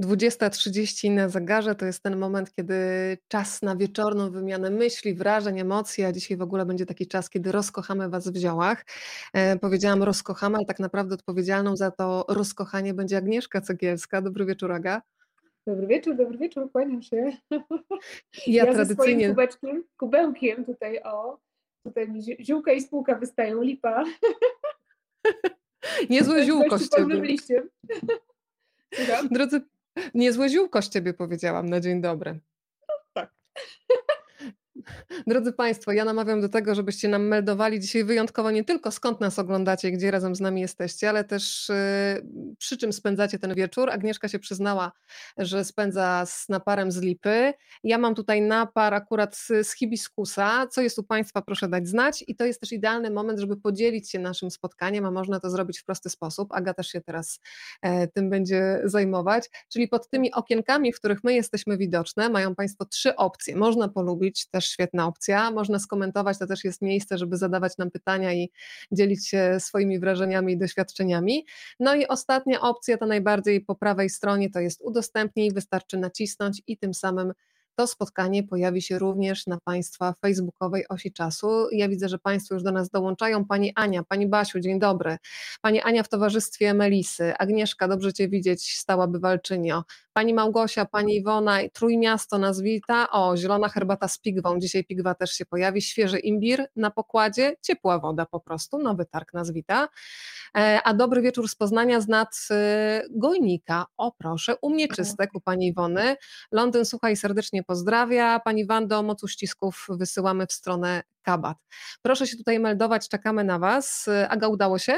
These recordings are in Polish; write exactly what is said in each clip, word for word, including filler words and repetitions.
dwudziesta trzydzieści na zegarze to jest ten moment, kiedy czas na wieczorną wymianę myśli, wrażeń, emocji, a dzisiaj w ogóle będzie taki czas, kiedy rozkochamy Was w ziołach. E, powiedziałam rozkochamy, ale tak naprawdę odpowiedzialną za to rozkochanie będzie Agnieszka Cegielska. Dobry wieczór, Aga. Dobry wieczór, dobry wieczór, kłaniam się. Ja Ja ze swoim tradycyjnie kubeczkiem, kubełkiem tutaj, o, tutaj mi zi- ziółka i spółka wystają, lipa, niezłe z ziółko dość z upornym Ciebie. liściem. Słucham? Drodzy, niezłe ziółko z Ciebie powiedziałam na dzień dobry. Tak. Drodzy Państwo, ja namawiam do tego, żebyście nam meldowali dzisiaj wyjątkowo nie tylko skąd nas oglądacie i gdzie razem z nami jesteście, ale też y, przy czym spędzacie ten wieczór. Agnieszka się przyznała, że spędza z naparem z lipy. Ja mam tutaj napar akurat z, z hibiskusa. Co jest u Państwa, proszę dać znać. I to jest też idealny moment, żeby podzielić się naszym spotkaniem, a można to zrobić w prosty sposób. Aga też się teraz e, tym będzie zajmować. Czyli pod tymi okienkami, w których my jesteśmy widoczne, mają Państwo trzy opcje. Można polubić, też świetna opcja. Można skomentować, to też jest miejsce, żeby zadawać nam pytania i dzielić się swoimi wrażeniami i doświadczeniami. No i ostatnia opcja, to najbardziej po prawej stronie, to jest udostępnij, wystarczy nacisnąć i tym samym to spotkanie pojawi się również na Państwa facebookowej osi czasu. Ja widzę, że Państwo już do nas dołączają. Pani Ania, Pani Basiu, dzień dobry. Pani Ania w towarzystwie Melisy. Agnieszka, dobrze Cię widzieć, stała bywalczynio. Pani Małgosia, Pani Iwona, Trójmiasto nas wita. O, zielona herbata z pigwą. Dzisiaj pigwa też się pojawi. Świeży imbir na pokładzie. Ciepła woda po prostu. Nowy targ nas wita. E, A dobry wieczór z Poznania, z nad y, Gojnika. O proszę, u mnie czystek, u Pani Iwony. Londyn słucha i serdecznie pozdrawia. Pani Wando, mocu ścisków wysyłamy w stronę Kabat. Proszę się tutaj meldować, czekamy na Was. Aga, udało się?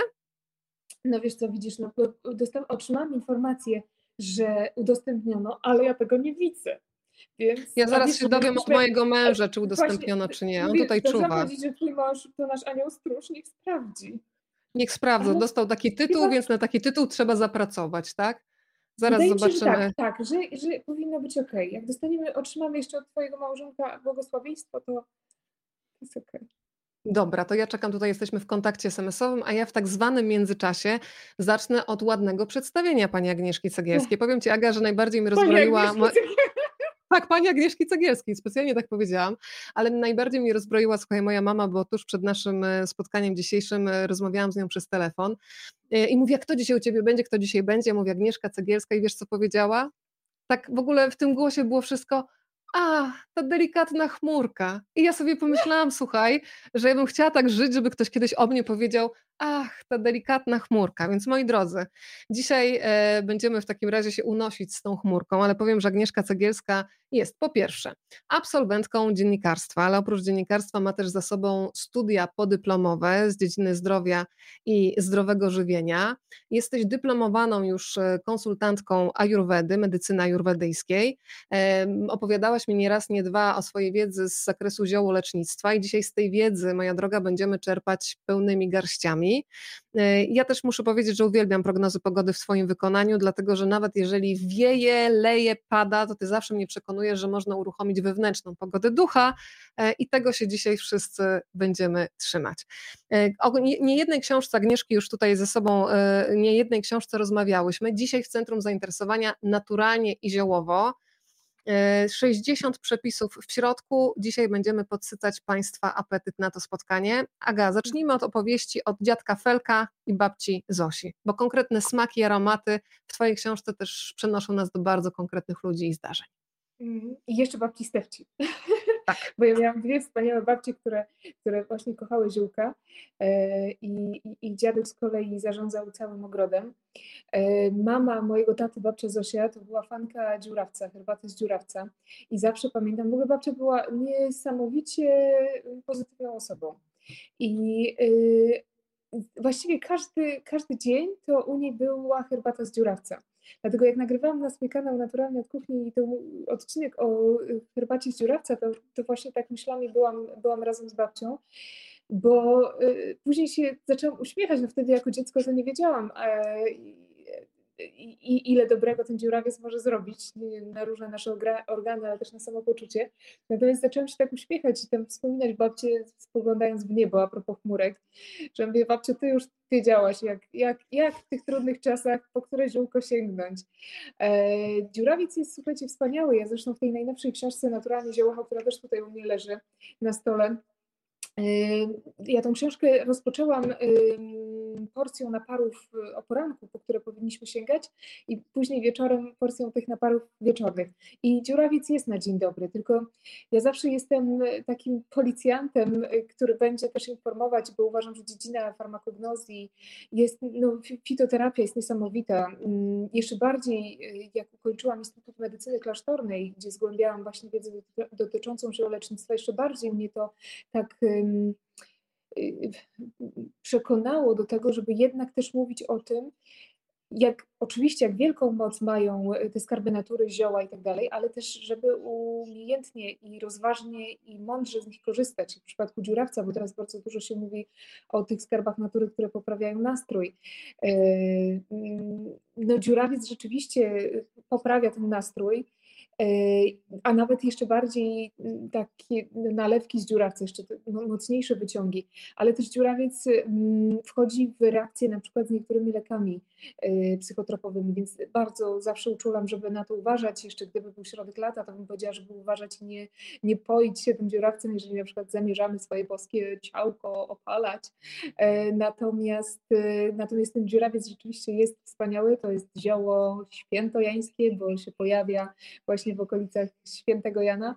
No wiesz co, widzisz, no, dostał, otrzymałam informację, że udostępniono, ale ja tego nie widzę. Więc, Ja a zaraz wiesz, się dowiem od myśmy, mojego a męża, czy właśnie, udostępniono, czy nie. On mówię, tutaj zaczęłam czuwa. powiedzieć, że twój mąż to nasz anioł stróż, niech sprawdzi. Niech sprawdza. Ale Dostał taki tytuł, chyba więc na taki tytuł trzeba zapracować, tak? Zaraz wydaje mi się, że tak, zobaczymy. tak, że, że powinno być okej. Jak dostaniemy, otrzymamy jeszcze od twojego małżonka błogosławieństwo, to jest okej. Dobra, to ja czekam, tutaj jesteśmy w kontakcie es em esowym, a ja w tak zwanym międzyczasie zacznę od ładnego przedstawienia pani Agnieszki Cegielskiej. Powiem Ci, Aga, że najbardziej mi Pani rozbroiła... Agnieszki, mo- Tak, pani Agnieszki Cegielskiej, specjalnie tak powiedziałam, ale najbardziej mnie rozbroiła, słuchaj, moja mama, bo tuż przed naszym e, spotkaniem dzisiejszym e, rozmawiałam z nią przez telefon e, i mówię, kto dzisiaj u Ciebie będzie, kto dzisiaj będzie, ja mówię, Agnieszka Cegielska i wiesz, co powiedziała? Tak w ogóle w tym głosie było wszystko, a, ta delikatna chmurka. I ja sobie pomyślałam, słuchaj, że ja bym chciała tak żyć, żeby ktoś kiedyś o mnie powiedział, ach, ta delikatna chmurka. Więc moi drodzy, dzisiaj e, będziemy w takim razie się unosić z tą chmurką, ale powiem, że Agnieszka Cegielska jest po pierwsze absolwentką dziennikarstwa, ale oprócz dziennikarstwa ma też za sobą studia podyplomowe z dziedziny zdrowia i zdrowego żywienia. Jesteś dyplomowaną już e, konsultantką ajurwedy, medycyny ajurwedyjskiej. Em, Opowiadałaś mi nie raz, nie dwa o swojej wiedzy z zakresu ziołolecznictwa i dzisiaj z tej wiedzy, moja droga, będziemy czerpać pełnymi garściami. E, Ja też muszę powiedzieć, że uwielbiam prognozy pogody w swoim wykonaniu, dlatego że nawet jeżeli wieje, leje, pada, to ty zawsze mnie przekonujesz, że można uruchomić wewnętrzną pogodę ducha e, i tego się dzisiaj wszyscy będziemy trzymać. E, O nie- niejednej książce Agnieszki już tutaj ze sobą, e, niejednej książce rozmawiałyśmy. Dzisiaj w centrum zainteresowania naturalnie i ziołowo. E, sześćdziesiąt przepisów w środku. Dzisiaj będziemy podsycać Państwa apetyt na to spotkanie. Aga, zacznijmy od opowieści od dziadka Felka i babci Zosi, bo konkretne smaki i aromaty w Twojej książce też przenoszą nas do bardzo konkretnych ludzi i zdarzeń. Mhm. I jeszcze babci Stefci. Tak. Bo ja miałam dwie wspaniałe babcie, które, które właśnie kochały ziółka e, i, i, i dziadek z kolei zarządzał całym ogrodem. E, Mama mojego taty, babcia Zosia, to była fanka dziurawca, herbaty z dziurawca i zawsze pamiętam, w ogóle babcia była niesamowicie pozytywną osobą. I y, właściwie każdy, każdy dzień to u niej była herbata z dziurawca. Dlatego jak nagrywałam na swój kanał Naturalnie od Kuchni i ten odcinek o y, herbacie z dziurawca, to, to właśnie tak myślami byłam, byłam razem z babcią, bo y, później się zaczęłam uśmiechać, no wtedy jako dziecko to nie wiedziałam. E, i ile dobrego ten dziurawiec może zrobić na różne nasze organy, ale też na samopoczucie. Natomiast zaczęłam się tak uśmiechać i tam wspominać babcię, spoglądając w niebo a propos chmurek, że mówię, babciu, ty już wiedziałaś, jak, jak, jak w tych trudnych czasach po które ziółko sięgnąć. E, dziurawiec jest, słuchajcie, wspaniały. Ja zresztą w tej najnowszej książce Naturalnie ziołocha, która też tutaj u mnie leży na stole, ja tą książkę rozpoczęłam porcją naparów o poranku, po które powinniśmy sięgać, i później wieczorem porcją tych naparów wieczornych. I dziurawiec jest na dzień dobry, tylko ja zawsze jestem takim policjantem, który będzie też informować, bo uważam, że dziedzina farmakognozji jest, no, fitoterapia jest niesamowita. Jeszcze bardziej jak ukończyłam Instytut Medycyny Klasztornej, gdzie zgłębiałam właśnie wiedzę dotyczącą ziołolecznictwa, jeszcze bardziej mnie to tak przekonało do tego, żeby jednak też mówić o tym, jak oczywiście jak wielką moc mają te skarby natury, zioła i tak dalej, ale też żeby umiejętnie i rozważnie i mądrze z nich korzystać. W przypadku dziurawca, bo teraz bardzo dużo się mówi o tych skarbach natury, które poprawiają nastrój. No, dziurawiec rzeczywiście poprawia ten nastrój, a nawet jeszcze bardziej takie nalewki z dziurawca, jeszcze mocniejsze wyciągi, ale też dziurawiec wchodzi w reakcję na przykład z niektórymi lekami psychotropowymi, więc bardzo zawsze uczulam, żeby na to uważać. Jeszcze gdyby był środek lata, to bym powiedziała, żeby uważać i nie, nie poić się tym dziurawcem, jeżeli na przykład zamierzamy swoje boskie ciałko opalać. Natomiast, natomiast ten dziurawiec rzeczywiście jest wspaniały, to jest zioło świętojańskie, bo się pojawia właśnie w okolicach Świętego Jana,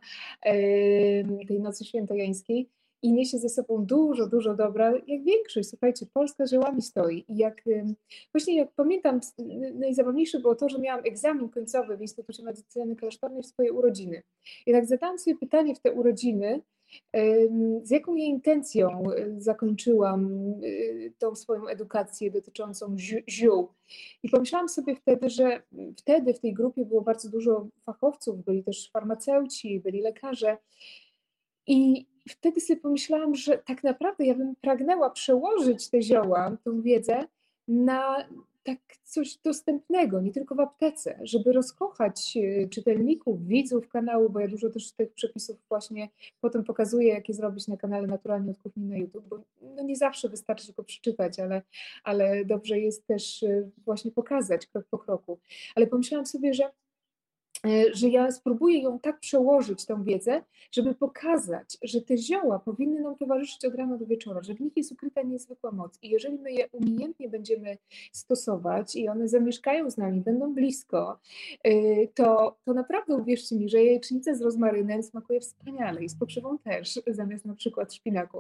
tej nocy świętojańskiej, i niesie ze sobą dużo, dużo dobra, jak większość. Słuchajcie, Polska ziołami stoi. I jak właśnie jak pamiętam, najzabawniejsze było to, że miałam egzamin końcowy w Instytucie Medycyny Klasztornej w swoje urodziny. I tak zadałam sobie pytanie w te urodziny, z jaką ja intencją zakończyłam tą swoją edukację dotyczącą ziół. I pomyślałam sobie wtedy, że wtedy w tej grupie było bardzo dużo fachowców, byli też farmaceuci, byli lekarze. I wtedy sobie pomyślałam, że tak naprawdę ja bym pragnęła przełożyć te zioła, tą wiedzę na tak coś dostępnego, nie tylko w aptece, żeby rozkochać czytelników, widzów kanału, bo ja dużo też tych przepisów właśnie potem pokazuję, jak je zrobić na kanale Naturalnie od Kuchni na YouTube, bo no nie zawsze wystarczy tylko przeczytać, ale, ale dobrze jest też właśnie pokazać krok po kroku. Ale pomyślałam sobie, że że ja spróbuję ją tak przełożyć, tą wiedzę, żeby pokazać, że te zioła powinny nam towarzyszyć od rana do wieczora, że w nich jest ukryta niezwykła moc i jeżeli my je umiejętnie będziemy stosować i one zamieszkają z nami, będą blisko, to, to naprawdę uwierzcie mi, że jajecznica z rozmarynem smakuje wspaniale i z pokrzywą też, zamiast na przykład szpinaku,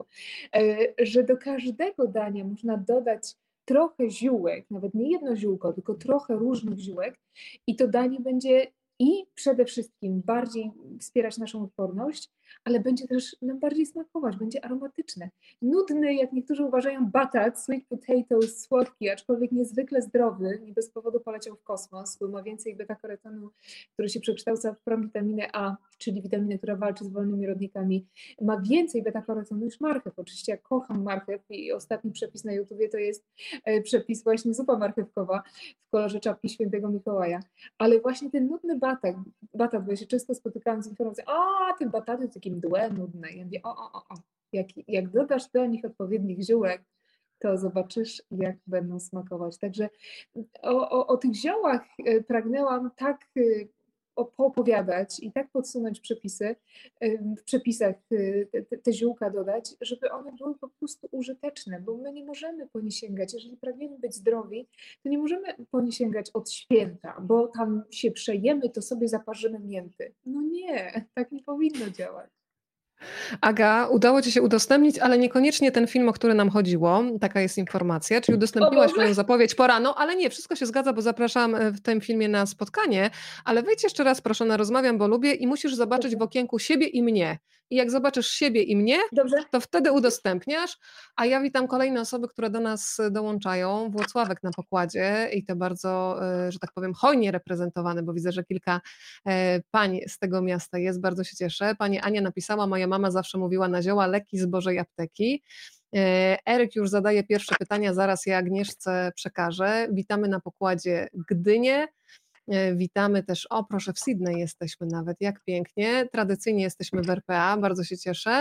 że do każdego dania można dodać trochę ziółek, nawet nie jedno ziółko, tylko trochę różnych ziółek i to danie będzie i przede wszystkim bardziej wspierać naszą odporność, ale będzie też nam bardziej smakować, będzie aromatyczne. Nudny, jak niektórzy uważają, batat, sweet potato, słodki, aczkolwiek niezwykle zdrowy, nie bez powodu poleciał w kosmos, bo ma więcej beta-karotenu, który się przekształca w prowitaminę A, czyli witaminę, która walczy z wolnymi rodnikami. Ma więcej beta-karotenu niż marchew. Oczywiście ja kocham marchew i ostatni przepis na YouTubie to jest przepis właśnie zupa marchewkowa w kolorze czapki świętego Mikołaja. Ale właśnie ten nudny batat, batat, bo ja się często spotykałam z informacją, a ten batat jest takie mdłe, nudne. Ja mówię, o, o, o, o. Jak, jak dodasz do nich odpowiednich ziółek, to zobaczysz, jak będą smakować. Także o, o, o tych ziołach pragnęłam tak opowiadać i tak podsunąć przepisy, w przepisach te, te ziółka dodać, żeby one były po prostu użyteczne, bo my nie możemy po nie sięgać. Jeżeli pragniemy być zdrowi, to nie możemy po nie sięgać od święta, bo tam się przejemy, to sobie zaparzymy mięty. No nie, tak nie powinno działać. Aga, udało Ci się udostępnić, ale niekoniecznie ten film, o który nam chodziło. Taka jest informacja. Czyli udostępniłaś moją zapowiedź po rano, ale nie, wszystko się zgadza, bo zapraszam w tym filmie na spotkanie. Ale wejdź jeszcze raz proszę na Rozmawiam, bo lubię i musisz zobaczyć Dobrze. w okienku siebie i mnie. I jak zobaczysz siebie i mnie, Dobrze. to wtedy udostępniasz, a ja witam kolejne osoby, które do nas dołączają. Włocławek na pokładzie i to bardzo, że tak powiem, hojnie reprezentowany, bo widzę, że kilka pań z tego miasta jest, bardzo się cieszę. Pani Ania napisała, moja mama zawsze mówiła na zioła leki z Bożej apteki. Eryk już zadaje pierwsze pytania, zaraz je Agnieszce przekażę. Witamy na pokładzie Gdynię. Witamy też, o proszę, w Sydney jesteśmy nawet, jak pięknie. Tradycyjnie jesteśmy w R P A, bardzo się cieszę.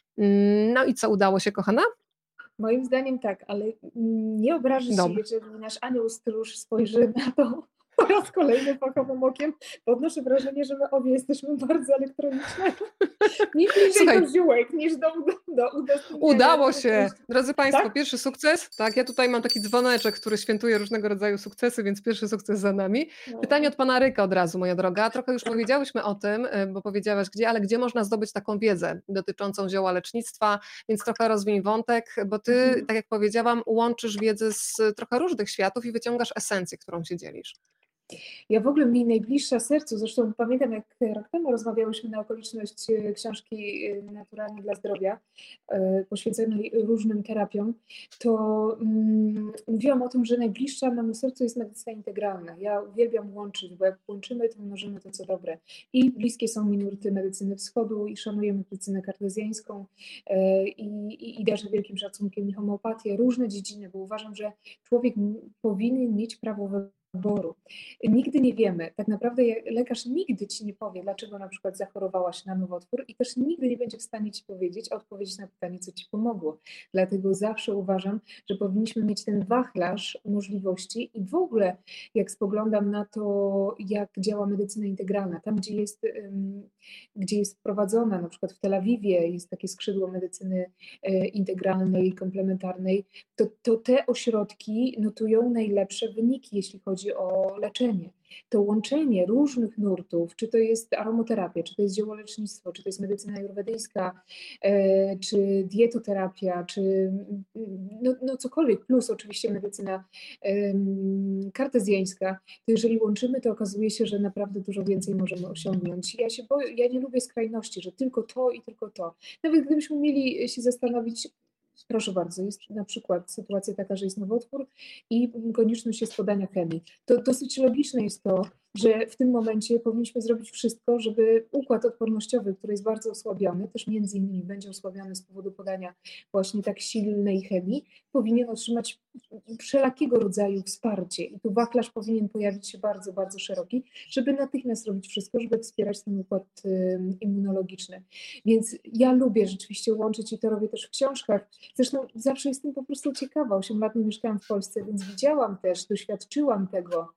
No i co, udało się, kochana? Moim zdaniem tak, ale nie obraży się, Dobra. jeżeli nasz anioł stróż spojrzy na to po raz kolejny fachowym okiem, bo odnoszę wrażenie, że my obie jesteśmy bardzo elektroniczne. Nie bliżej Słuchaj, do ziółek niż do, do udostępnienia. udało się! Drodzy Państwo, Tak? pierwszy sukces. Tak, ja tutaj mam taki dzwoneczek, który świętuje różnego rodzaju sukcesy, więc pierwszy sukces za nami. Pytanie od pana Ryka od razu, moja droga. Trochę już powiedziałyśmy o tym, bo powiedziałaś gdzie, ale gdzie można zdobyć taką wiedzę dotyczącą zioła lecznictwa, więc trochę rozwiń wątek, bo ty, Mhm. tak jak powiedziałam, łączysz wiedzę z trochę różnych światów i wyciągasz esencję, którą się dzielisz. Ja w ogóle mi najbliższa sercu, zresztą pamiętam jak rok temu rozmawiałyśmy na okoliczność książki Naturalnie dla zdrowia, poświęconej różnym terapiom, to mm, mówiłam o tym, że najbliższa memu sercu jest medycyna integralna. Ja uwielbiam łączyć, bo jak łączymy, to mnożymy to, co dobre. I bliskie są mi nurty medycyny wschodu i szanuję medycynę kartezjańską i, i, i darzę wielkim szacunkiem i homeopatię, różne dziedziny, bo uważam, że człowiek powinien mieć prawo wyboru. Nigdy nie wiemy, tak naprawdę lekarz nigdy ci nie powie, dlaczego na przykład zachorowałaś na nowotwór i też nigdy nie będzie w stanie ci powiedzieć, odpowiedzieć na pytanie, co ci pomogło. Dlatego zawsze uważam, że powinniśmy mieć ten wachlarz możliwości i w ogóle jak spoglądam na to, jak działa medycyna integralna, tam gdzie jest, gdzie jest wprowadzona, na przykład w Tel Awiwie jest takie skrzydło medycyny integralnej, komplementarnej, to, to te ośrodki notują najlepsze wyniki, jeśli chodzi o leczenie. To łączenie różnych nurtów, czy to jest aromaterapia, czy to jest ziołolecznictwo, czy to jest medycyna ajurwedyjska, e, czy dietoterapia, czy no, no cokolwiek, plus oczywiście medycyna e, kartezjańska, to jeżeli łączymy, to okazuje się, że naprawdę dużo więcej możemy osiągnąć. Ja się boję, ja nie lubię skrajności, że tylko to i tylko to. Nawet gdybyśmy mieli się zastanowić, proszę bardzo, jest na przykład sytuacja taka, że jest nowotwór i konieczność jest podania chemii. To dosyć logiczne jest to, że w tym momencie powinniśmy zrobić wszystko, żeby układ odpornościowy, który jest bardzo osłabiony, też między innymi będzie osłabiony z powodu podania właśnie tak silnej chemii, powinien otrzymać wszelakiego rodzaju wsparcie. I tu wachlarz powinien pojawić się bardzo, bardzo szeroki, żeby natychmiast robić wszystko, żeby wspierać ten układ immunologiczny. Więc ja lubię rzeczywiście łączyć i to robię też w książkach. Zresztą zawsze jestem po prostu ciekawa. osiem lat nie mieszkałam w Polsce, więc widziałam też, doświadczyłam tego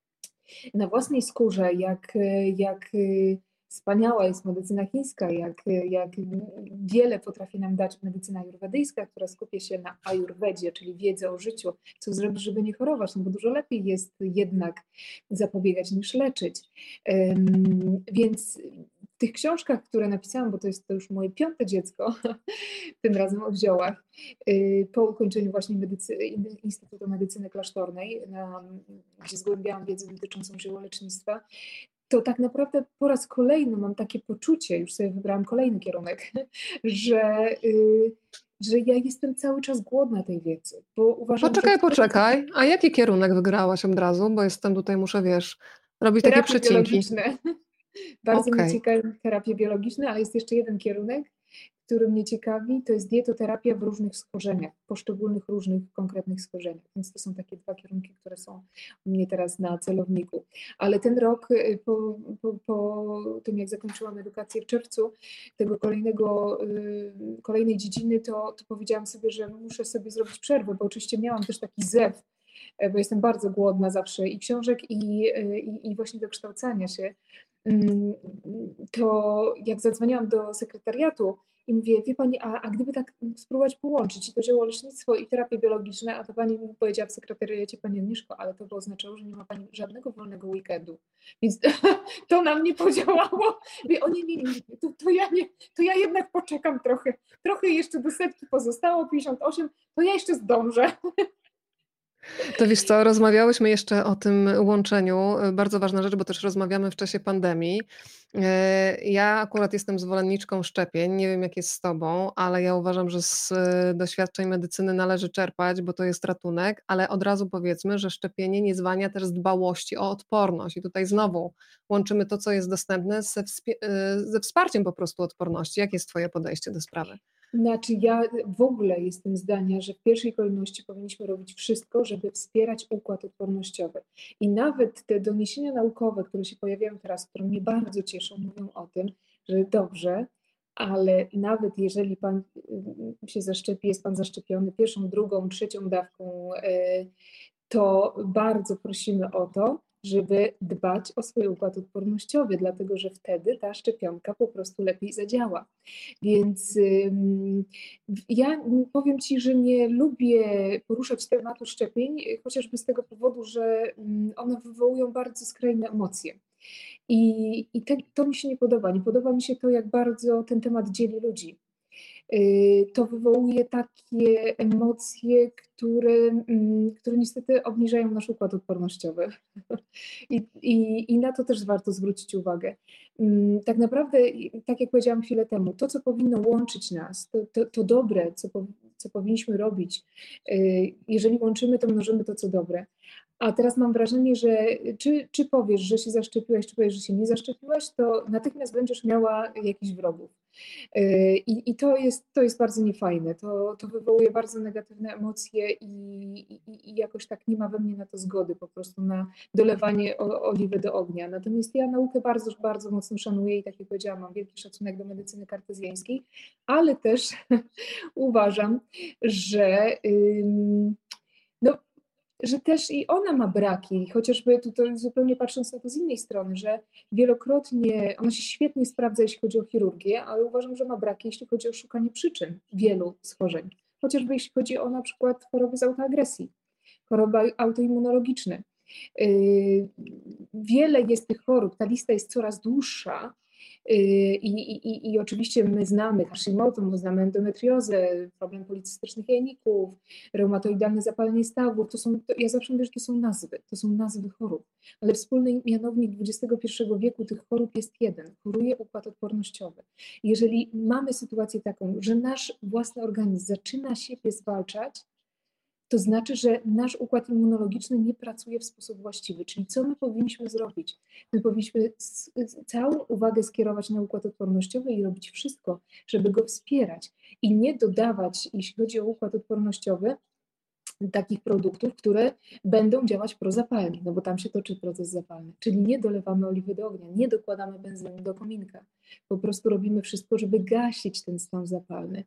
na własnej skórze, jak, jak wspaniała jest medycyna chińska, jak, jak wiele potrafi nam dać medycyna ajurwedyjska, która skupia się na ajurwedzie, czyli wiedzy o życiu, co zrobić, żeby nie chorować, no bo dużo lepiej jest jednak zapobiegać niż leczyć. Um, więc w tych książkach, które napisałam, bo to jest to już moje piąte dziecko, tym razem o ziołach, po ukończeniu właśnie medycy, Instytutu Medycyny Klasztornej, na, gdzie zgłębiałam wiedzę dotyczącą ziołolecznictwa, to tak naprawdę po raz kolejny mam takie poczucie, już sobie wybrałam kolejny kierunek, że, że ja jestem cały czas głodna tej wiedzy, bo uważam, Poczekaj, że... poczekaj, a jaki kierunek wygrałaś od razu, bo jestem tutaj, muszę, wiesz, robić takie Terapie przecinki. biologiczne. Bardzo okay. mnie ciekawi terapie biologiczne, ale jest jeszcze jeden kierunek, który mnie ciekawi, to jest dietoterapia w różnych schorzeniach, poszczególnych różnych konkretnych schorzeniach. Więc to są takie dwa kierunki, które są u mnie teraz na celowniku. Ale ten rok, po, po, po tym jak zakończyłam edukację w czerwcu, tego kolejnego, kolejnej dziedziny, to, to powiedziałam sobie, że muszę sobie zrobić przerwę, bo oczywiście miałam też taki zew, bo jestem bardzo głodna zawsze i książek, i, i, i właśnie dokształcania się. To jak zadzwoniłam do sekretariatu i mówię, wie pani, a, a gdyby tak spróbować połączyć i to ziołolecznictwo i terapie biologiczne, a to pani mi powiedziała w sekretariacie, pani Agnieszko, ale to by oznaczało, że nie ma pani żadnego wolnego weekendu. Więc to na mnie podziałało. Mówię, o nie, nie, nie, to, to, ja nie, to ja jednak poczekam trochę. Trochę jeszcze do setki pozostało, pięćdziesiąt osiem, to ja jeszcze zdążę. To wiesz co, rozmawiałyśmy jeszcze o tym łączeniu, bardzo ważna rzecz, bo też rozmawiamy w czasie pandemii. Ja akurat jestem zwolenniczką szczepień, nie wiem jak jest z tobą, ale ja uważam, że z doświadczeń medycyny należy czerpać, bo to jest ratunek, ale od razu powiedzmy, że szczepienie nie zwalnia też z dbałości o odporność i tutaj znowu łączymy to, co jest dostępne ze, wspie- ze wsparciem po prostu odporności. Jakie jest twoje podejście do sprawy? Znaczy ja w ogóle jestem zdania, że w pierwszej kolejności powinniśmy robić wszystko, żeby wspierać układ odpornościowy. I nawet te doniesienia naukowe, które się pojawiają teraz, które mnie bardzo cieszą, mówią o tym, że dobrze, ale nawet jeżeli pan y, się zaszczepi, jest pan zaszczepiony pierwszą, drugą, trzecią dawką, y, to bardzo prosimy o to, żeby dbać o swój układ odpornościowy, dlatego że wtedy ta szczepionka po prostu lepiej zadziała. Więc ym, ja powiem Ci, że nie lubię poruszać tematu szczepień, chociażby z tego powodu, że ym, one wywołują bardzo skrajne emocje. I, i te, to mi się nie podoba. Nie podoba mi się to, jak bardzo ten temat dzieli ludzi. Y, To wywołuje takie emocje, które, mm, które niestety obniżają nasz układ odpornościowy. I, i, I na to też warto zwrócić uwagę. Mm, Tak naprawdę, i- tak jak powiedziałam chwilę temu, to, co powinno łączyć nas, to, to, to dobre, co, po, co powinniśmy robić, y, jeżeli łączymy, to mnożymy to, co dobre. A teraz mam wrażenie, że czy, czy powiesz, że się zaszczepiłaś, czy powiesz, że się nie zaszczepiłaś, to natychmiast będziesz miała jakichś wrogów. Yy, I, i to, jest, to jest bardzo niefajne. To, to wywołuje bardzo negatywne emocje i, i, i jakoś tak nie ma we mnie na to zgody, po prostu na dolewanie o, oliwy do ognia. Natomiast ja naukę bardzo, bardzo mocno szanuję i tak jak powiedziałam, mam wielki szacunek do medycyny kartezjańskiej, ale też uważam, że ym, no, że też i ona ma braki, chociażby tutaj zupełnie patrząc na to z innej strony, że wielokrotnie ona się świetnie sprawdza, jeśli chodzi o chirurgię, ale uważam, że ma braki, jeśli chodzi o szukanie przyczyn wielu schorzeń. Chociażby jeśli chodzi o na przykład choroby z autoagresji, choroby autoimmunologiczne. Yy, Wiele jest tych chorób, ta lista jest coraz dłuższa. Yy, I, i, I oczywiście my znamy Hashimoto, my znamy endometriozę, problem policystycznych jajników, reumatoidalne zapalenie stawów. To są, to ja zawsze mówię, że to są nazwy, to są nazwy chorób, ale wspólny mianownik dwudziestego pierwszego wieku tych chorób jest jeden, choruje układ odpornościowy. Jeżeli mamy sytuację taką, że nasz własny organizm zaczyna siebie zwalczać, to znaczy, że nasz układ immunologiczny nie pracuje w sposób właściwy. Czyli co my powinniśmy zrobić? My powinniśmy całą uwagę skierować na układ odpornościowy i robić wszystko, żeby go wspierać i nie dodawać, jeśli chodzi o układ odpornościowy, takich produktów, które będą działać prozapalnie, no bo tam się toczy proces zapalny. Czyli nie dolewamy oliwy do ognia, nie dokładamy benzyny do kominka. Po prostu robimy wszystko, żeby gasić ten stan zapalny.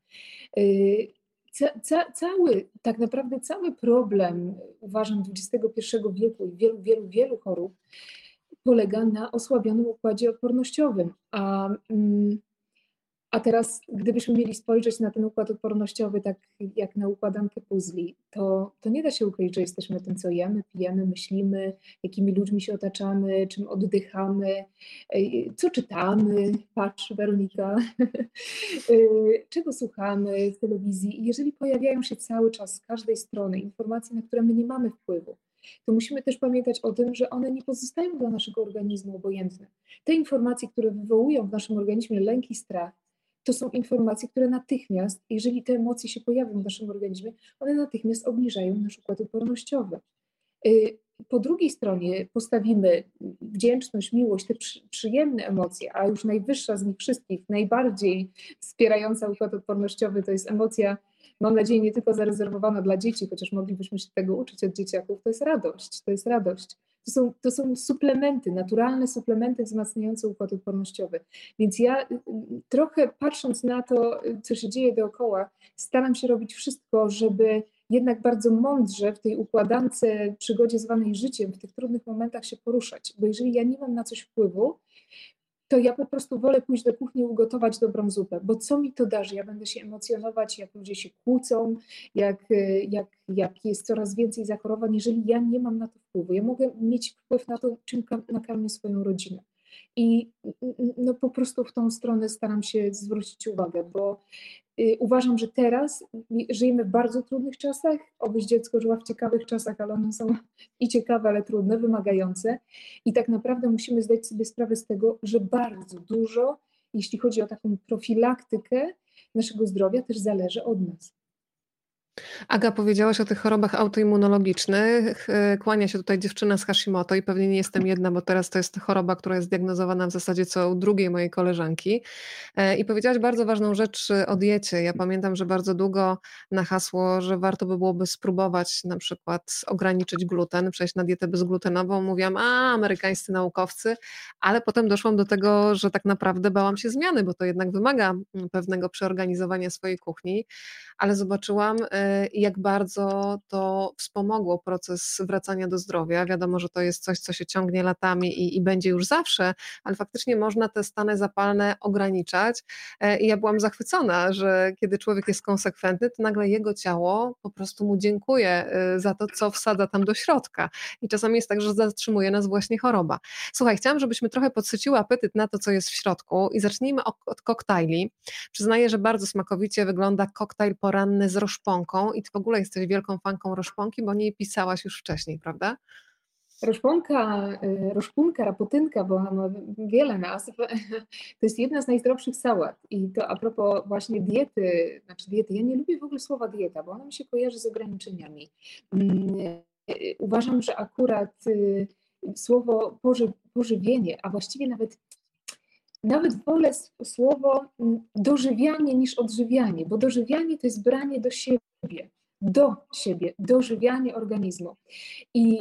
Ca, ca, cały, tak naprawdę cały problem, uważam, dwudziestego pierwszego wieku i wielu, wielu, wielu chorób polega na osłabionym układzie odpornościowym. A, a teraz, gdybyśmy mieli spojrzeć na ten układ odpornościowy tak jak na układankę puzli, to, to nie da się ukryć, że jesteśmy tym, co jemy, pijemy, myślimy, jakimi ludźmi się otaczamy, czym oddychamy, co czytamy, patrz Weronika, czego słuchamy w telewizji. I jeżeli pojawiają się cały czas z każdej strony informacje, na które my nie mamy wpływu, to musimy też pamiętać o tym, że one nie pozostają dla naszego organizmu obojętne. Te informacje, które wywołują w naszym organizmie lęk i strach, to są informacje, które natychmiast, jeżeli te emocje się pojawią w naszym organizmie, one natychmiast obniżają nasz układ odpornościowy. Po drugiej stronie postawimy wdzięczność, miłość, te przyjemne emocje, a już najwyższa z nich wszystkich, najbardziej wspierająca układ odpornościowy, to jest emocja, mam nadzieję, nie tylko zarezerwowana dla dzieci, chociaż moglibyśmy się tego uczyć od dzieciaków, to jest radość, to jest radość. To są, to są suplementy, naturalne suplementy wzmacniające układ odpornościowy. Więc ja trochę patrząc na to, co się dzieje dookoła, staram się robić wszystko, żeby jednak bardzo mądrze w tej układance, przygodzie zwanej życiem, w tych trudnych momentach się poruszać. Bo jeżeli ja nie mam na coś wpływu, to ja po prostu wolę pójść do kuchni i ugotować dobrą zupę, bo co mi to darzy? Ja będę się emocjonować, jak ludzie się kłócą, jak, jak, jak jest coraz więcej zachorowań, jeżeli ja nie mam na to wpływu. Ja mogę mieć wpływ na to, czym nakarmię swoją rodzinę. I no, po prostu w tą stronę staram się zwrócić uwagę, bo y, uważam, że teraz żyjemy w bardzo trudnych czasach, obyś dziecko żyła w ciekawych czasach, ale one są i ciekawe, ale trudne, wymagające i tak naprawdę musimy zdać sobie sprawę z tego, że bardzo dużo, jeśli chodzi o taką profilaktykę naszego zdrowia, też zależy od nas. Aga, powiedziałaś o tych chorobach autoimmunologicznych. E, Kłania się tutaj dziewczyna z Hashimoto i pewnie nie jestem jedna, bo teraz to jest choroba, która jest diagnozowana w zasadzie co u drugiej mojej koleżanki. E, I powiedziałaś bardzo ważną rzecz e, o diecie. Ja pamiętam, że bardzo długo na hasło, że warto by byłoby spróbować na przykład ograniczyć gluten, przejść na dietę bezglutenową. Mówiłam, a amerykańscy naukowcy, ale potem doszłam do tego, że tak naprawdę bałam się zmiany, bo to jednak wymaga mm, pewnego przeorganizowania swojej kuchni, ale zobaczyłam, y, jak bardzo to wspomogło proces wracania do zdrowia. Wiadomo, że to jest coś, co się ciągnie latami i, i będzie już zawsze, ale faktycznie można te stany zapalne ograniczać. E, I ja byłam zachwycona, że kiedy człowiek jest konsekwentny, to nagle jego ciało po prostu mu dziękuje y, za to, co wsadza tam do środka. I czasami jest tak, że zatrzymuje nas właśnie choroba. Słuchaj, chciałam, żebyśmy trochę podsyciły apetyt na to, co jest w środku i zacznijmy od, od koktajli. Przyznaję, że bardzo smakowicie wygląda koktajl poranny z roszponką i ty w ogóle jesteś wielką fanką roszponki, bo o niej pisałaś już wcześniej, prawda? Roszponka, y, roszpunka, rapotynka, bo ona ma wiele nazw, to jest jedna z najzdrowszych sałat. I to a propos właśnie diety, znaczy diety, ja nie lubię w ogóle słowa dieta, bo ono mi się kojarzy z ograniczeniami. Mm, y, Uważam, że akurat y, słowo poży, pożywienie, a właściwie nawet Nawet wolę s- słowo mm, dożywianie niż odżywianie, bo dożywianie to jest branie do siebie, do siebie, dożywianie organizmu. I,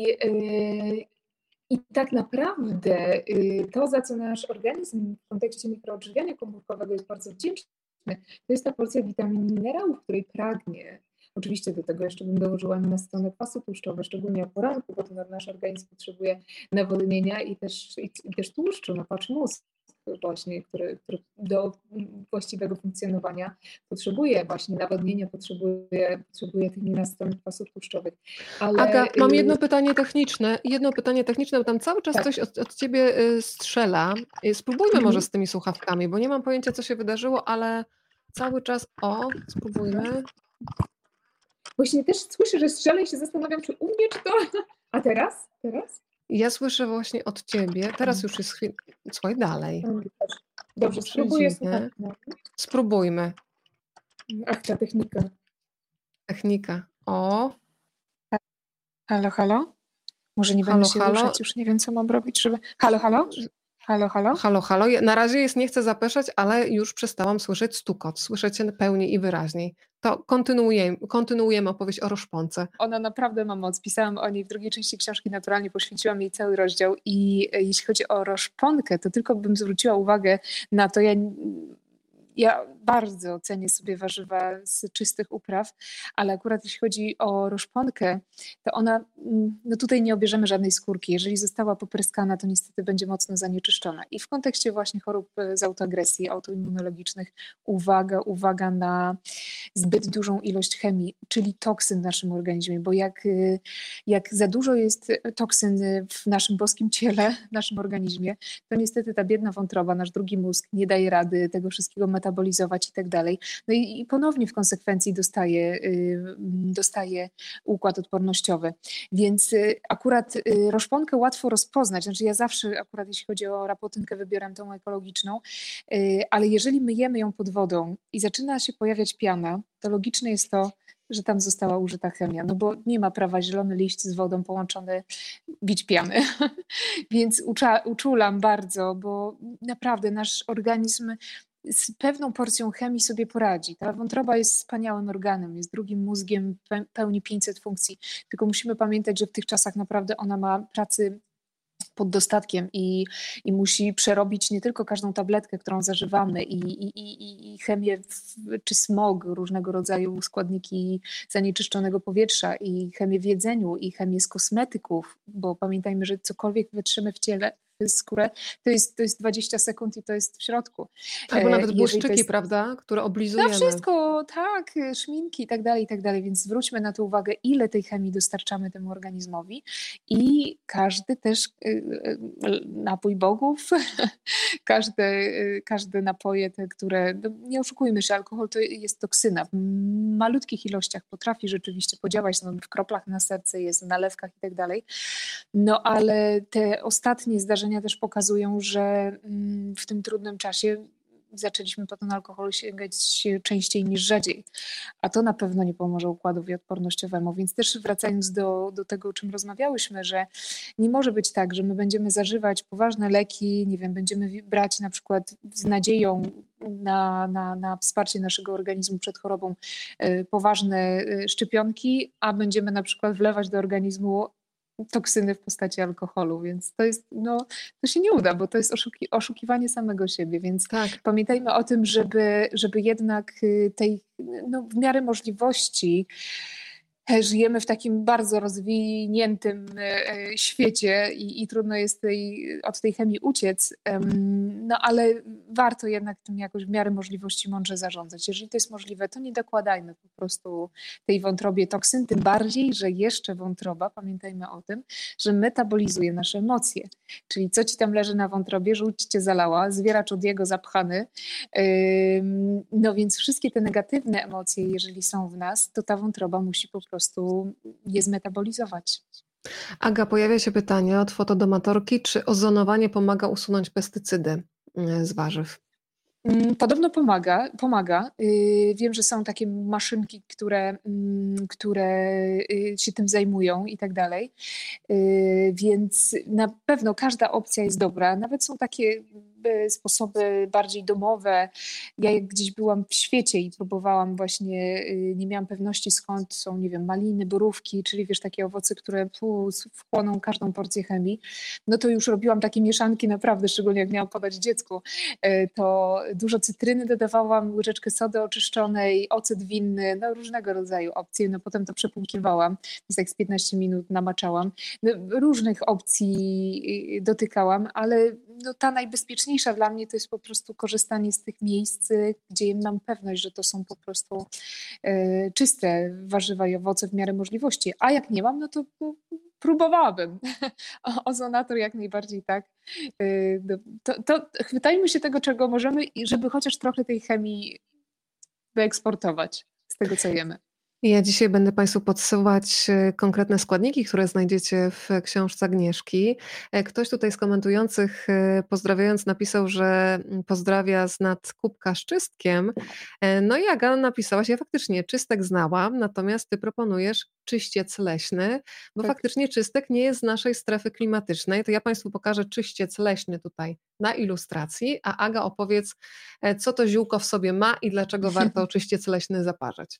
yy, i tak naprawdę yy, to, za co nasz organizm w kontekście mikroodżywiania komórkowego jest bardzo wdzięczny, to jest ta porcja witamin i minerałów, której pragnie. Oczywiście do tego jeszcze bym dołożyła na stronę kwasy tłuszczowe, szczególnie o poranku, bo to nasz organizm potrzebuje nawodnienia i też, i, i też tłuszczu, no patrz mózg właśnie, który, który do właściwego funkcjonowania potrzebuje właśnie nawodnienia, potrzebuje, potrzebuje tych następnych kwasów tłuszczowych. Ale Aga, mam y, jedno pytanie techniczne, jedno pytanie techniczne, bo tam cały czas tak. coś od, od ciebie y, strzela. Y, Spróbujmy może Mhm. z tymi słuchawkami, bo nie mam pojęcia, co się wydarzyło, ale cały czas, o, spróbujmy. Właśnie też słyszę, że strzela i się zastanawiam, czy u mnie, czy to... A teraz? Teraz? Ja słyszę właśnie od ciebie, teraz już jest chwil... Słuchaj dalej. Dobrze, Kurczę, spróbuję słuchać. dziwnie. Spróbujmy. Ach, ta technika. Technika. O, Halo, halo? Może nie będę halo, się halo. ruszać, już nie wiem, co mam robić, żeby... Halo, halo? Halo, halo? Halo, halo. Ja- Na razie jest, nie chcę zapeszać, ale już przestałam słyszeć stukot. Słyszę cię pełniej i wyraźniej. To kontynuujemy, kontynuujemy opowieść o roszponce. Ona naprawdę ma moc. Pisałam o niej w drugiej części książki, naturalnie poświęciłam jej cały rozdział i e, jeśli chodzi o roszponkę, to tylko bym zwróciła uwagę na to, ja, ja bardzo cenię sobie warzywa z czystych upraw, ale akurat jeśli chodzi o roszponkę, to ona, mm, no tutaj nie obierzemy żadnej skórki. Jeżeli została popryskana, to niestety będzie mocno zanieczyszczona. I w kontekście właśnie chorób e, z autoagresji, autoimmunologicznych, uwaga, uwaga na zbyt dużą ilość chemii, czyli toksyn w naszym organizmie, bo jak, y, jak za dużo jest toksyn w naszym boskim ciele, w naszym organizmie, to niestety ta biedna wątroba, nasz drugi mózg nie daje rady tego wszystkiego metabolizować i tak dalej. No i, i ponownie w konsekwencji dostaje, y, dostaje układ odpornościowy. Więc y, akurat y, roszponkę łatwo rozpoznać, znaczy ja zawsze akurat jeśli chodzi o rapotynkę wybieram tą ekologiczną, y, ale jeżeli myjemy ją pod wodą i zaczyna się pojawiać piana, to logiczne jest to, że tam została użyta chemia, no bo nie ma prawa zielony liść z wodą połączony bić piany. Więc ucza, uczulam bardzo, bo naprawdę nasz organizm z pewną porcją chemii sobie poradzi. Ta wątroba jest wspaniałym organem, jest drugim mózgiem, pe- pełni pięćset funkcji, tylko musimy pamiętać, że w tych czasach naprawdę ona ma pracy pod dostatkiem i, i musi przerobić nie tylko każdą tabletkę, którą zażywamy i, i, i, i chemię w, czy smog, różnego rodzaju składniki zanieczyszczonego powietrza i chemię w jedzeniu i chemię z kosmetyków, bo pamiętajmy, że cokolwiek wytrzymy w ciele, w skórę, to jest, to jest dwadzieścia sekund i to jest w środku. Albo E, nawet Jeżeli to błyszczyki, jest prawda, które na oblizujemy. wszystko, tak, szminki i tak dalej, i tak dalej, więc zwróćmy na to uwagę, ile tej chemii dostarczamy temu organizmowi i każdy też y, y, napój bogów, każde, y, każde napoje, te, które, no nie oszukujmy się, alkohol to jest toksyna. W malutkich ilościach potrafi rzeczywiście podziałać, no, w kroplach na serce jest, w nalewkach i tak dalej, no ale te ostatnie zdarzenia też pokazują, że mm, w tym trudnym czasie zaczęliśmy potem alkoholu sięgać częściej niż rzadziej, a to na pewno nie pomoże układowi odpornościowemu, więc też wracając do, do tego, o czym rozmawiałyśmy, że nie może być tak, że my będziemy zażywać poważne leki, nie wiem, będziemy brać na przykład z nadzieją na, na, na wsparcie naszego organizmu przed chorobą poważne szczepionki, a będziemy na przykład wlewać do organizmu toksyny w postaci alkoholu, więc to jest, no, to się nie uda, bo to jest oszuki, oszukiwanie samego siebie, więc Tak. pamiętajmy o tym, żeby, żeby jednak tej, no, w miarę możliwości żyjemy w takim bardzo rozwiniętym świecie i, i trudno jest tej, od tej chemii uciec, no ale warto jednak tym jakoś w miarę możliwości mądrze zarządzać. Jeżeli to jest możliwe, to nie dokładajmy po prostu tej wątrobie toksyn, tym bardziej, że jeszcze wątroba, pamiętajmy o tym, że metabolizuje nasze emocje. Czyli co ci tam leży na wątrobie, żółć cię zalała, zwieracz od jego zapchany. No więc wszystkie te negatywne emocje, jeżeli są w nas, to ta wątroba musi po prostu je zmetabolizować. Aga, pojawia się pytanie od fotodomatorki, czy ozonowanie pomaga usunąć pestycydy z warzyw? Podobno pomaga, pomaga. Wiem, że są takie maszynki, które, które się tym zajmują i tak dalej, więc na pewno każda opcja jest dobra. Nawet są takie sposoby bardziej domowe. Ja jak gdzieś byłam w świecie i próbowałam właśnie, nie miałam pewności skąd są, nie wiem, maliny, borówki, czyli wiesz, takie owoce, które pu, wchłoną każdą porcję chemii, no to już robiłam takie mieszanki naprawdę, szczególnie jak miałam podać dziecku, to dużo cytryny dodawałam, łyżeczkę sody oczyszczonej, ocet winny, no różnego rodzaju opcje, no potem to przepłukiwałam, więc tak z piętnaście minut namaczałam. No, różnych opcji dotykałam, ale no, ta najbezpieczniejsza dla mnie to jest po prostu korzystanie z tych miejsc, gdzie mam pewność, że to są po prostu e, czyste warzywa i owoce w miarę możliwości, a jak nie mam, no to próbowałabym. Ozonator jak najbardziej tak. To, to chwytajmy się tego, czego możemy, i żeby chociaż trochę tej chemii wyeksportować z tego, co jemy. Ja dzisiaj będę Państwu podsuwać konkretne składniki, które znajdziecie w książce Agnieszki. Ktoś tutaj z komentujących, pozdrawiając, napisał, że pozdrawia z nad kubka z czystkiem. No i Aga napisałaś, ja faktycznie czystek znałam, natomiast Ty proponujesz czyściec leśny, bo tak. Faktycznie czystek nie jest z naszej strefy klimatycznej. To ja Państwu pokażę czyściec leśny tutaj na ilustracji, a Aga opowiedz, co to ziółko w sobie ma i dlaczego warto czyściec leśny zaparzać.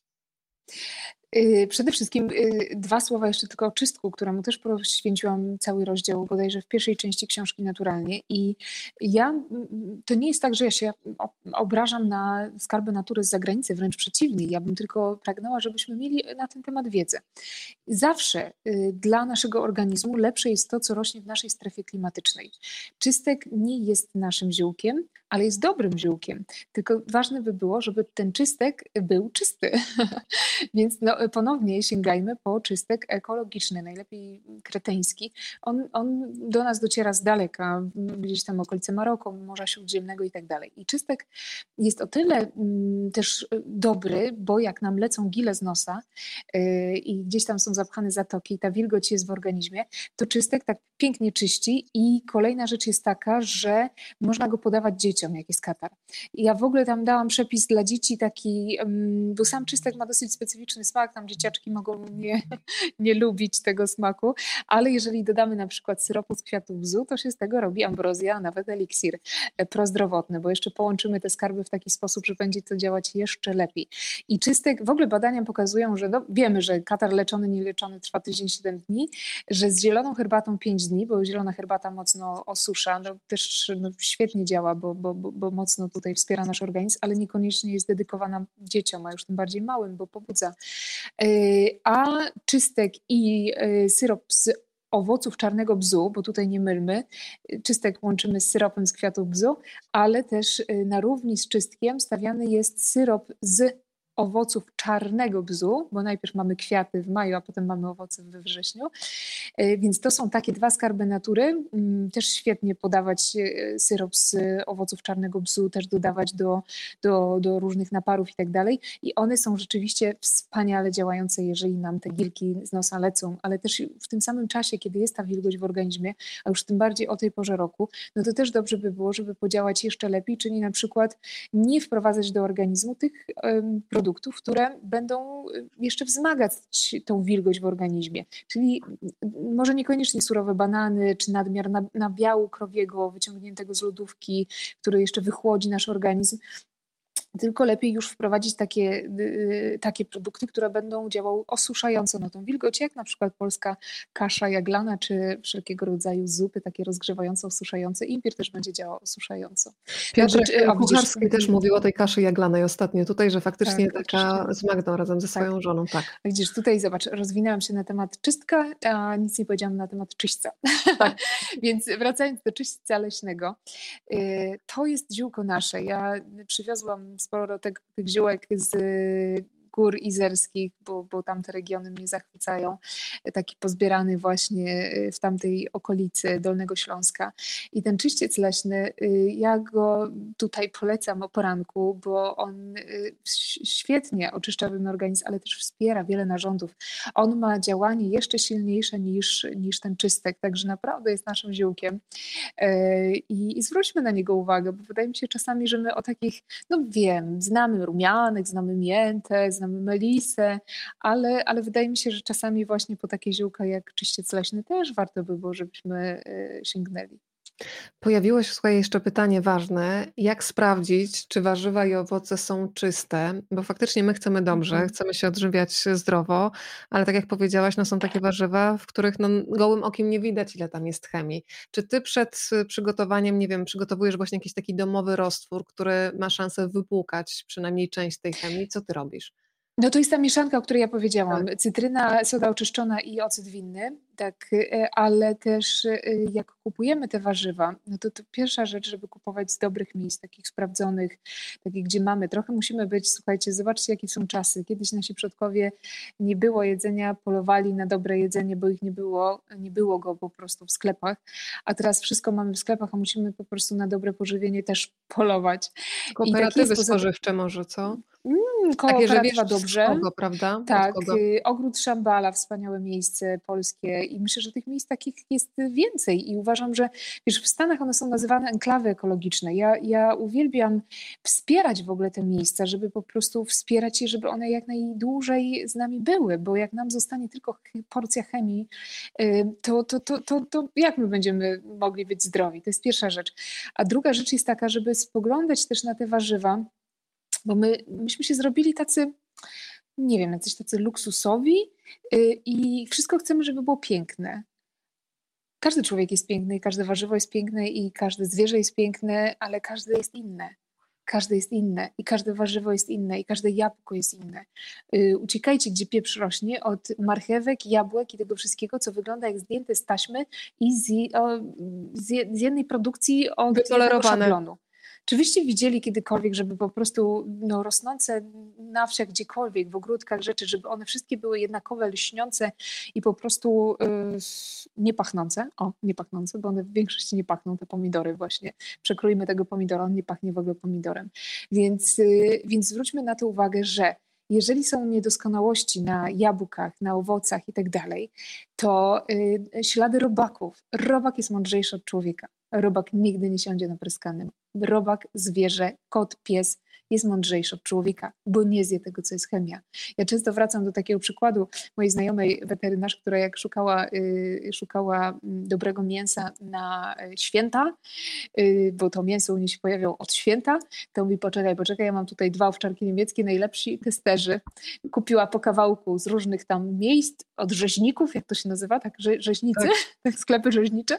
Przede wszystkim dwa słowa jeszcze tylko o czystku, któremu też poświęciłam cały rozdział bodajże w pierwszej części książki Naturalnie. I ja, to nie jest tak, że ja się obrażam na skarby natury z zagranicy, wręcz przeciwnie. Ja bym tylko pragnęła, żebyśmy mieli na ten temat wiedzę. Zawsze dla naszego organizmu lepsze jest to, co rośnie w naszej strefie klimatycznej. Czystek nie jest naszym ziółkiem, ale jest dobrym ziółkiem. Tylko ważne by było, żeby ten czystek był czysty. Więc no, ponownie sięgajmy po czystek ekologiczny, najlepiej kreteński. On, on do nas dociera z daleka, gdzieś tam okolice Maroku, Morza Śródziemnego i tak dalej. I czystek jest o tyle mm, też dobry, bo jak nam lecą gile z nosa yy, i gdzieś tam są zapchane zatoki i ta wilgoć jest w organizmie, to czystek tak pięknie czyści. I kolejna rzecz jest taka, że można go podawać dzieciom, jak jest katar. I ja w ogóle tam dałam przepis dla dzieci taki, bo sam czystek ma dosyć specyficzny smak, tam dzieciaczki mogą nie, nie lubić tego smaku, ale jeżeli dodamy na przykład syropu z kwiatów bzu, to się z tego robi ambrozja, a nawet eliksir prozdrowotny, bo jeszcze połączymy te skarby w taki sposób, że będzie to działać jeszcze lepiej. I czystek, w ogóle badania pokazują, że no, wiemy, że katar leczony, nieleczony trwa tydzień siedem dni, że z zieloną herbatą pięć dni, bo zielona herbata mocno osusza, no, też no, świetnie działa, bo, bo, bo, bo mocno tutaj wspiera nasz organizm, ale niekoniecznie jest dedykowana dzieciom, a już tym bardziej małym, bo pobudza. A czystek i syrop z owoców czarnego bzu, bo tutaj nie mylmy, czystek łączymy z syropem z kwiatów bzu, ale też na równi z czystkiem stawiany jest syrop z owoców czarnego bzu, bo najpierw mamy kwiaty w maju, a potem mamy owoce we wrześniu. Więc to są takie dwa skarby natury. Też świetnie podawać syrop z owoców czarnego bzu, też dodawać do, do, do różnych naparów i tak dalej. I one są rzeczywiście wspaniale działające, jeżeli nam te gilki z nosa lecą, ale też w tym samym czasie, kiedy jest ta wilgoć w organizmie, a już tym bardziej o tej porze roku, no to też dobrze by było, żeby podziałać jeszcze lepiej, czyli na przykład nie wprowadzać do organizmu tych um, produktów, które będą jeszcze wzmagać tą wilgoć w organizmie. Czyli może niekoniecznie surowe banany, czy nadmiar nabiału krowiego wyciągniętego z lodówki, który jeszcze wychłodzi nasz organizm, tylko lepiej już wprowadzić takie, takie produkty, które będą działały osuszająco na tą wilgoć, jak na przykład polska kasza jaglana, czy wszelkiego rodzaju zupy, takie rozgrzewające, osuszające. Imbir też będzie działał osuszająco. Piotrek Kucharski też mówił o tej kaszy jaglanej ostatnio tutaj, że faktycznie tak, taka z Magdą razem ze swoją tak. żoną. Tak. Widzisz, tutaj zobacz, rozwinęłam się na temat czystka, a nic nie powiedziałam na temat czyśćca. Tak. Więc wracając do czyśćca leśnego, to jest ziółko nasze. Ja przywiozłam sporo tych, tych ziółek z gór izerskich, bo, bo tamte regiony mnie zachwycają. Taki pozbierany właśnie w tamtej okolicy Dolnego Śląska. I ten czyściec leśny, ja go tutaj polecam o poranku, bo on świetnie oczyszcza ten organizm, ale też wspiera wiele narządów. On ma działanie jeszcze silniejsze niż, niż ten czystek, także naprawdę jest naszym ziółkiem. I, i zwróćmy na niego uwagę, bo wydaje mi się czasami, że my o takich, no wiem, znamy rumianek, znamy miętę, znamy melisę, ale, ale wydaje mi się, że czasami właśnie po takie ziółka jak czyściec leśny też warto by było, żebyśmy sięgnęli. Pojawiło się, słuchaj, jeszcze pytanie ważne, jak sprawdzić, czy warzywa i owoce są czyste, bo faktycznie my chcemy dobrze, mhm. chcemy się odżywiać zdrowo, ale tak jak powiedziałaś, no są takie warzywa, w których no, gołym okiem nie widać, ile tam jest chemii. Czy ty przed przygotowaniem, nie wiem, przygotowujesz właśnie jakiś taki domowy roztwór, który ma szansę wypłukać przynajmniej część tej chemii? Co ty robisz? No to jest ta mieszanka, o której ja powiedziałam. Tak. Cytryna, soda oczyszczona i ocet winny, tak, ale też jak kupujemy te warzywa, no to, to pierwsza rzecz, żeby kupować z dobrych miejsc, takich sprawdzonych, takich, gdzie mamy. Trochę musimy być, słuchajcie, zobaczcie, jakie są czasy. Kiedyś nasi przodkowie nie było jedzenia, polowali na dobre jedzenie, bo ich nie było, nie było go po prostu w sklepach, a teraz wszystko mamy w sklepach, a musimy po prostu na dobre pożywienie też polować. Kooperatywy I tak spożywcze może, co? Mm, kooperatywa dobrze. Kogo, prawda? Tak, Ogród Szambala, wspaniałe miejsce polskie i myślę, że tych miejsc takich jest więcej i uważam, że wiesz, w Stanach one są nazywane enklawy ekologiczne. Ja, ja uwielbiam wspierać w ogóle te miejsca, żeby po prostu wspierać je, żeby one jak najdłużej z nami były, bo jak nam zostanie tylko porcja chemii, to, to, to, to, to jak my będziemy mogli być zdrowi? To jest pierwsza rzecz. A druga rzecz jest taka, żeby spoglądać też na te warzywa, bo my, myśmy się zrobili tacy, nie wiem, jacyś tacy luksusowi yy, i wszystko chcemy, żeby było piękne. Każdy człowiek jest piękny, każde warzywo jest piękne i każde zwierzę jest piękne, ale każde jest inne. Każde jest inne i każde warzywo jest inne i każde jabłko jest inne. Yy, uciekajcie, gdzie pieprz rośnie, od marchewek, jabłek i tego wszystkiego, co wygląda jak zdjęte z taśmy i z, o, z, z jednej produkcji od jednego szablonu. Czy wyście widzieli kiedykolwiek, żeby po prostu no, rosnące na wsiach gdziekolwiek, w ogródkach rzeczy, żeby one wszystkie były jednakowe, lśniące i po prostu yy, nie pachnące? O, nie pachnące, bo one w większości nie pachną, te pomidory właśnie. Przekrójmy tego pomidora, on nie pachnie w ogóle pomidorem. Więc, yy, więc zwróćmy na to uwagę, że jeżeli są niedoskonałości na jabłkach, na owocach i tak dalej, to yy, ślady robaków. Robak jest mądrzejszy od człowieka. Robak nigdy nie siądzie na pryskanym. Robak, zwierzę, kot, pies jest mądrzejszy od człowieka, bo nie zje tego, co jest chemia. Ja często wracam do takiego przykładu mojej znajomej weterynarz, która jak szukała, y, szukała dobrego mięsa na święta, y, bo to mięso u niej się pojawiało od święta, to mówi, poczekaj, poczekaj, ja mam tutaj dwa owczarki niemieckie, najlepsi testerzy. Kupiła po kawałku z różnych tam miejsc, od rzeźników, jak to się nazywa, tak, Rze- rzeźnicy, tak. tak, sklepy rzeźnicze.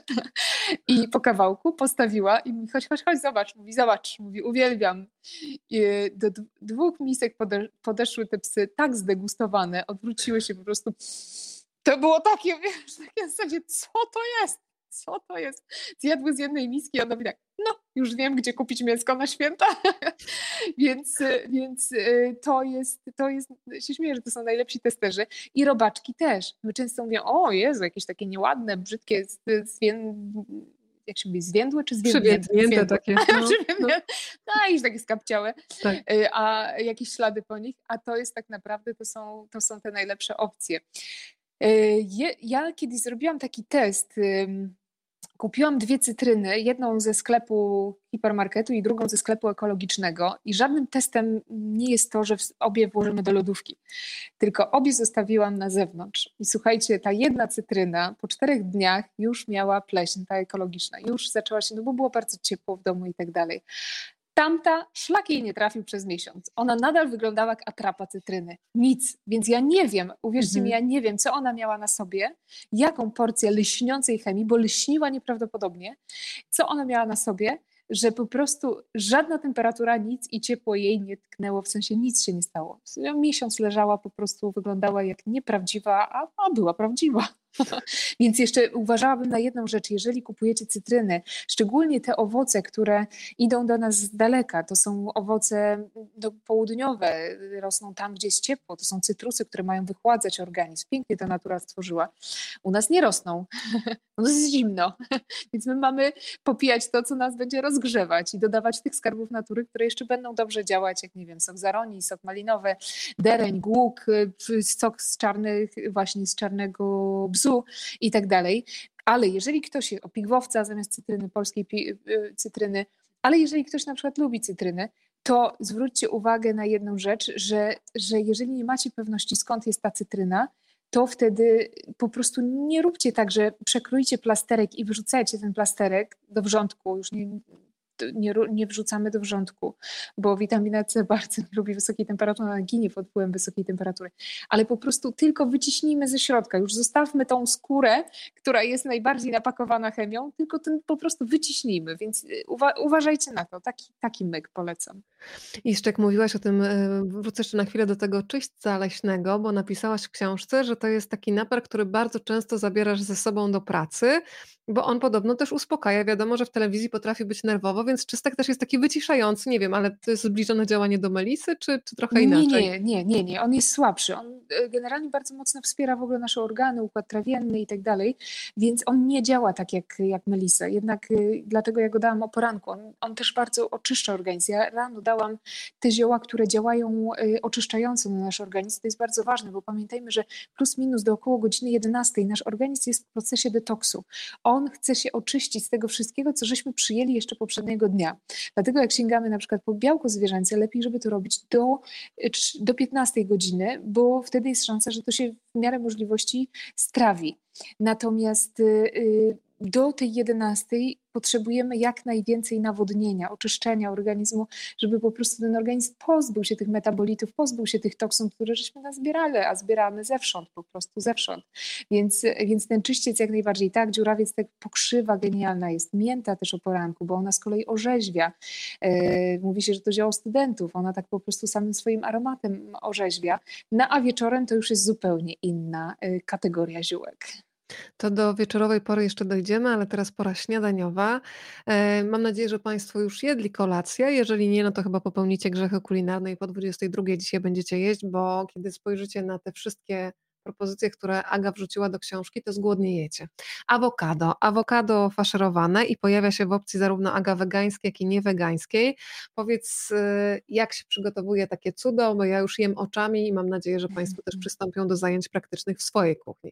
I po kawałku postawiła i mówi, chodź, chodź, chodź, zobacz, mówi, zobacz, mówi, uwielbiam. I do d- dwóch misek pode- podeszły te psy tak zdegustowane, odwróciły się po prostu. To było takie, wiesz, takie w zasadzie, co to jest? co to jest? Zjadły z jednej miski, a ona mówi tak, no już wiem, gdzie kupić mięsko na święta. więc więc to jest, to jest, się śmieję, że to są najlepsi testerzy. I robaczki też. My często mówimy, o Jezu, jakieś takie nieładne, brzydkie, zwię... jak się mówi, zwiędłe czy zwiędnięte? Przywiędnięte takie. No, no. No, już takie skapciałe, tak. a jakieś ślady po nich, a to jest tak naprawdę, to są, to są te najlepsze opcje. Ja kiedyś zrobiłam taki test. Kupiłam dwie cytryny, jedną ze sklepu hipermarketu i drugą ze sklepu ekologicznego i żadnym testem nie jest to, że obie włożymy do lodówki, tylko obie zostawiłam na zewnątrz. I słuchajcie, ta jedna cytryna po czterech dniach już miała pleśń, ta ekologiczna, już zaczęła się, no bo było bardzo ciepło w domu i tak dalej. Tamta szlak jej nie trafił przez miesiąc. Ona nadal wyglądała jak atrapa cytryny. Nic. Więc ja nie wiem, uwierzcie mi, ja nie wiem, co ona miała na sobie, jaką porcję lśniącej chemii, bo lśniła nieprawdopodobnie, co ona miała na sobie, że po prostu żadna temperatura, nic i ciepło jej nie tknęło, w sensie nic się nie stało. Miesiąc leżała, po prostu wyglądała jak nieprawdziwa, a, a była prawdziwa. Więc jeszcze uważałabym na jedną rzecz, jeżeli kupujecie cytryny, szczególnie te owoce, które idą do nas z daleka, to są owoce no, południowe, rosną tam, gdzie jest ciepło, to są cytrusy, które mają wychładzać organizm. Pięknie ta natura stworzyła. U nas nie rosną, u nas jest zimno, więc my mamy popijać to, co nas będzie rozgrzewać i dodawać tych skarbów natury, które jeszcze będą dobrze działać, jak nie wiem, sok z aronii, sok malinowy, dereń, głuk, sok z czarnych, właśnie z czarnego bzu i tak dalej. Ale jeżeli ktoś o pigwowca zamiast cytryny, polskiej cytryny, ale jeżeli ktoś na przykład lubi cytryny, to zwróćcie uwagę na jedną rzecz, że, że jeżeli nie macie pewności, skąd jest ta cytryna, to wtedy po prostu nie róbcie tak, że przekroicie plasterek i wyrzucajcie ten plasterek do wrzątku, już nie, nie, nie wrzucamy do wrzątku, bo witamina C bardzo lubi wysokiej temperatury, ona ginie pod wpływem wysokiej temperatury, ale po prostu tylko wyciśnijmy ze środka, już zostawmy tą skórę, która jest najbardziej napakowana chemią, tylko ten po prostu wyciśnijmy, więc uwa- uważajcie na to, taki, taki myk polecam. I jeszcze jak mówiłaś o tym, wrócę jeszcze na chwilę do tego czyśćca leśnego, bo napisałaś w książce, że to jest taki napar, który bardzo często zabierasz ze sobą do pracy, bo on podobno też uspokaja. Wiadomo, że w telewizji potrafi być nerwowo, więc czystek też jest taki wyciszający. Nie wiem, ale to jest zbliżone działanie do melisy, czy, czy trochę inaczej? Nie, nie, nie, nie. On jest słabszy. On generalnie bardzo mocno wspiera w ogóle nasze organy, układ trawienny i tak dalej, więc on nie działa tak jak, jak melisa. Jednak dlatego ja go dałam o poranku. On, on też bardzo oczyszcza organizm. Ja rano dałam te zioła, które działają oczyszczająco na nasz organizm. To jest bardzo ważne, bo pamiętajmy, że plus minus do około godziny jedenastej nasz organizm jest w procesie detoksu. On chce się oczyścić z tego wszystkiego, co żeśmy przyjęli jeszcze poprzedniego dnia. Dlatego jak sięgamy na przykład po białko zwierzęce, lepiej, żeby to robić do, do piętnastej godziny, bo wtedy jest szansa, że to się w miarę możliwości strawi. Natomiast yy, do tej jedenastej potrzebujemy jak najwięcej nawodnienia, oczyszczenia organizmu, żeby po prostu ten organizm pozbył się tych metabolitów, pozbył się tych toksyn, które żeśmy nazbierali, a zbieramy zewsząd, po prostu zewsząd. Więc, więc ten czyściec jak najbardziej tak, dziurawiec, tak pokrzywa genialna jest, mięta też o poranku, bo ona z kolei orzeźwia. E, mówi się, że to zioło studentów, ona tak po prostu samym swoim aromatem orzeźwia. No a wieczorem to już jest zupełnie inna e, kategoria ziółek. To do wieczorowej pory jeszcze dojdziemy, ale teraz pora śniadaniowa. Mam nadzieję, że Państwo już jedli kolację. Jeżeli nie, no to chyba popełnicie grzechy kulinarne i po dwudziestej drugiej dzisiaj będziecie jeść, bo kiedy spojrzycie na te wszystkie propozycje, które Aga wrzuciła do książki, to zgłodniejecie. Awokado. Awokado faszerowane i pojawia się w opcji zarówno Aga wegańskiej, jak i niewegańskiej. Powiedz, jak się przygotowuje takie cudo, bo ja już jem oczami i mam nadzieję, że Państwo też przystąpią do zajęć praktycznych w swojej kuchni.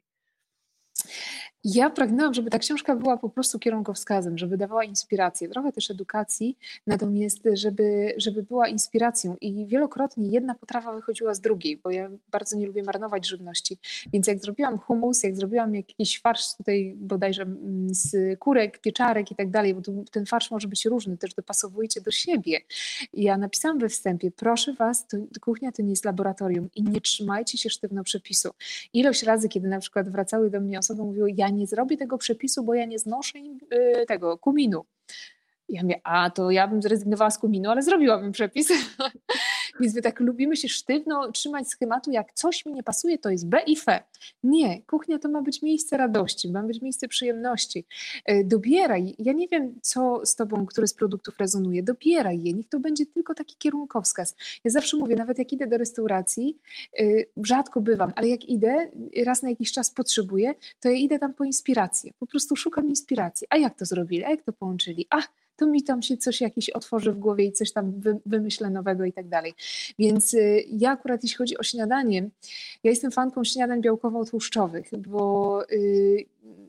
Ja pragnęłam, żeby ta książka była po prostu kierunkowskazem, żeby dawała inspirację, trochę też edukacji, natomiast żeby, żeby była inspiracją i wielokrotnie jedna potrawa wychodziła z drugiej, bo ja bardzo nie lubię marnować żywności, więc jak zrobiłam hummus, jak zrobiłam jakiś farsz tutaj bodajże z kurek, pieczarek i tak dalej, bo tu, ten farsz może być różny, też dopasowujcie do siebie. I ja napisałam we wstępie, proszę was, to, kuchnia to nie jest laboratorium i nie trzymajcie się sztywno przepisu. Ilość razy, kiedy na przykład wracały do mnie osoby, mówiły, ja nie zrobię tego przepisu, bo ja nie znoszę im, y, tego kuminu. Ja mówię, a to ja bym zrezygnowała z kuminu, ale zrobiłabym przepis. Więc my tak lubimy się sztywno trzymać schematu, jak coś mi nie pasuje, to jest B i F. Nie, kuchnia to ma być miejsce radości, ma być miejsce przyjemności. E, Dobieraj, ja nie wiem, co z tobą, który z produktów rezonuje, dobieraj je, niech to będzie tylko taki kierunkowskaz. Ja zawsze mówię, nawet jak idę do restauracji, y, rzadko bywam, ale jak idę, raz na jakiś czas potrzebuję, to ja idę tam po inspirację. Po prostu szukam inspiracji. A jak to zrobili? A jak to połączyli? A to mi tam się coś jakiś otworzy w głowie i coś tam wy, wymyślę nowego i tak dalej. Więc y, ja akurat jeśli chodzi o śniadanie, ja jestem fanką śniadań białkowo-tłuszczowych, bo y,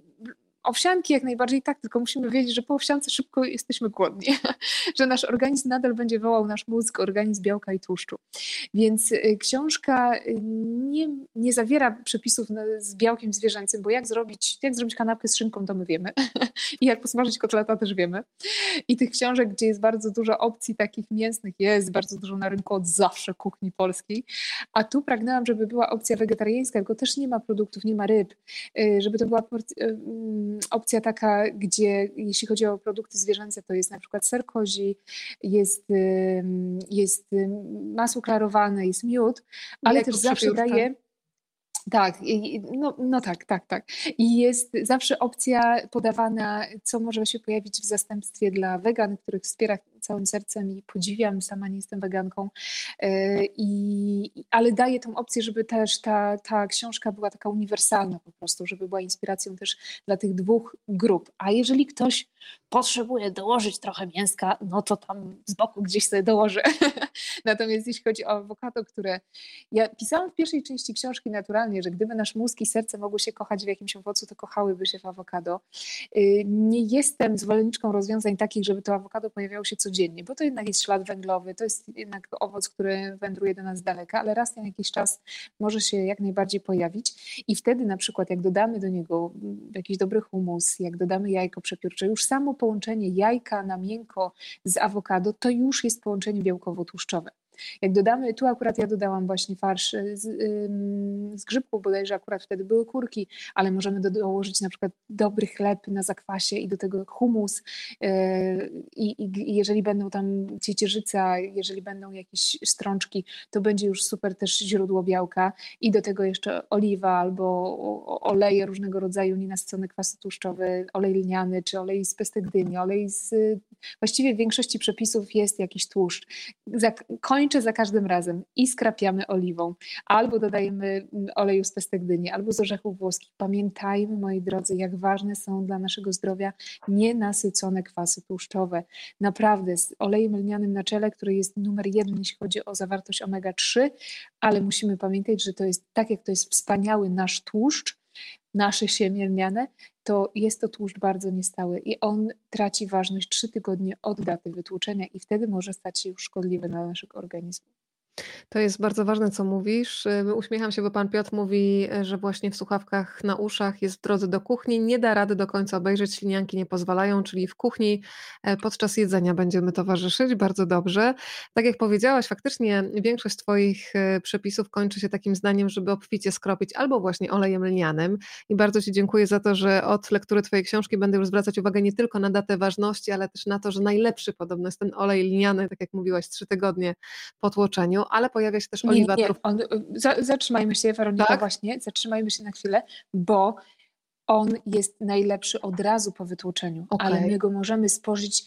owsianki jak najbardziej tak, tylko musimy wiedzieć, że po owsiance szybko jesteśmy głodni, że nasz organizm nadal będzie wołał, nasz mózg, organizm białka i tłuszczu. Więc y, książka y, nie, nie zawiera przepisów na, z białkiem zwierzęcym, bo jak zrobić, jak zrobić kanapkę z szynką, to my wiemy. I jak posmażyć kotleta, też wiemy. I tych książek, gdzie jest bardzo dużo opcji takich mięsnych, jest bardzo dużo na rynku od zawsze kuchni polskiej. A tu pragnęłam, żeby była opcja wegetariańska, tylko też nie ma produktów, nie ma ryb, y, żeby to była porc- y, mm, opcja taka, gdzie jeśli chodzi o produkty zwierzęce, to jest na przykład ser kozi, jest, y, jest y, masło klarowane, jest miód, ale Jajko też zawsze przepiórcze. daje. Tak, i- i- no, no tak, tak, tak. I jest zawsze opcja podawana, co może się pojawić w zastępstwie dla wegan, których wspieram całym sercem i podziwiam, sama nie jestem weganką, e, i, ale daje tą opcję, żeby też ta, ta książka była taka uniwersalna po prostu, żeby była inspiracją też dla tych dwóch grup. A jeżeli ktoś potrzebuje dołożyć trochę mięska, no to tam z boku gdzieś sobie dołożę. Natomiast jeśli chodzi o awokado, które ja pisałam w pierwszej części książki naturalnie, że gdyby nasz mózg i serce mogły się kochać w jakimś owocu, to kochałyby się w awokado. Y, Nie jestem zwolenniczką rozwiązań takich, żeby to awokado pojawiało się codziennie, bo to jednak jest ślad węglowy, to jest jednak owoc, który wędruje do nas z daleka, ale raz na jakiś czas może się jak najbardziej pojawić i wtedy na przykład jak dodamy do niego jakiś dobry humus, jak dodamy jajko przepiórcze, już samo połączenie jajka na miękko z awokado, to już jest połączenie białkowo-tłuszczowe. Jak dodamy, tu akurat ja dodałam właśnie farsz z, ym, z grzybków, bodajże akurat wtedy były kurki, ale możemy do, dołożyć na przykład dobry chleb na zakwasie i do tego humus yy, i, i jeżeli będą tam ciecierzyca, jeżeli będą jakieś strączki, to będzie już super też źródło białka i do tego jeszcze oliwa albo o- oleje różnego rodzaju nienasycone kwasy tłuszczowe, olej lniany czy olej z pestek dyni, olej z... Właściwie w większości przepisów jest jakiś tłuszcz. Za, kończę za każdym razem i skrapiamy oliwą, albo dodajemy oleju z pestek dyni, albo z orzechów włoskich. Pamiętajmy, moi drodzy, jak ważne są dla naszego zdrowia nienasycone kwasy tłuszczowe. Naprawdę, z olejem lnianym na czele, który jest numer jeden, jeśli chodzi o zawartość omega trzy, ale musimy pamiętać, że to jest tak, jak to jest wspaniały nasz tłuszcz, nasze siemię lniane, to jest to tłuszcz bardzo niestały i on traci ważność trzy tygodnie od daty wytłuczenia i wtedy może stać się już szkodliwy dla naszego organizmu. To jest bardzo ważne, co mówisz. Y, Uśmiecham się, bo pan Piotr mówi, y, że właśnie w słuchawkach na uszach jest w drodze do kuchni. Nie da rady do końca obejrzeć, ślinianki nie pozwalają, czyli w kuchni e, podczas jedzenia będziemy towarzyszyć. Bardzo dobrze. Tak jak powiedziałaś, faktycznie większość twoich e, przepisów kończy się takim zdaniem, żeby obficie skropić albo właśnie olejem lnianym. I bardzo ci dziękuję za to, że od lektury twojej książki będę już zwracać uwagę nie tylko na datę ważności, ale też na to, że najlepszy podobno jest ten olej lniany, tak jak mówiłaś, trzy tygodnie po tłoczeniu, ale pojawia się też Nie, nie, oliwa nie. truf... On, za, zatrzymajmy się, Weronika, Tak? właśnie, zatrzymajmy się na chwilę, bo on jest najlepszy od razu po wytłoczeniu, ale Okej. my go możemy spożyć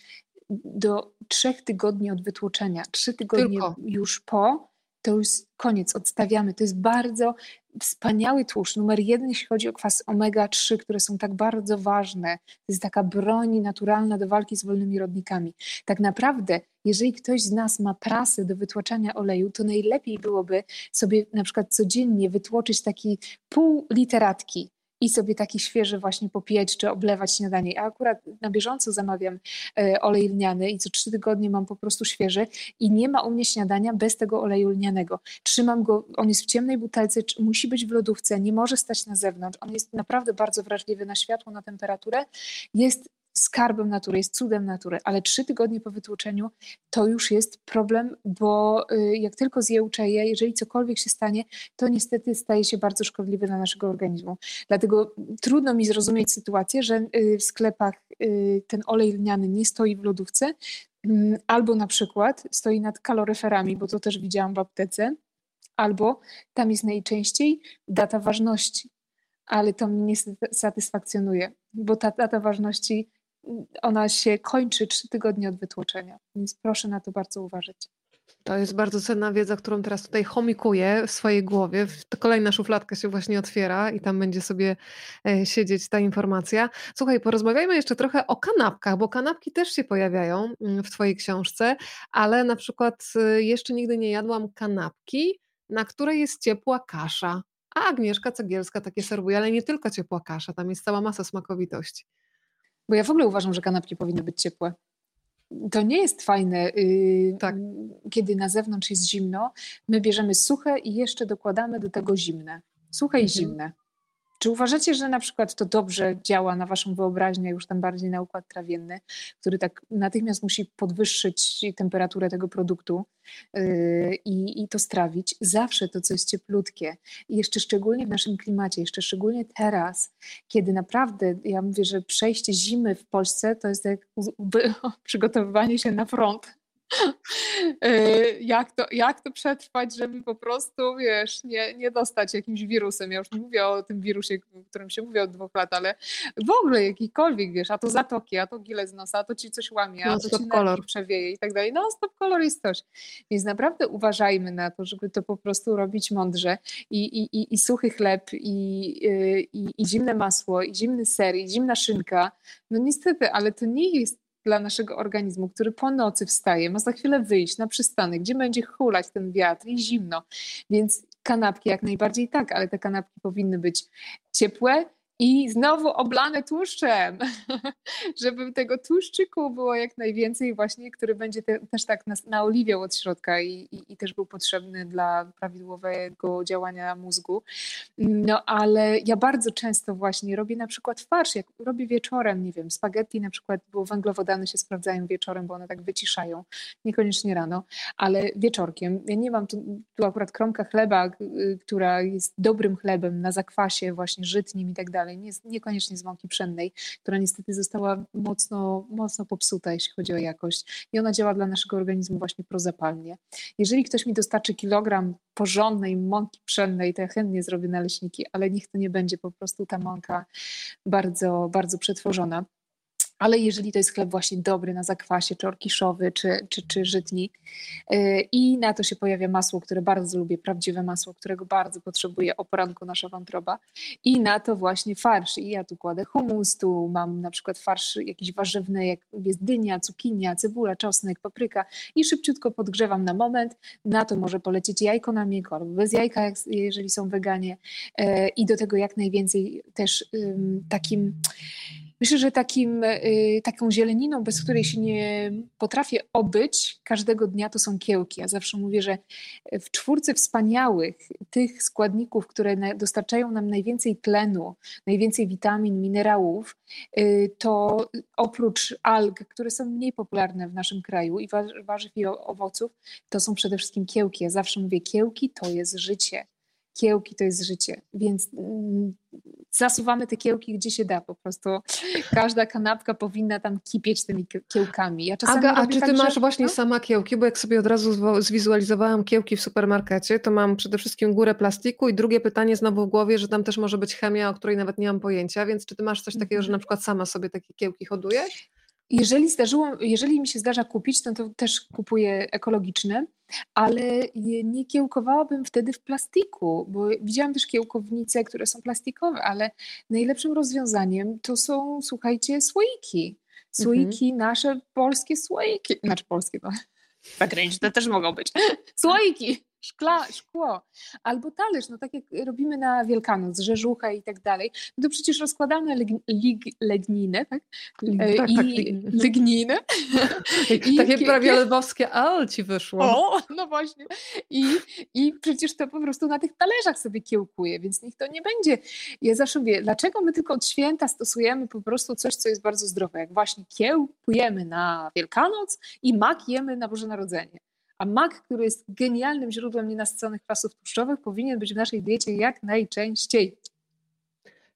do trzech tygodni od wytłoczenia. Trzy tygodnie Tylko. już po, to już koniec, odstawiamy. To jest bardzo wspaniały tłuszcz, numer jeden, jeśli chodzi o kwas omega trzy, które są tak bardzo ważne. To jest taka broń naturalna do walki z wolnymi rodnikami. Tak naprawdę, jeżeli ktoś z nas ma prasę do wytłaczania oleju, to najlepiej byłoby sobie na przykład codziennie wytłoczyć taki pół literatki i sobie taki świeży właśnie popijać czy oblewać śniadanie. Ja akurat na bieżąco zamawiam e, olej lniany i co trzy tygodnie mam po prostu świeży i nie ma u mnie śniadania bez tego oleju lnianego. Trzymam go, on jest w ciemnej butelce, czy- musi być w lodówce, nie może stać na zewnątrz. On jest naprawdę bardzo wrażliwy na światło, na temperaturę. Jest skarbem natury, jest cudem natury, ale trzy tygodnie po wytłoczeniu to już jest problem, bo y, jak tylko zjełczeje, jeżeli cokolwiek się stanie, to niestety staje się bardzo szkodliwy dla naszego organizmu. Dlatego trudno mi zrozumieć sytuację, że y, w sklepach y, ten olej lniany nie stoi w lodówce, Albo na przykład stoi nad kaloryferami, bo to też widziałam w aptece, albo tam jest najczęściej data ważności, ale to mnie nie satysfakcjonuje, bo ta data ważności, ona się kończy trzy tygodnie od wytłoczenia, więc proszę na to bardzo uważać. To jest bardzo cenna wiedza, którą teraz tutaj chomikuję w swojej głowie. To kolejna szufladka się właśnie otwiera i tam będzie sobie siedzieć ta informacja. Słuchaj, porozmawiajmy jeszcze trochę o kanapkach, bo kanapki też się pojawiają w twojej książce, ale na przykład jeszcze nigdy nie jadłam kanapki, na której jest ciepła kasza. A Agnieszka Cegielska takie serwuje, ale nie tylko ciepła kasza, tam jest cała masa smakowitości. Bo ja w ogóle uważam, że kanapki powinny być ciepłe. To nie jest fajne, yy, tak. Kiedy na zewnątrz jest zimno, my bierzemy suche i jeszcze dokładamy do tego zimne. Suche mhm. i zimne. Czy uważacie, że na przykład to dobrze działa na waszą wyobraźnię, już tam bardziej na układ trawienny, który tak natychmiast musi podwyższyć temperaturę tego produktu yy, i, i to strawić? Zawsze to, co jest cieplutkie i jeszcze szczególnie w naszym klimacie, jeszcze szczególnie teraz, kiedy naprawdę, ja mówię, że przejście zimy w Polsce to jest jak przygotowywanie się na front. jak, to, jak to przetrwać, żeby po prostu, wiesz, nie, nie dostać jakimś wirusem. Ja już nie mówię o tym wirusie, o którym się mówi od dwóch lat, ale w ogóle jakikolwiek, wiesz, a to zatoki, a to gile z nosa, a to ci coś łamie, a no, to ci nerki przewieje i tak dalej. No stop kolor jest coś. Więc naprawdę uważajmy na to, żeby to po prostu robić mądrze i, i, i, i suchy chleb i, i, i zimne masło i zimny ser i zimna szynka. No niestety, ale to nie jest dla naszego organizmu, który po nocy wstaje, ma za chwilę wyjść na przystanek, gdzie będzie hulać ten wiatr i zimno. Więc kanapki jak najbardziej tak, ale te kanapki powinny być ciepłe i znowu oblane tłuszczem, żeby tego tłuszczyku było jak najwięcej właśnie, który będzie te, też tak nas naoliwiał od środka i, i, i też był potrzebny dla prawidłowego działania mózgu. No ale ja bardzo często właśnie robię na przykład farsz, jak robię wieczorem, nie wiem, spaghetti na przykład, bo węglowodany się sprawdzają wieczorem, bo one tak wyciszają, niekoniecznie rano, ale wieczorkiem. Ja nie mam tu, tu akurat kromka chleba, która jest dobrym chlebem na zakwasie właśnie żytnim i tak dalej, nie, niekoniecznie z mąki pszennej, która niestety została mocno, mocno popsuta, jeśli chodzi o jakość i ona działa dla naszego organizmu właśnie prozapalnie. Jeżeli ktoś mi dostarczy kilogram porządnej mąki pszennej, to ja chętnie zrobię naleśniki, ale niech to nie będzie po prostu ta mąka bardzo, bardzo przetworzona. Ale jeżeli to jest chleb właśnie dobry na zakwasie, czy orkiszowy, czy, czy, czy żytni yy, i na to się pojawia masło, które bardzo lubię, prawdziwe masło, którego bardzo potrzebuje o poranku nasza wątroba i na to właśnie farsz. I ja tu kładę hummus, tu mam na przykład farsz jakiś warzywny, jak jest dynia, cukinia, cebula, czosnek, papryka i szybciutko podgrzewam na moment. Na to może polecieć jajko na miękko albo bez jajka, jak, jeżeli są weganie yy, i do tego jak najwięcej też yy, takim... Myślę, że takim, taką zieleniną, bez której się nie potrafię obyć każdego dnia, to są kiełki. Ja zawsze mówię, że w czwórce wspaniałych tych składników, które dostarczają nam najwięcej tlenu, najwięcej witamin, minerałów, to oprócz alg, które są mniej popularne w naszym kraju i warzyw i owoców, to są przede wszystkim kiełki. Ja zawsze mówię, kiełki to jest życie. Kiełki to jest życie, więc zasuwamy te kiełki gdzie się da, po prostu każda kanapka powinna tam kipieć tymi kiełkami. Ja czasami Aga, a czy ty tak, masz że... właśnie no? sama kiełki? Bo jak sobie od razu zwizualizowałam kiełki w supermarkecie, to mam przede wszystkim górę plastiku i drugie pytanie znowu w głowie, że tam też może być chemia, o której nawet nie mam pojęcia, więc czy ty masz coś takiego, że na przykład sama sobie takie kiełki hodujesz? Jeżeli, zdarzyło, jeżeli mi się zdarza kupić, no to też kupuję ekologiczne, ale nie kiełkowałabym wtedy w plastiku, bo widziałam też kiełkownice, które są plastikowe, ale najlepszym rozwiązaniem to są, słuchajcie, słoiki. Słoiki, mhm. nasze polskie słoiki, znaczy polskie, no zagraniczne też mogą być. Słoiki! Szkla, szkło, albo talerz, no tak jak robimy na Wielkanoc, rzeżuchę i tak dalej, no to przecież rozkładamy leg, lig, legninę, tak? E, tak, I tak, ligninę. I takie kie, prawie lwowskie al ci wyszło. O, no właśnie. I, I przecież to po prostu na tych talerzach sobie kiełkuje, więc niech to nie będzie. Ja zawsze mówię, dlaczego my tylko od święta stosujemy po prostu coś, co jest bardzo zdrowe, jak właśnie kiełkujemy na Wielkanoc i mak jemy na Boże Narodzenie. A mak, który jest genialnym źródłem nienasyconych kwasów tłuszczowych, powinien być w naszej diecie jak najczęściej.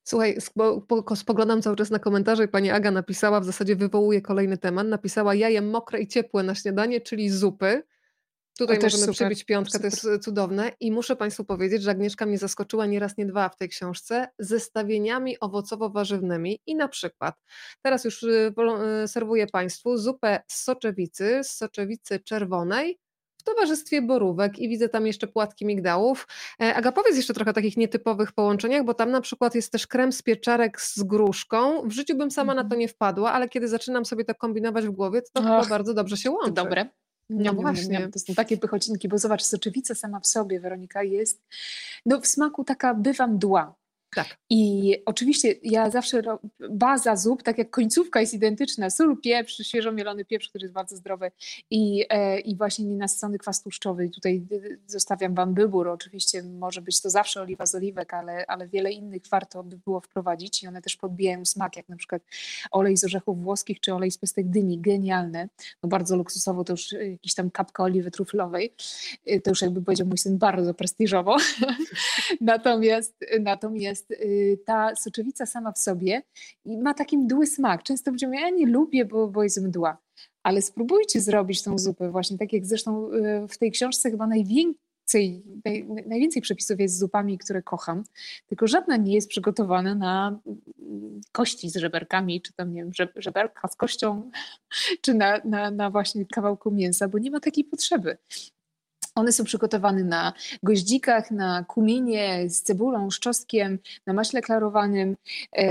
Słuchaj, spo, po, spoglądam cały czas na komentarze i pani Aga napisała, w zasadzie wywołuje kolejny temat, napisała: ja jem mokre i ciepłe na śniadanie, czyli zupy. O, Tutaj też możemy super, przybić piątkę, to super. jest cudowne. I muszę Państwu powiedzieć, że Agnieszka mnie zaskoczyła nie raz, nie dwa w tej książce zestawieniami owocowo-warzywnymi. I na przykład, teraz już y, wolo- y, serwuję Państwu zupę z soczewicy, z soczewicy czerwonej w towarzystwie borówek i widzę tam jeszcze płatki migdałów. E, Aga, powiedz jeszcze trochę o takich nietypowych połączeniach, bo tam na przykład jest też krem z pieczarek z gruszką. W życiu bym sama na to Mhm. nie wpadła, ale kiedy zaczynam sobie to kombinować w głowie, to, to chyba Och, bardzo dobrze się to łączy. dobre. No Niam, niam, niam, właśnie. niam. To są takie pychocinki, bo zobacz, soczewica sama w sobie, Weronika, jest no, w smaku taka bywa mdła. Tak. I oczywiście ja zawsze, ro- baza zup, tak jak końcówka jest identyczna, sól, pieprz, świeżo mielony pieprz, który jest bardzo zdrowy i, e, i właśnie nienasycony kwas tłuszczowy. I tutaj y, zostawiam wam wybór, oczywiście może być to zawsze oliwa z oliwek, ale, ale wiele innych warto by było wprowadzić i one też podbijają smak, jak na przykład olej z orzechów włoskich czy olej z pestek dyni, genialne, no bardzo luksusowo, to już y, jakiś tam kapka oliwy truflowej, Y, to już jakby powiedział mój syn, bardzo prestiżowo. Natomiast, natomiast y, ta soczewica sama w sobie i ma taki mdły smak. Często ludzie mówią, ja nie lubię, bo, bo jest mdła. Ale spróbujcie zrobić tą zupę właśnie, tak jak zresztą y, w tej książce chyba najwięcej, naj, najwięcej przepisów jest z zupami, które kocham, tylko żadna nie jest przygotowana na mm, kości z żeberkami, czy tam nie wiem, żeb- żeberka z kością, czy na, na, na właśnie kawałku mięsa, bo nie ma takiej potrzeby. One są przygotowane na goździkach, na kuminie z cebulą, z czosnkiem, na maśle klarowanym. E,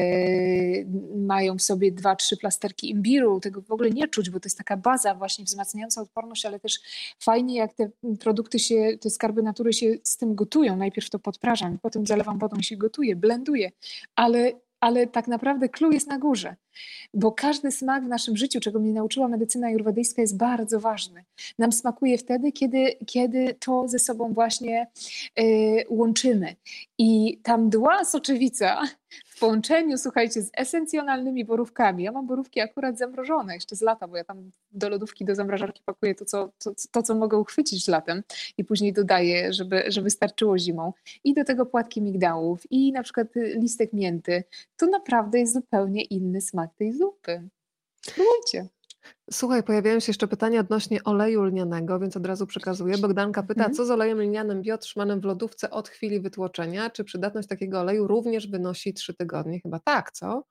mają w sobie dwa, trzy plasterki imbiru. Tego w ogóle nie czuć, bo to jest taka baza właśnie wzmacniająca odporność, ale też fajnie jak te produkty się, te skarby natury się z tym gotują. Najpierw to podprażam, potem zalewam wodą i się gotuje, blenduję. Ale, ale tak naprawdę clue jest na górze. Bo każdy smak w naszym życiu, czego mnie nauczyła medycyna ajurwedyjska, jest bardzo ważny. Nam smakuje wtedy, kiedy, kiedy to ze sobą właśnie y, łączymy. I ta mdła soczewica w połączeniu, słuchajcie, z esencjonalnymi borówkami. Ja mam borówki akurat zamrożone jeszcze z lata, bo ja tam do lodówki, do zamrażarki pakuję to, co, to, to, co mogę uchwycić latem i później dodaję, żeby, żeby starczyło zimą. I do tego płatki migdałów i na przykład listek mięty. To naprawdę jest zupełnie inny smak tej zupy. Spróbujcie. Słuchaj, pojawiają się jeszcze pytania odnośnie oleju lnianego, więc od razu przekazuję. Bogdanka pyta, Mhm. co z olejem lnianym biotrzymanym w lodówce od chwili wytłoczenia? Czy przydatność takiego oleju również wynosi trzy tygodnie? Chyba tak, co?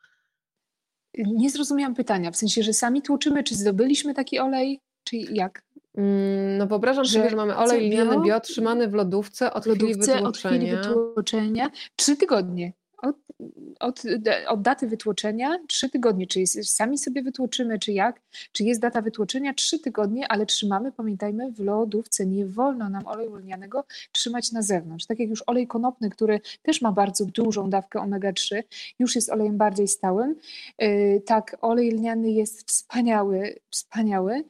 Nie zrozumiałam pytania, w sensie, że sami tłuczymy, czy zdobyliśmy taki olej, czy jak? Mm, No wyobrażam Że sobie, że mamy co, olej lniany bio? biotrzymany w lodówce od W chwili lodówce od chwili wytłoczenia. wytłoczenia trzy tygodnie. Od, od, od daty wytłoczenia trzy tygodnie. Czy jest, sami sobie wytłoczymy, czy jak? Czy jest data wytłoczenia? Trzy tygodnie, ale trzymamy, pamiętajmy, w lodówce. Nie wolno nam oleju lnianego trzymać na zewnątrz. Tak jak już olej konopny, który też ma bardzo dużą dawkę omega trzy, już jest olejem bardziej stałym. Yy, tak, olej lniany jest wspaniały, wspaniały.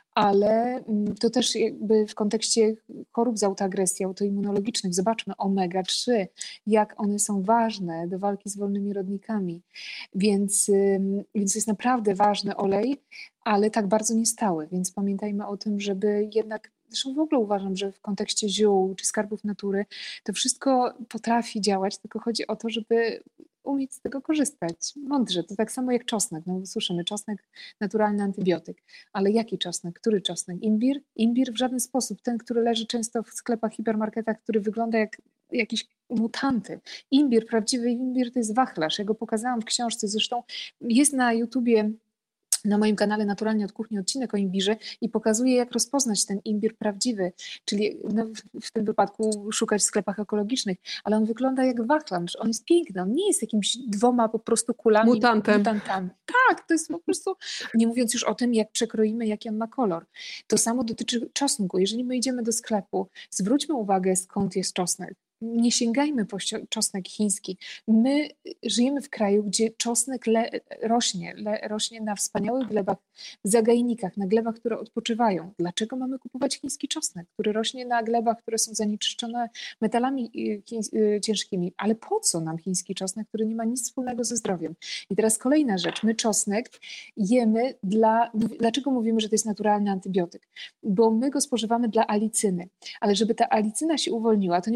Ale mm, to też jakby w kontekście chorób z autoagresji autoimmunologicznych. Zobaczmy omega trzy, jak one są ważne do walki z wolnymi rodnikami. Więc, ym, więc jest naprawdę ważny olej, ale tak bardzo niestały. Więc pamiętajmy o tym, żeby jednak, zresztą w ogóle uważam, że w kontekście ziół czy skarbów natury to wszystko potrafi działać, tylko chodzi o to, żeby umieć z tego korzystać mądrze. To tak samo jak czosnek. No słyszymy, czosnek naturalny antybiotyk. Ale jaki czosnek? Który czosnek? Imbir? Imbir w żaden sposób. Ten, który leży często w sklepach, hipermarketach, który wygląda jak jakiś mutanty. Imbir, prawdziwy imbir to jest wachlarz. Ja go pokazałam w książce. Zresztą jest na YouTubie, na moim kanale Naturalnie od Kuchni odcinek o imbirze i pokazuję, jak rozpoznać ten imbir prawdziwy, czyli no, w tym wypadku szukać w sklepach ekologicznych, ale on wygląda jak wachlarz, on jest piękny, on nie jest jakimiś dwoma po prostu kulami, Mutantem. mutantami. Tak, to jest po prostu, nie mówiąc już o tym, jak przekroimy, jaki on ma kolor. To samo dotyczy czosnku. Jeżeli my idziemy do sklepu, zwróćmy uwagę, skąd jest czosnek. Nie sięgajmy po czosnek chiński. My żyjemy w kraju, gdzie czosnek le, rośnie, le, rośnie na wspaniałych glebach, w zagajnikach, na glebach, które odpoczywają. Dlaczego mamy kupować chiński czosnek, który rośnie na glebach, które są zanieczyszczone metalami ciężkimi? Ale po co nam chiński czosnek, który nie ma nic wspólnego ze zdrowiem? I teraz kolejna rzecz. My czosnek jemy dla... Dlaczego mówimy, że to jest naturalny antybiotyk? Bo my go spożywamy dla alicyny. Ale żeby ta alicyna się uwolniła, to nie może być tak,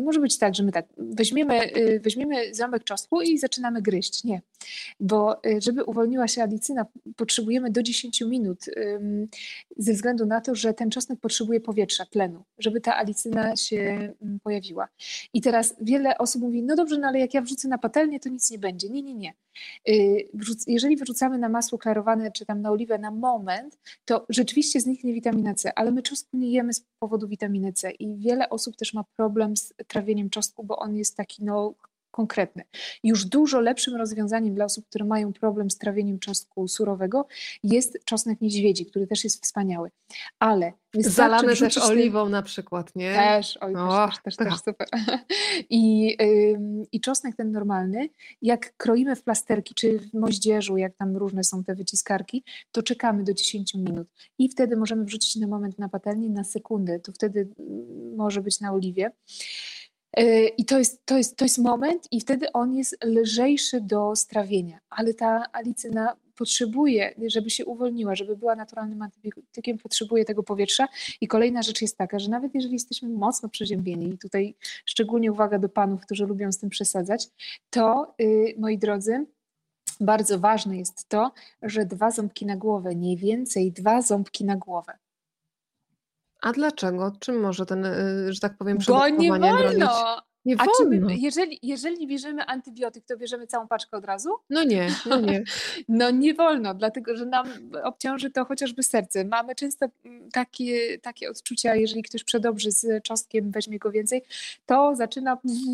tak, że my tak weźmiemy, y, weźmiemy ząbek czosnku i zaczynamy gryźć. Nie, bo y, żeby uwolniła się alicyna, potrzebujemy do dziesięć minut ym, ze względu na to, że ten czosnek potrzebuje powietrza, tlenu, żeby ta alicyna się ym, pojawiła. I teraz wiele osób mówi, no dobrze, no ale jak ja wrzucę na patelnię, to nic nie będzie. Nie, nie, nie. Y, wrzuc- Jeżeli wyrzucamy na masło klarowane czy tam na oliwę na moment, to rzeczywiście zniknie witamina C, ale my czosnku nie jemy z powodu witaminy C i wiele osób też ma problem z trawieniem czosnku, bo on jest taki no konkretny. Już dużo lepszym rozwiązaniem dla osób, które mają problem z trawieniem czosnku surowego jest czosnek niedźwiedzi, który też jest wspaniały. Ale wystarczy Zalany też wrzucić ten- oliwą na przykład, nie? Też, oj, też, O, też, też, tak. też super. I, ym, I czosnek ten normalny, jak kroimy w plasterki, czy w moździerzu, jak tam różne są te wyciskarki, to czekamy do dziesięć minut. I wtedy możemy wrzucić na moment na patelnię, na sekundę. To wtedy mm, może być na oliwie. Yy, I to jest, to, jest, to jest moment i wtedy on jest lżejszy do strawienia. Ale ta alicyna potrzebuje, żeby się uwolniła, żeby była naturalnym antybiotykiem, potrzebuje tego powietrza. I kolejna rzecz jest taka, że nawet jeżeli jesteśmy mocno przeziębieni, i tutaj szczególnie uwaga do panów, którzy lubią z tym przesadzać, to yy, moi drodzy, bardzo ważne jest to, że dwa ząbki na głowę, nie więcej, dwa ząbki na głowę. A dlaczego? Czym może ten, y, że tak powiem, Bo nie przedawkowanie bronić? wolno! Nie A czy my, wolno. jeżeli, jeżeli bierzemy antybiotyk, to bierzemy całą paczkę od razu? No nie, no nie. No nie wolno, dlatego że nam obciąży to chociażby serce. Mamy często mm, takie, takie odczucia, jeżeli ktoś przedobrzy z czosnkiem, weźmie go więcej, to zaczyna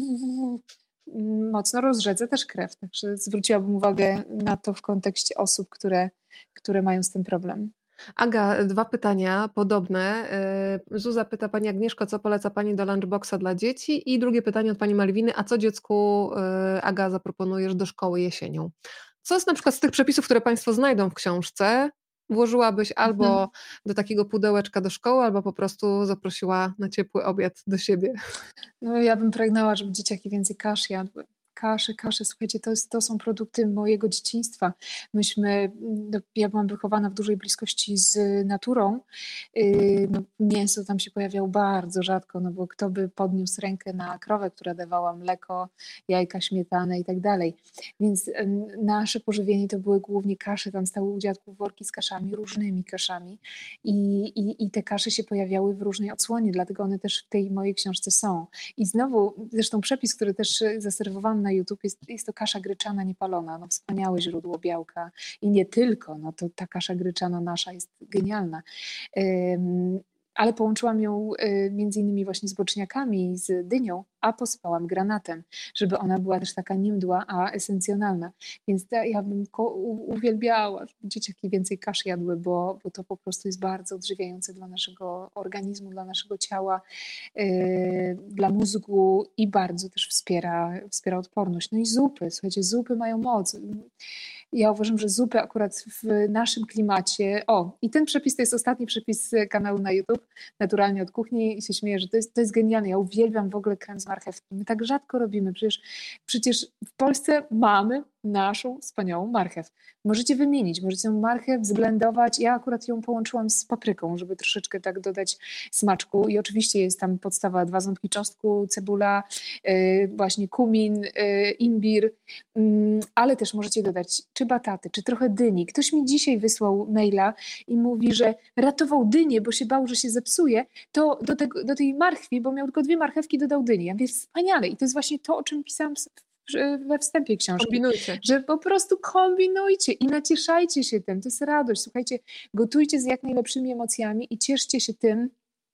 mocno rozrzedza też krew. Także zwróciłabym uwagę na to w kontekście osób, które, które mają z tym problem. Aga, dwa pytania podobne. Y, Zuza pyta Pani Agnieszko, co poleca Pani do lunchboxa dla dzieci? I drugie pytanie od Pani Malwiny, a co dziecku, y, Aga, zaproponujesz do szkoły jesienią? Co jest na przykład z tych przepisów, które Państwo znajdą w książce, włożyłabyś albo Mhm. do takiego pudełeczka do szkoły, albo po prostu zaprosiła na ciepły obiad do siebie? No ja bym pragnęła, żeby dzieciaki więcej kasz jadły. Kasze, kasze, słuchajcie, to, jest, to są produkty mojego dzieciństwa. Myśmy, no, ja byłam wychowana w dużej bliskości z naturą. Yy, no, mięso tam się pojawiało bardzo rzadko, no bo kto by podniósł rękę na krowę, która dawała mleko, jajka, śmietanę i tak dalej. Więc ym, nasze pożywienie to były głównie kasze, tam stały u dziadków worki z kaszami, różnymi kaszami i, i, i te kasze się pojawiały w różnej odsłonie, dlatego one też w tej mojej książce są. I znowu, zresztą przepis, który też zaserwowałam na YouTube, jest, jest to kasza gryczana niepalona, no wspaniałe źródło białka i nie tylko, no to ta kasza gryczana nasza jest genialna. Ym, ale połączyłam ją y, między innymi właśnie z boczniakami, z dynią, a posypałam granatem, żeby ona była też taka nie mdła, a esencjonalna. Więc ta, ja bym ko- u- uwielbiała, żeby dzieciaki więcej kasz jadły, bo, bo to po prostu jest bardzo odżywiające dla naszego organizmu, dla naszego ciała, yy, dla mózgu i bardzo też wspiera, wspiera odporność. No i zupy, słuchajcie, zupy mają moc. Ja uważam, że zupy akurat w naszym klimacie, o i ten przepis to jest ostatni przepis kanału na YouTube, Naturalnie od kuchni i się śmieję, że to jest, to jest genialne. Ja uwielbiam w ogóle krem z marchewki. My tak rzadko robimy. Przecież, przecież w Polsce mamy naszą wspaniałą marchew. Możecie wymienić, możecie ją marchew zblendować. Ja akurat ją połączyłam z papryką, żeby troszeczkę tak dodać smaczku. I oczywiście jest tam podstawa dwa ząbki czosnku, cebula, yy, właśnie kumin, yy, imbir, yy, ale też możecie dodać czy bataty, czy trochę dyni. Ktoś mi dzisiaj wysłał maila i mówi, że ratował dynię, bo się bał, że się zepsuje, to do, tego, do tej marchwi, bo miał tylko dwie marchewki, dodał dynię. Ja mówię, wspaniale. I to jest właśnie to, o czym pisałam we wstępie książki. Kombinujcie. Że po prostu kombinujcie i nacieszajcie się tym. To jest radość. Słuchajcie, gotujcie z jak najlepszymi emocjami i cieszcie się tym,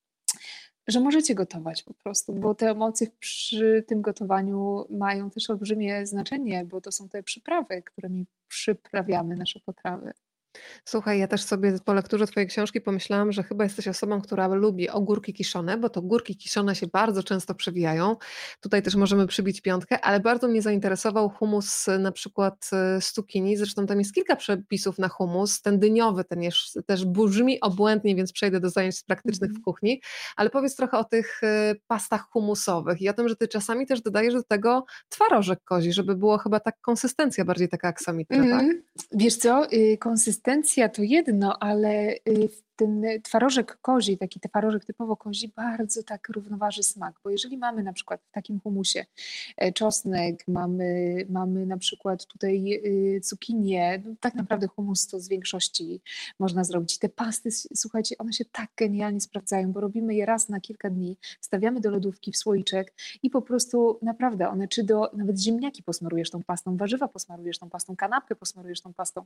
że możecie gotować po prostu, bo te emocje przy tym gotowaniu mają też olbrzymie znaczenie, bo to są te przyprawy, którymi przyprawiamy nasze potrawy. Słuchaj, ja też sobie po lekturze twojej książki pomyślałam, że chyba jesteś osobą, która lubi ogórki kiszone, bo to górki kiszone się bardzo często przewijają. Tutaj też możemy przybić piątkę, ale bardzo mnie zainteresował humus na przykład z cukinii. Zresztą tam jest kilka przepisów na humus. Ten dyniowy ten jest, też brzmi obłędnie, więc przejdę do zajęć praktycznych mm. w kuchni. Ale powiedz trochę o tych pastach humusowych i o tym, że ty czasami też dodajesz do tego twarożek kozi, żeby było chyba tak konsystencja bardziej taka aksamitna, mm. tak? Wiesz co, konsystencja to jedno, ale ten twarożek kozi, taki twarożek typowo kozi, bardzo tak równoważy smak, bo jeżeli mamy na przykład w takim humusie czosnek, mamy, mamy na przykład tutaj cukinię, no tak naprawdę humus to z większości można zrobić. Te pasty, słuchajcie, one się tak genialnie sprawdzają, bo robimy je raz na kilka dni, wstawiamy do lodówki w słoiczek i po prostu naprawdę one, czy do nawet ziemniaki posmarujesz tą pastą, warzywa posmarujesz tą pastą, kanapkę posmarujesz tą pastą,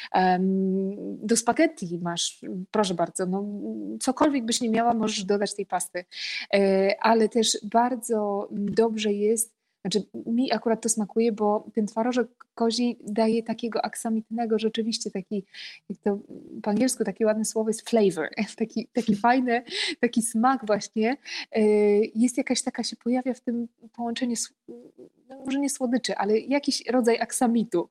um, do spaghetti masz, proszę bardzo, no, cokolwiek byś nie miała, możesz dodać tej pasty, e, ale też bardzo dobrze jest, znaczy mi akurat to smakuje, bo ten twarożek kozi daje takiego aksamitnego, rzeczywiście taki, jak to po angielsku takie ładne słowo jest flavor, taki, taki fajny, taki smak właśnie. Jest jakaś taka, się pojawia w tym połączenie, no może nie słodyczy, ale jakiś rodzaj aksamitu.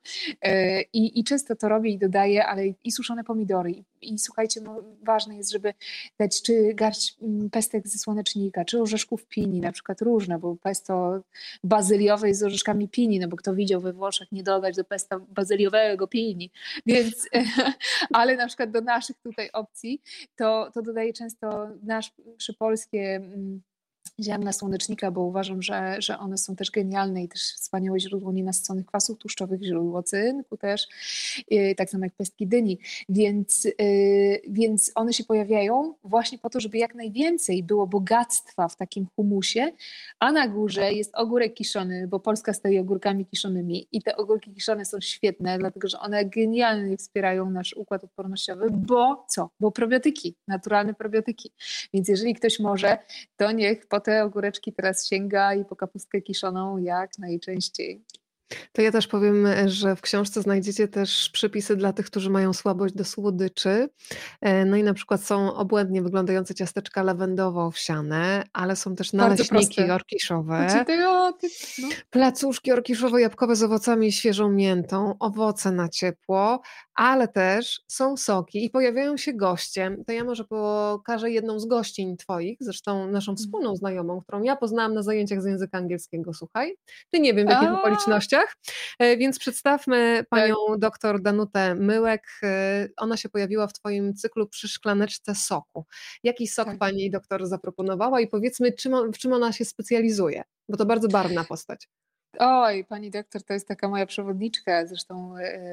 I, i często to robię i dodaję, ale i suszone pomidory. I, i słuchajcie, no, ważne jest, żeby dać czy garść pestek ze słonecznika, czy orzeszków pini, na przykład różne, bo pesto bazyliowe jest z orzeszkami pini, no bo kto widział we Włoszech, nie dodać do pesta bazyliowego pini, więc, ale na przykład do naszych tutaj opcji, to, to dodaję często nasze polskie ziarna słonecznika, bo uważam, że, że one są też genialne i też wspaniałe źródło nienasyconych kwasów tłuszczowych, źródło cynku też, yy, tak samo jak pestki dyni, więc, yy, więc one się pojawiają właśnie po to, żeby jak najwięcej było bogactwa w takim humusie, a na górze jest ogórek kiszony, bo Polska stoi ogórkami kiszonymi i te ogórki kiszone są świetne, dlatego że one genialnie wspierają nasz układ odpornościowy, bo co? Bo probiotyki, naturalne probiotyki, więc jeżeli ktoś może, to niech po te ogóreczki teraz sięga i po kapustkę kiszoną jak najczęściej. To ja też powiem, że w książce znajdziecie też przepisy dla tych, którzy mają słabość do słodyczy. No i na przykład są obłędnie wyglądające ciasteczka lawendowo-owsiane, ale są też naleśniki orkiszowe, no. placuszki orkiszowo-jabłkowe z owocami i świeżą miętą, owoce na ciepło, ale też są soki i pojawiają się goście. To ja może pokażę jedną z gościń twoich, zresztą naszą wspólną znajomą, którą ja poznałam na zajęciach z języka angielskiego, słuchaj. Ty nie wiem w jakich okolicznościach. Więc przedstawmy panią tak. doktor Danutę Myłek. Ona się pojawiła w twoim cyklu Przy szklaneczce soku. Jaki sok tak. pani doktor zaproponowała i powiedzmy, czym, w czym ona się specjalizuje? Bo to bardzo barwna postać. Oj, pani doktor to jest taka moja przewodniczka, zresztą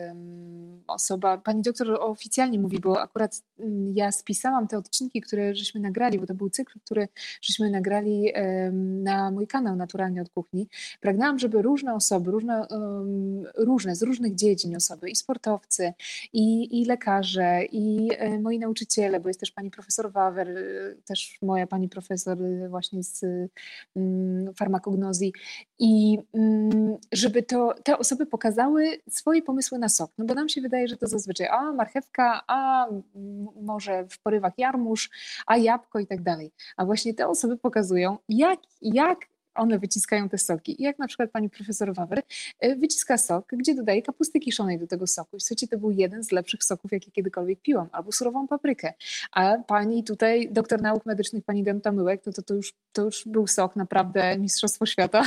um, osoba, pani doktor oficjalnie mówi, bo akurat um, ja spisałam te odcinki, które żeśmy nagrali, bo to był cykl, który żeśmy nagrali um, na mój kanał Naturalnie od Kuchni. Pragnęłam, żeby różne osoby, różne, um, różne z różnych dziedzin osoby, i sportowcy, i, i lekarze, i e, moi nauczyciele, bo jest też pani profesor Wawer, też moja pani profesor właśnie z um, farmakognozji, i żeby to, te osoby pokazały swoje pomysły na sok. No bo nam się wydaje, że to zazwyczaj a marchewka, a może w porywach jarmuż, a jabłko i tak dalej. A właśnie te osoby pokazują, jak, jak one wyciskają te soki. I jak na przykład pani profesor Wawer wyciska sok, gdzie dodaje kapusty kiszonej do tego soku. I słuchajcie, to był jeden z lepszych soków, jakie kiedykolwiek piłam. Albo surową paprykę. A pani tutaj, doktor nauk medycznych, pani Danuta Myłek, to, to, to, już, to już był sok naprawdę mistrzostwo świata.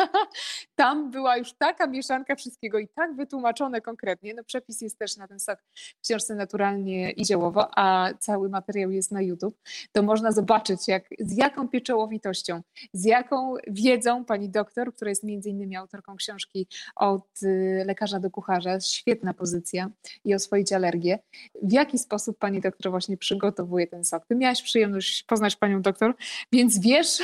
Tam była już taka mieszanka wszystkiego i tak wytłumaczone konkretnie. No przepis jest też na ten sok w książce Naturalnie i Ziołowo, a cały materiał jest na YouTube. To można zobaczyć, jak, z jaką pieczołowitością, z jaką wiedzą pani doktor, która jest między innymi autorką książki Od lekarza do kucharza, świetna pozycja, i Oswoić alergię. W jaki sposób pani doktor właśnie przygotowuje ten sok? Ty miałaś przyjemność poznać panią doktor, więc wiesz,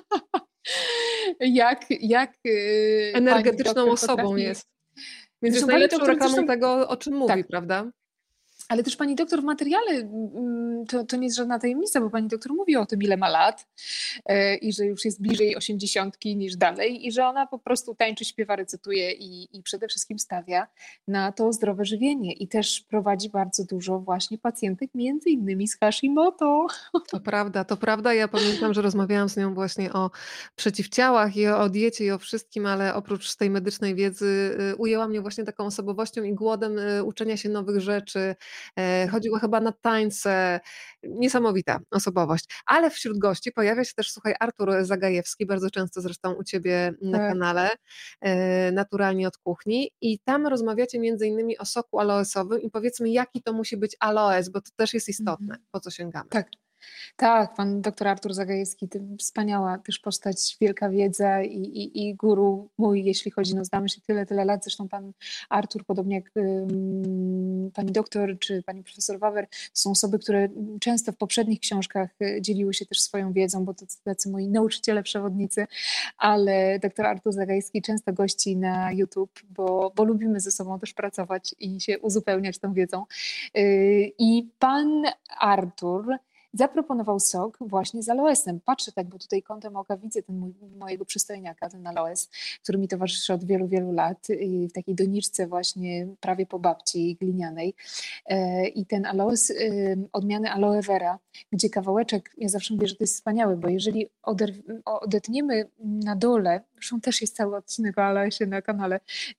jak, jak energetyczną osobą potrafi... jest. Więc jest najlepszą reklamą zresztą... tego, o czym mówi, tak. prawda? Ale też pani doktor w materiale, to, to nie jest żadna tajemnica, bo pani doktor mówi o tym, ile ma lat yy, i że już jest bliżej osiemdziesiątki niż dalej i że ona po prostu tańczy, śpiewa, recytuje i, i przede wszystkim stawia na to zdrowe żywienie i też prowadzi bardzo dużo właśnie pacjentek, między innymi z Hashimoto. To prawda, to prawda. Ja pamiętam, że rozmawiałam z nią właśnie o przeciwciałach i o diecie i o wszystkim, ale oprócz tej medycznej wiedzy ujęła mnie właśnie taką osobowością i głodem uczenia się nowych rzeczy, chodziło chyba na tańce, niesamowita osobowość. Ale wśród gości pojawia się też, słuchaj, Artur Zagajewski, bardzo często zresztą u ciebie na Tak. kanale, Naturalnie od kuchni i tam rozmawiacie między innymi o soku aloesowym i powiedzmy, jaki to musi być aloes, bo to też jest istotne, po co sięgamy. Tak. Tak, pan doktor Artur Zagajewski, to wspaniała też postać, wielka wiedza i, i, i guru mój, jeśli chodzi, no znamy się tyle, tyle lat, zresztą pan Artur, podobnie jak ym, pani doktor czy pani profesor Wawer, są osoby, które często w poprzednich książkach dzieliły się też swoją wiedzą, bo to tacy moi nauczyciele, przewodnicy, ale doktor Artur Zagajewski często gości na YouTube, bo, bo lubimy ze sobą też pracować i się uzupełniać tą wiedzą. Yy, I pan Artur zaproponował sok właśnie z aloesem. Patrzę tak, bo tutaj kątem oka widzę ten mój, mojego przystojniaka, ten aloes, który mi towarzyszy od wielu, wielu lat w takiej doniczce właśnie prawie po babci glinianej. I ten aloes odmiany aloe vera, gdzie kawałeczek, ja zawsze mówię, że to jest wspaniałe, bo jeżeli oderw- odetniemy na dole, zresztą też jest cały odcinek o aloesie na kanale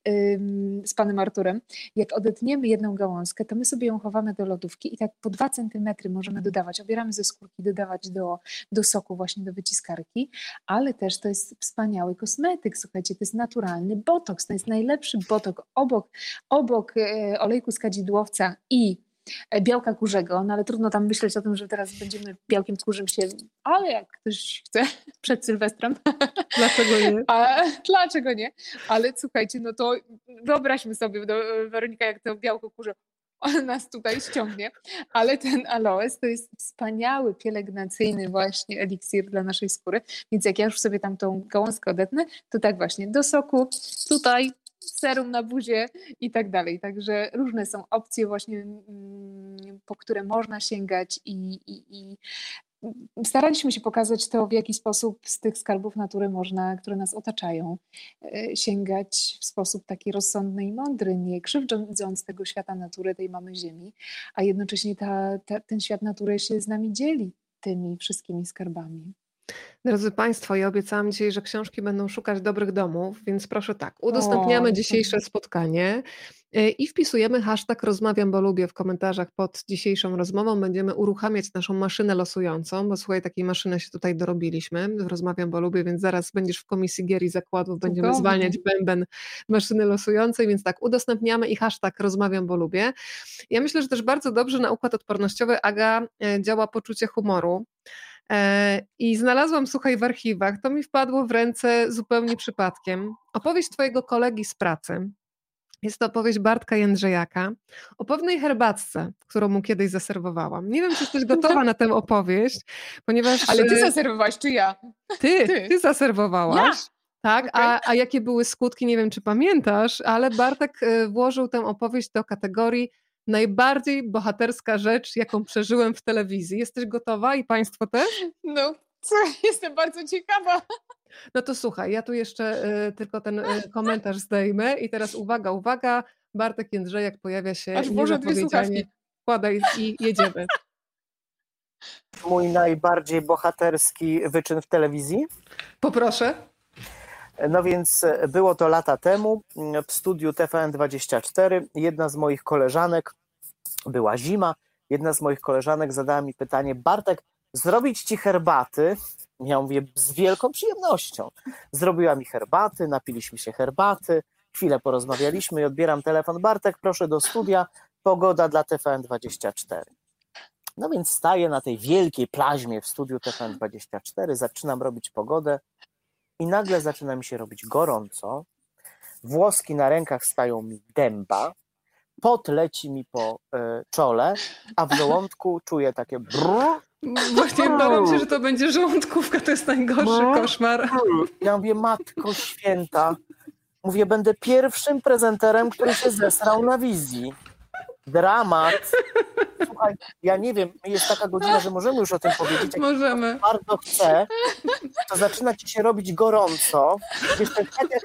z panem Arturem, jak odetniemy jedną gałązkę, to my sobie ją chowamy do lodówki i tak po dwa centymetry możemy dodawać, obieramy ze skórki, dodawać do, do soku właśnie do wyciskarki, ale też to jest wspaniały kosmetyk, słuchajcie, to jest naturalny botoks, to jest najlepszy botok obok, obok e, olejku z kadzidłowca i białka kurzego, no ale trudno tam myśleć o tym, że teraz będziemy białkiem kurzym się, ale jak ktoś chce przed Sylwestrem. Dlaczego nie? A, dlaczego nie? Ale słuchajcie, no to wyobraźmy sobie, no, Weronika, jak to białko kurze nas tutaj ściągnie, ale ten aloes to jest wspaniały, pielęgnacyjny właśnie eliksir dla naszej skóry, więc jak ja już sobie tam tą gałązkę odetnę, to tak właśnie do soku, tutaj serum na buzie i tak dalej. Także różne są opcje właśnie, po które można sięgać i, i, i staraliśmy się pokazać to, w jaki sposób z tych skarbów natury można, które nas otaczają, sięgać w sposób taki rozsądny i mądry, nie krzywdząc tego świata natury, tej mamy ziemi, a jednocześnie ta, ta, ten świat natury się z nami dzieli tymi wszystkimi skarbami. Drodzy Państwo, ja obiecałam dzisiaj, że książki będą szukać dobrych domów, więc proszę tak, udostępniamy o, dzisiejsze to... spotkanie i wpisujemy hashtag rozmawiam, bo lubię w komentarzach pod dzisiejszą rozmową. Będziemy uruchamiać naszą maszynę losującą, bo słuchaj, takiej maszyny się tutaj dorobiliśmy, rozmawiam, bo lubię, więc zaraz będziesz w komisji gier i zakładów, będziemy Cudownie. zwalniać bęben maszyny losującej, więc tak, udostępniamy i hashtag rozmawiam, bo lubię. Ja myślę, że też bardzo dobrze na układ odpornościowy, Aga, działa poczucie humoru. I znalazłam, słuchaj, w archiwach, to mi wpadło w ręce zupełnie przypadkiem, opowieść twojego kolegi z pracy. Jest to opowieść Bartka Jędrzejaka o pewnej herbatce, którą mu kiedyś zaserwowałam. Nie wiem, czy jesteś gotowa na tę opowieść, ponieważ... Ale ty zaserwowałaś, czy ja? Ty, ty, ty zaserwowałaś. Ja? Tak, okay. a, a jakie były skutki, nie wiem, czy pamiętasz, ale Bartek włożył tę opowieść do kategorii najbardziej bohaterska rzecz, jaką przeżyłem w telewizji. Jesteś gotowa i Państwo też? No, co? Jestem bardzo ciekawa. No to słuchaj, ja tu jeszcze y, tylko ten y, komentarz zdejmę i teraz uwaga, uwaga, Bartek Jędrzejak pojawia się Aż włożę dwie słuchawki. Wkładaj i jedziemy. Mój najbardziej bohaterski wyczyn w telewizji? Poproszę. No więc było to lata temu w studiu T V N dwadzieścia cztery. Jedna z moich koleżanek, była zima, jedna z moich koleżanek zadała mi pytanie: Bartek, zrobić ci herbaty? Ja mówię, z wielką przyjemnością. Zrobiła mi herbaty, napiliśmy się herbaty, chwilę porozmawialiśmy i odbieram telefon: Bartek, proszę do studia, pogoda dla T V N dwadzieścia cztery. No więc staję na tej wielkiej plaźmie w studiu T V N dwadzieścia cztery, zaczynam robić pogodę i nagle zaczyna mi się robić gorąco, włoski na rękach stają mi dęba, pot leci mi po y, czole, a w żołądku czuję takie brrr. Właśnie bałam się, że to będzie żołądkówka, to jest najgorszy koszmar. Ja mówię, Matko Święta, mówię, będę pierwszym prezenterem, który się zesrał na wizji. Dramat. Słuchaj, ja nie wiem, jest taka godzina, że możemy już o tym powiedzieć. Jak możemy. Bardzo chcę, to zaczyna ci się robić gorąco. Wiesz, to jest tak jak,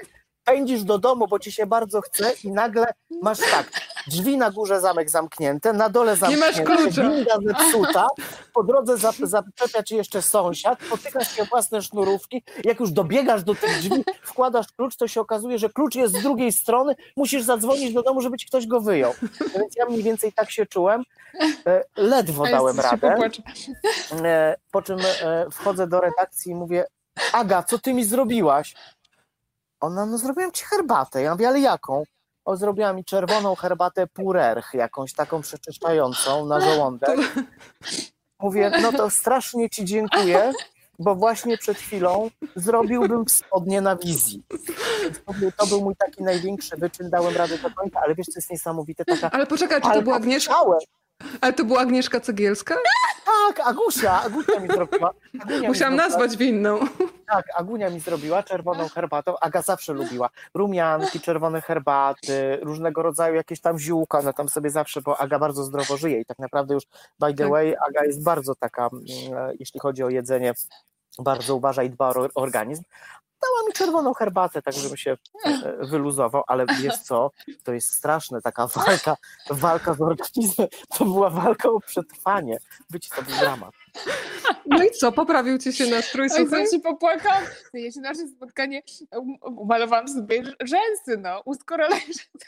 pędzisz do domu, bo ci się bardzo chce i nagle masz tak, drzwi na górze, zamek zamknięte, na dole zamknięte, winda zepsuta, po drodze zaczepia ci jeszcze sąsiad, potykasz się własne sznurówki, jak już dobiegasz do tych drzwi, wkładasz klucz, to się okazuje, że klucz jest z drugiej strony, musisz zadzwonić do domu, żeby ci ktoś go wyjął. Więc ja mniej więcej tak się czułem, ledwo dałem radę, po czym wchodzę do redakcji i mówię: Aga, co ty mi zrobiłaś? Ona: no zrobiłam ci herbatę. Ja mówię: ale jaką? O, zrobiła mi czerwoną herbatę Purerch, jakąś taką przeczyszczającą na żołądek. Mówię: no to strasznie ci dziękuję, bo właśnie przed chwilą zrobiłbym spodnie na wizji. To był, to był mój taki największy wyczyn, dałem radę do końca, ale wiesz, co jest niesamowite? Taka, ale poczekaj, czy to była Agnieszka? Ale to była Agnieszka Cegielska? Tak, Agusia, Agusia mi zrobiła. Agunia Musiałam mi nazwać winną. Tak, Agunia mi zrobiła czerwoną herbatą. Aga zawsze lubiła rumianki, czerwone herbaty, różnego rodzaju jakieś tam ziółka, ona tam sobie zawsze, bo Aga bardzo zdrowo żyje i tak naprawdę już, by the way, Aga jest bardzo taka, jeśli chodzi o jedzenie, bardzo uważa i dba o organizm. Dała mi czerwoną herbatę, tak żebym się wyluzował, ale wiesz co, to jest straszne, taka walka, walka z organizmem, to była walka o przetrwanie, być sobie dramat. No i co, poprawił ci się nastrój, słuchaj? Ja się popłakałam, ja się nasze spotkanie, umalowałam sobie rzęsy, no, uskorolone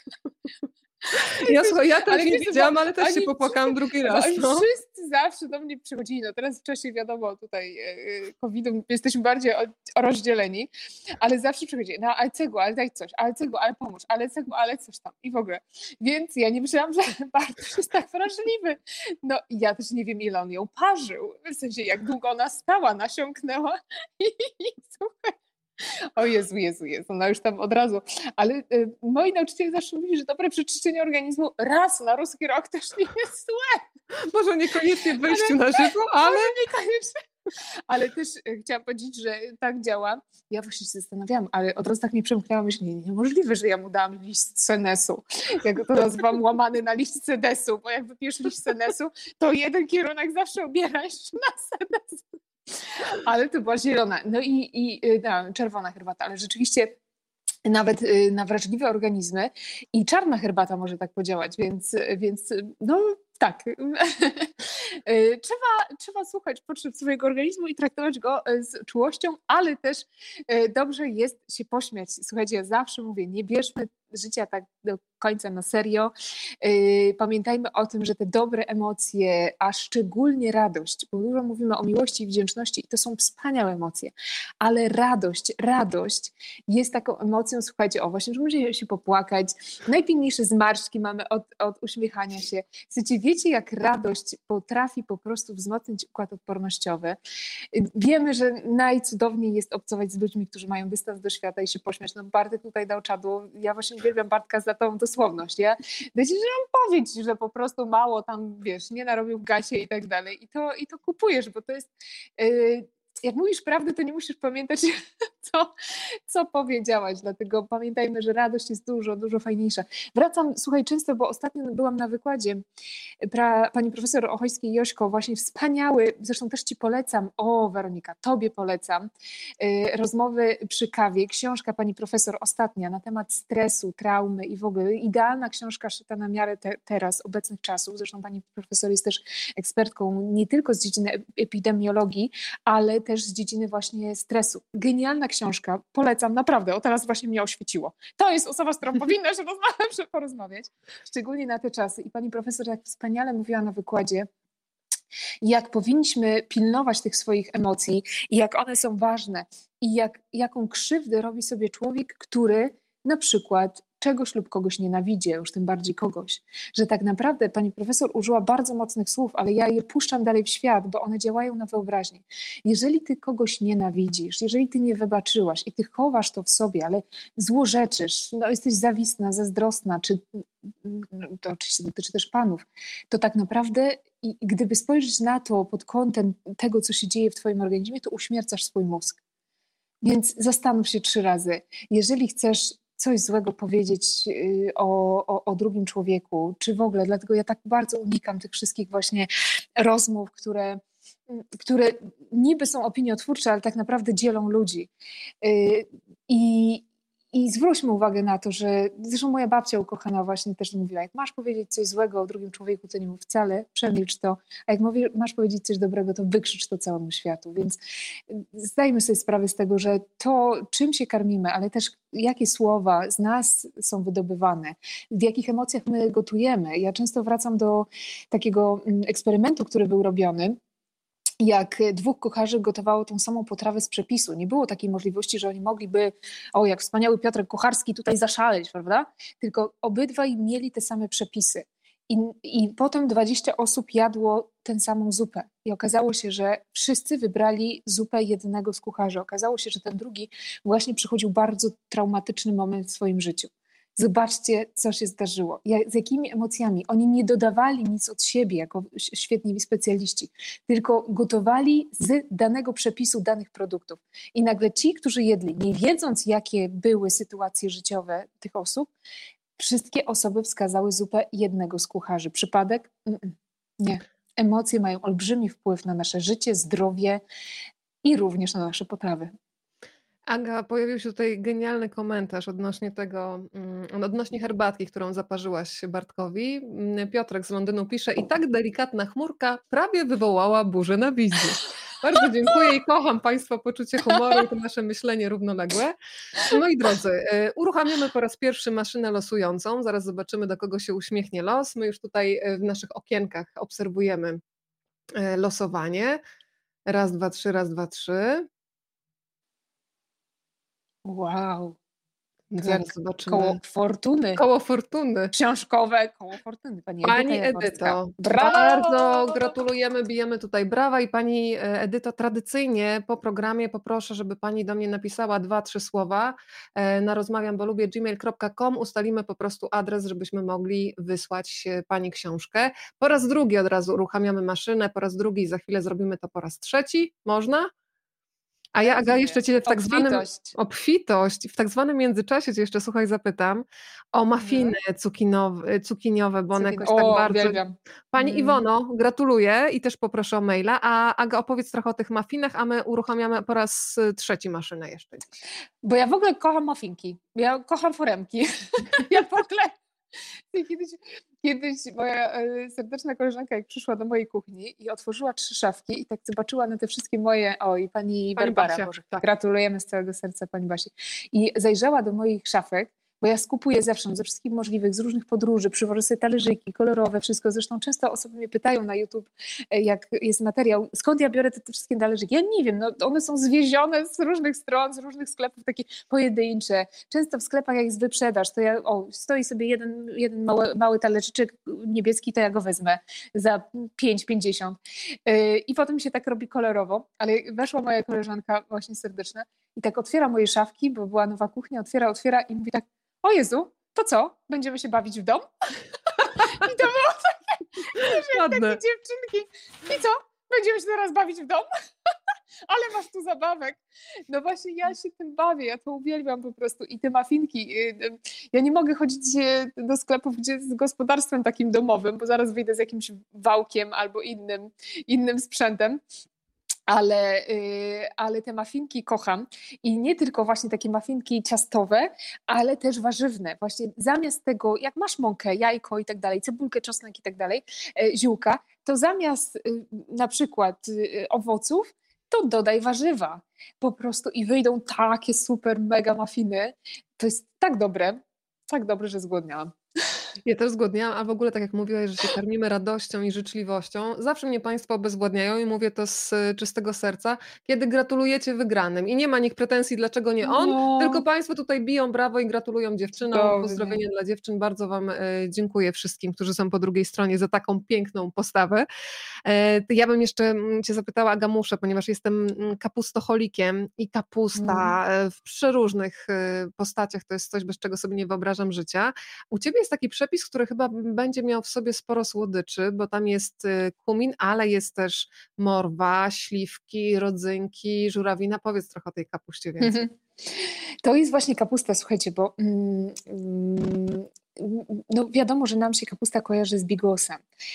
Ja, słuchaj, ja też ale nie widziałam, ale też oni, się popłakałam drugi raz. Oni no. wszyscy zawsze do mnie przychodzili, no teraz w czasie, wiadomo, tutaj kowidem jesteśmy bardziej rozdzieleni, ale zawsze przychodzili: no ale cegło, ale daj coś, ale cegło, ale pomóż, ale cegło, ale coś tam i w ogóle. Więc ja nie myślałam, że Bartosz jest tak wrażliwy. No i ja też nie wiem, ile on ją parzył, w sensie jak długo ona stała, nasiąknęła i, i słuchaj. O Jezu, Jezu, Jezu, no już tam od razu. Ale y, moi nauczyciele zawsze mówili, że dobre przeczyszczenie organizmu raz na ruski rok też nie jest złe. Może niekoniecznie w wejściu na żywo, ale... Niekoniecznie. Ale też y, chciałam powiedzieć, że tak działa. Ja właśnie się zastanawiałam, ale od razu tak mnie przemknęła myśl: nie, niemożliwe, że ja mu dałam liść senesu. Ja go to nazywam łamany na liść sedesu, bo jak wypijesz liść senesu, to jeden kierunek zawsze obierasz na senes. Ale to była zielona, no i, i no, czerwona herbata, ale rzeczywiście nawet na wrażliwe organizmy i czarna herbata może tak podziałać, więc, więc no tak. trzeba, trzeba słuchać potrzeb swojego organizmu i traktować go z czułością, ale też dobrze jest się pośmiać. Słuchajcie, ja zawsze mówię, nie bierzmy życia tak do końca na serio. Pamiętajmy o tym, że te dobre emocje, a szczególnie radość, bo dużo mówimy o miłości i wdzięczności i to są wspaniałe emocje, ale radość, radość jest taką emocją, słuchajcie, o właśnie, że możemy się popłakać, najpiękniejsze zmarszczki mamy od, od uśmiechania się. Słuchajcie, wiecie, jak radość potrafi po prostu wzmocnić układ odpornościowy. Wiemy, że najcudowniej jest obcować z ludźmi, którzy mają dystans do świata i się pośmiać. No Bartek tutaj dał czadu, ja właśnie uwielbiam Bartka za tą dosłowność. Ja wiecie, że mam powiedzieć, że po prostu mało tam, wiesz, nie narobił w gasie i tak dalej. I to, i to kupujesz, bo to jest... Yy, jak mówisz prawdę, to nie musisz pamiętać, co, co powiedziałaś, dlatego pamiętajmy, że radość jest dużo, dużo fajniejsza. Wracam, słuchaj, często, bo ostatnio byłam na wykładzie pra, pani profesor Ochojskiej-Jośko, właśnie wspaniały, zresztą też ci polecam, o Weronika, tobie polecam, y, rozmowy przy kawie, książka pani profesor ostatnia na temat stresu, traumy i w ogóle idealna książka szyta na miarę te, teraz, obecnych czasów, zresztą pani profesor jest też ekspertką nie tylko z dziedziny epidemiologii, ale też z dziedziny właśnie stresu. Genialna książka, polecam, naprawdę, o teraz właśnie mnie oświeciło. To jest osoba, z którą powinnaś porozmawiać, szczególnie na te czasy. I pani profesor tak wspaniale mówiła na wykładzie, jak powinniśmy pilnować tych swoich emocji i jak one są ważne i jak, jaką krzywdę robi sobie człowiek, który na przykład czegoś lub kogoś nienawidzi, już tym bardziej kogoś. Że tak naprawdę pani profesor użyła bardzo mocnych słów, ale ja je puszczam dalej w świat, bo one działają na wyobraźnię. Jeżeli ty kogoś nienawidzisz, jeżeli ty nie wybaczyłaś i ty chowasz to w sobie, ale złorzeczysz, no jesteś zawistna, zazdrosna, czy to oczywiście dotyczy też panów, to tak naprawdę i gdyby spojrzeć na to pod kątem tego, co się dzieje w twoim organizmie, to uśmiercasz swój mózg. Więc zastanów się trzy razy. Jeżeli chcesz coś złego powiedzieć o, o, o drugim człowieku, czy w ogóle, dlatego ja tak bardzo unikam tych wszystkich właśnie rozmów, które, które niby są opiniotwórcze, ale tak naprawdę dzielą ludzi. I I zwróćmy uwagę na to, że zresztą moja babcia ukochana właśnie też mówiła, jak masz powiedzieć coś złego o drugim człowieku, to nie mów wcale, przemilcz to, a jak mówisz, masz powiedzieć coś dobrego, to wykrzycz to całemu światu. Więc zdajmy sobie sprawę z tego, że to, czym się karmimy, ale też jakie słowa z nas są wydobywane, w jakich emocjach my gotujemy. Ja często wracam do takiego eksperymentu, który był robiony, jak dwóch kucharzy gotowało tą samą potrawę z przepisu. Nie było takiej możliwości, że oni mogliby, o jak wspaniały Piotrek Kucharski tutaj zaszaleć, prawda? Tylko obydwaj mieli te same przepisy. I, I potem dwadzieścia osób jadło tę samą zupę. I okazało się, że wszyscy wybrali zupę jednego z kucharzy. Okazało się, że ten drugi właśnie przechodził bardzo traumatyczny moment w swoim życiu. Zobaczcie, co się zdarzyło, jak, z jakimi emocjami. Oni nie dodawali nic od siebie jako świetni specjaliści, tylko gotowali z danego przepisu danych produktów. I nagle ci, którzy jedli, nie wiedząc, jakie były sytuacje życiowe tych osób, wszystkie osoby wskazały zupę jednego z kucharzy. Przypadek? Mm-mm. Nie. Emocje mają olbrzymi wpływ na nasze życie, zdrowie i również na nasze potrawy. Aga, pojawił się tutaj genialny komentarz odnośnie tego, odnośnie herbatki, którą zaparzyłaś Bartkowi. Piotrek z Londynu pisze, i tak delikatna chmurka prawie wywołała burzę na wizji. Bardzo dziękuję i kocham Państwa poczucie humoru i to nasze myślenie równoległe. Moi drodzy, uruchamiamy po raz pierwszy maszynę losującą. Zaraz zobaczymy, do kogo się uśmiechnie los. My już tutaj w naszych okienkach obserwujemy losowanie. Raz, dwa, trzy, raz, dwa, trzy. Wow. Zaraz zobaczymy. Koło fortuny. Koło fortuny. Książkowe koło fortuny. Pani, Pani Edyta Edyto, brawo! Bardzo gratulujemy, bijemy tutaj brawa i Pani Edyto, tradycyjnie po programie poproszę, żeby Pani do mnie napisała dwa, trzy słowa na rozmawiam, bo lubię gmail kropka com, ustalimy po prostu adres, żebyśmy mogli wysłać Pani książkę. Po raz drugi od razu uruchamiamy maszynę, po raz drugi za chwilę zrobimy to po raz trzeci. Można? A ja, Aga, jeszcze Cię w tak zwanym... Obfitość. W tak zwanym międzyczasie Cię jeszcze, słuchaj, zapytam o mafiny cukinowe, cukiniowe, bo one Cukin... jakoś tak o, bardzo... Uwielbiam. Pani mm. Iwono, gratuluję i też poproszę o maila, a Aga, opowiedz trochę o tych mafinach, a my uruchamiamy po raz trzeci maszynę jeszcze dziś. Bo ja w ogóle kocham mafinki, ja kocham foremki, ja w ogóle... Kiedyś, kiedyś moja serdeczna koleżanka, jak przyszła do mojej kuchni i otworzyła trzy szafki i tak zobaczyła na te wszystkie moje, o i pani, pani Barbara, Basia, Boże, tak. Gratulujemy z całego serca pani Basi. I zajrzała do moich szafek, bo ja skupuję zewsząd, ze wszystkich możliwych, z różnych podróży, przywożę sobie talerzyki kolorowe, wszystko. Zresztą często osoby mnie pytają na YouTube, jak jest materiał, skąd ja biorę te, te wszystkie talerzyki. Ja nie wiem, no one są zwiezione z różnych stron, z różnych sklepów, takie pojedyncze. Często w sklepach jak jest wyprzedaż, to ja, o, stoi sobie jeden, jeden mały, mały talerzyczek niebieski, to ja go wezmę za pięć pięćdziesiąt. Yy, I potem się tak robi kolorowo, ale weszła moja koleżanka właśnie serdeczna i tak otwiera moje szafki, bo była nowa kuchnia, otwiera, otwiera i mówi tak, o Jezu, to co? Będziemy się bawić w dom? I to było takie, że takie dziewczynki. I co? Będziemy się teraz bawić w dom? Ale masz tu zabawek. No właśnie ja się tym bawię, ja to uwielbiam po prostu. I te mafinki. Ja nie mogę chodzić do sklepów, gdzie z gospodarstwem takim domowym, bo zaraz wyjdę z jakimś wałkiem albo innym, innym sprzętem. Ale, ale te mafinki kocham i nie tylko właśnie takie mafinki ciastowe, ale też warzywne. Właśnie zamiast tego, jak masz mąkę, jajko i tak dalej, cebulkę, czosnek i tak dalej, ziółka, to zamiast na przykład owoców, to dodaj warzywa po prostu i wyjdą takie super mega mafiny. To jest tak dobre, tak dobre, że zgłodniałam. Ja też zgodniałam, a w ogóle tak jak mówiłaś, że się karmimy radością i życzliwością, zawsze mnie Państwo obezwładniają i mówię to z czystego serca, kiedy gratulujecie wygranym i nie ma nikt pretensji, dlaczego nie on, no. Tylko Państwo tutaj biją brawo i gratulują dziewczynom. Dobrze. Pozdrowienia dla dziewczyn, bardzo Wam e, dziękuję wszystkim, którzy są po drugiej stronie za taką piękną postawę. E, ja bym jeszcze Cię zapytała, Aga, muszę, ponieważ jestem kapustocholikiem i kapusta mm. w przeróżnych postaciach to jest coś, bez czego sobie nie wyobrażam życia. U Ciebie jest taki przepis, który chyba będzie miał w sobie sporo słodyczy, bo tam jest kumin, ale jest też morwa, śliwki, rodzynki, żurawina. Powiedz trochę o tej kapuście więcej. To jest właśnie kapusta, słuchajcie, bo mm, no wiadomo, że nam się kapusta kojarzy z bigosem.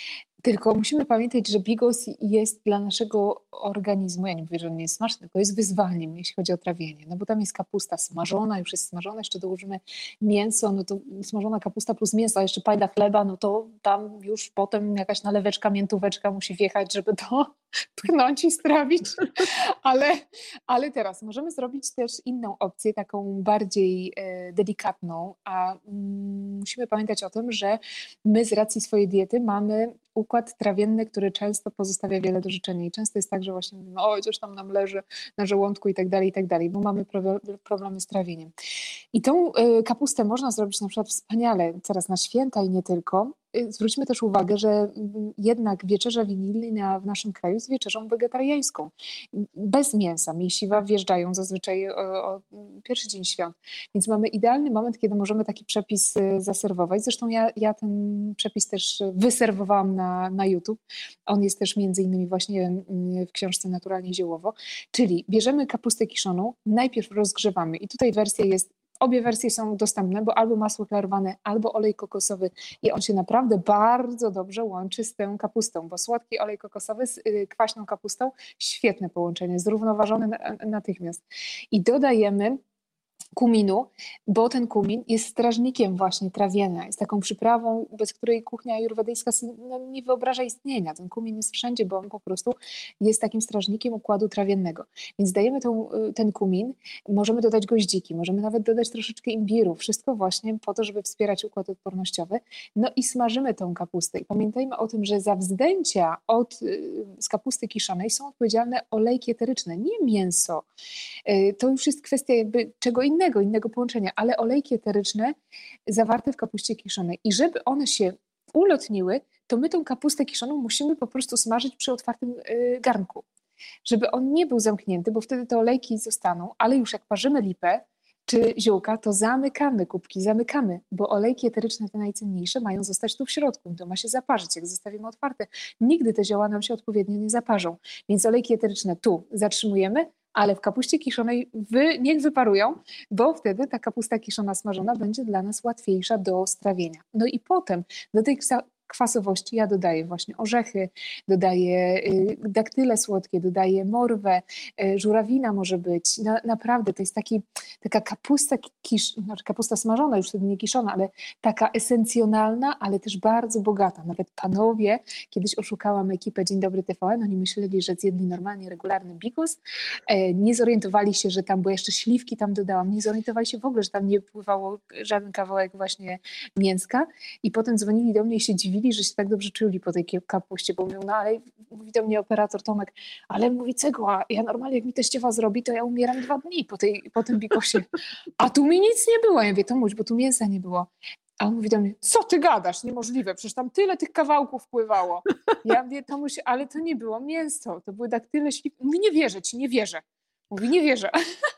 Tylko musimy pamiętać, że bigos jest dla naszego organizmu, ja nie mówię, że on nie jest smaczny, tylko jest wyzwaniem, jeśli chodzi o trawienie. No bo tam jest kapusta smażona, już jest smażona, jeszcze dołożymy mięso, no to smażona kapusta plus mięso, a jeszcze pajda chleba, no to tam już potem jakaś naleweczka, miętóweczka musi wjechać, żeby to pchnąć i strawić. Ale, ale teraz możemy zrobić też inną opcję, taką bardziej e, delikatną, a mm, musimy pamiętać o tym, że my z racji swojej diety mamy układ trawienny, który często pozostawia wiele do życzenia i często jest tak, że właśnie mówimy, oj, coś tam nam leży na żołądku i tak dalej, i tak dalej, bo mamy problemy z trawieniem. I tą y, kapustę można zrobić na przykład wspaniale teraz na święta i nie tylko. Y, zwróćmy też uwagę, że y, jednak wieczerza wigilijna w naszym kraju jest wieczerzą wegetariańską. Bez mięsa. Mięsiwa wjeżdżają zazwyczaj o, o pierwszy dzień świąt. Więc mamy idealny moment, kiedy możemy taki przepis y, zaserwować. Zresztą ja, ja ten przepis też wyserwowałam na, na YouTube. On jest też między innymi właśnie y, w książce Naturalnie Ziołowo. Czyli bierzemy kapustę kiszoną, najpierw rozgrzewamy i tutaj wersja jest, obie wersje są dostępne, bo albo masło klarowane, albo olej kokosowy i on się naprawdę bardzo dobrze łączy z tą kapustą, bo słodki olej kokosowy z y, kwaśną kapustą, świetne połączenie, zrównoważone na, natychmiast. I dodajemy kuminu, bo ten kumin jest strażnikiem właśnie trawienia, jest taką przyprawą, bez której kuchnia ajurwedyjska no, nie wyobraża istnienia. Ten kumin jest wszędzie, bo on po prostu jest takim strażnikiem układu trawiennego. Więc dajemy tą, ten kumin, możemy dodać goździki, możemy nawet dodać troszeczkę imbiru, wszystko właśnie po to, żeby wspierać układ odpornościowy. No i smażymy tą kapustę. I pamiętajmy o tym, że za wzdęcia od, z kapusty kiszonej są odpowiedzialne olejki eteryczne, nie mięso. To już jest kwestia jakby czego innego, innego połączenia, ale olejki eteryczne zawarte w kapuście kiszonej. I żeby one się ulotniły, to my tą kapustę kiszoną musimy po prostu smażyć przy otwartym y, garnku, żeby on nie był zamknięty, bo wtedy te olejki zostaną, ale już jak parzymy lipę czy ziółka, to zamykamy kubki, zamykamy, bo olejki eteryczne, te najcenniejsze, mają zostać tu w środku, to ma się zaparzyć. Jak zostawimy otwarte, nigdy te zioła nam się odpowiednio nie zaparzą. Więc olejki eteryczne tu zatrzymujemy, ale w kapuście kiszonej wy, niech wyparują, bo wtedy ta kapusta kiszona smażona będzie dla nas łatwiejsza do strawienia. No i potem do tej kwasowości ja dodaję właśnie orzechy, dodaję daktyle słodkie, dodaję morwę, żurawina może być. Na, naprawdę to jest taki, taka kapusta, kisz, znaczy kapusta smażona, już wtedy nie kiszona, ale taka esencjonalna, ale też bardzo bogata. Nawet panowie, kiedyś oszukałam ekipę Dzień Dobry T V N, oni myśleli, że zjedli normalnie regularny bigos, nie zorientowali się, że tam, bo jeszcze śliwki tam dodałam, nie zorientowali się w ogóle, że tam nie pływało żaden kawałek właśnie mięska i potem dzwonili do mnie i się dziwili, że się tak dobrze czuli po tej kapuście, bo mówią, no ale mówi do mnie operator Tomek, ale mówi cegła, ja normalnie jak mi teściowa zrobi, to ja umieram dwa dni po, tej, po tym bikosie, a tu mi nic nie było. Ja mówię, Tomuś, bo tu mięsa nie było. A on mówi do mnie, co ty gadasz, niemożliwe, przecież tam tyle tych kawałków wpływało. Ja mówię, Tomuś, ale to nie było mięso, to były daktyle śliwki. Mówi, nie wierzę ci, nie wierzę. Mówi, nie wierzę.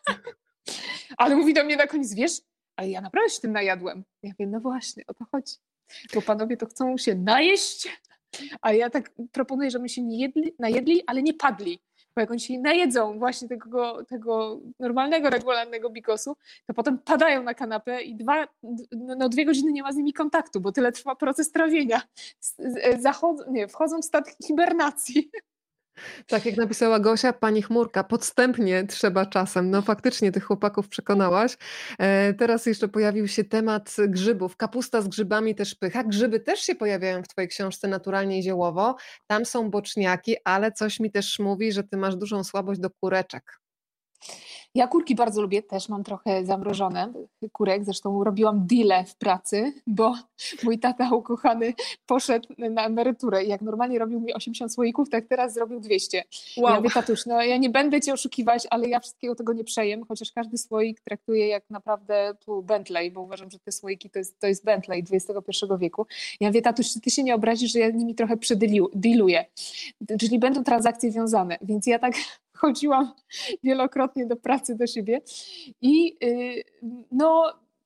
Ale mówi do mnie na koniec, wiesz, ale ja naprawdę się tym najadłem. Ja wiem, no właśnie, o to chodzi. Bo panowie to chcą się najeść, a ja tak proponuję, żeby się nie jedli, najedli, ale nie padli. Bo jak oni się najedzą właśnie tego, tego normalnego, regularnego bikosu, to potem padają na kanapę i dwa, no dwie godziny nie ma z nimi kontaktu, bo tyle trwa proces trawienia. Zachodzą, nie, wchodzą w stan hibernacji. Tak jak napisała Gosia, pani Chmurka, podstępnie trzeba czasem. No faktycznie tych chłopaków przekonałaś. E, teraz jeszcze pojawił się temat grzybów. Kapusta z grzybami też pycha. Grzyby też się pojawiają w twojej książce Naturalnie i Ziołowo. Tam są boczniaki, ale coś mi też mówi, że ty masz dużą słabość do kureczek. Ja kurki bardzo lubię, też mam trochę zamrożone kurek, zresztą robiłam deale w pracy, bo mój tata ukochany poszedł na emeryturę i jak normalnie robił mi osiemdziesiąt słoików, tak teraz zrobił dwieście. Wow. Ja mówię, tatuś, no ja nie będę cię oszukiwać, ale ja wszystkiego tego nie przejem, chociaż każdy słoik traktuję jak naprawdę tu Bentley, bo uważam, że te słoiki to jest, to jest Bentley dwudziestego pierwszego wieku. Ja mówię, tatuś, czy ty się nie obrazisz, że ja nimi trochę przedealuję, czyli będą transakcje wiązane, więc ja tak chodziłam wielokrotnie do pracy do siebie i no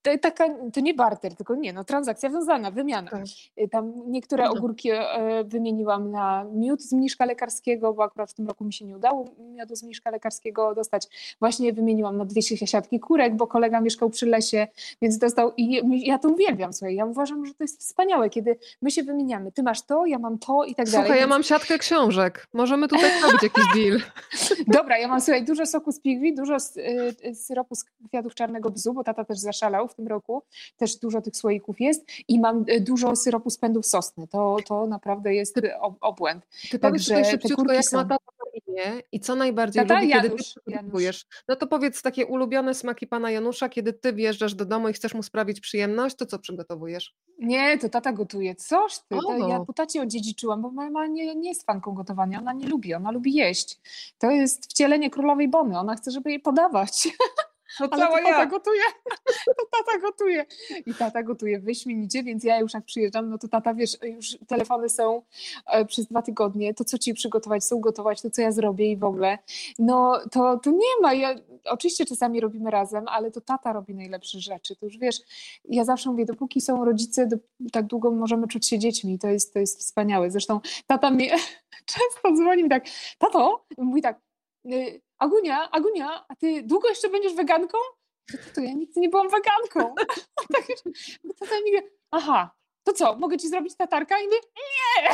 to, taka, to nie barter, tylko nie, no transakcja wiązana, wymiana. Tak. Tam niektóre Dobrze. ogórki e, wymieniłam na miód z mniszka lekarskiego, bo akurat w tym roku mi się nie udało miodu z mniszka lekarskiego dostać. Właśnie wymieniłam na dwie siatki kurek, bo kolega mieszkał przy lesie, więc dostał i ja to uwielbiam, słuchaj, ja uważam, że to jest wspaniałe, kiedy my się wymieniamy. Ty masz to, ja mam to i tak dalej. Słuchaj, ja Więc... mam siatkę książek. Możemy tutaj zrobić jakiś deal. Dobra, ja mam, słuchaj, dużo soku z pigwi, dużo y, syropu z kwiatów czarnego bzu, bo tata też zaszalał w tym roku. Też dużo tych słoików jest i mam y, dużo syropu z pędów sosny. To, to naprawdę jest ob, obłęd. Ty powiedz tutaj Także te szybciutko, kurki jak są. ma tata na imię i co najbardziej Tata lubi, kiedy ty Janusz, przygotowujesz. No to powiedz takie ulubione smaki pana Janusza, kiedy ty wjeżdżasz do domu i chcesz mu sprawić przyjemność, to co przygotowujesz? Nie, to tata gotuje. Coż ty? To ja O, po tacie odziedziczyłam, bo moja mama nie, nie jest fanką gotowania. Ona nie lubi, ona lubi jeść. To jest wcielenie królowej Bony. Ona chce, żeby jej podawać. no Ale to cała tata ja. gotuje. To tata gotuje. I tata gotuje wyśmienicie, więc ja już jak przyjeżdżam, no to tata, wiesz, już telefony są e, przez dwa tygodnie. To, co ci przygotować, co ugotować, to, co ja zrobię i w ogóle. No to, to nie ma. Ja, oczywiście czasami robimy razem, ale to tata robi najlepsze rzeczy. To już wiesz, ja zawsze mówię, dopóki są rodzice, do, tak długo możemy czuć się dziećmi. To jest, to jest wspaniałe. Zresztą tata mi często dzwoni mi tak, tato, mówi tak, y, Agunia, Agunia, a ty długo jeszcze będziesz weganką? To, to ja nigdy nie byłam weganką. Tak, tata mi mówi, aha, to co, mogę ci zrobić tatarka? I mówię, nie,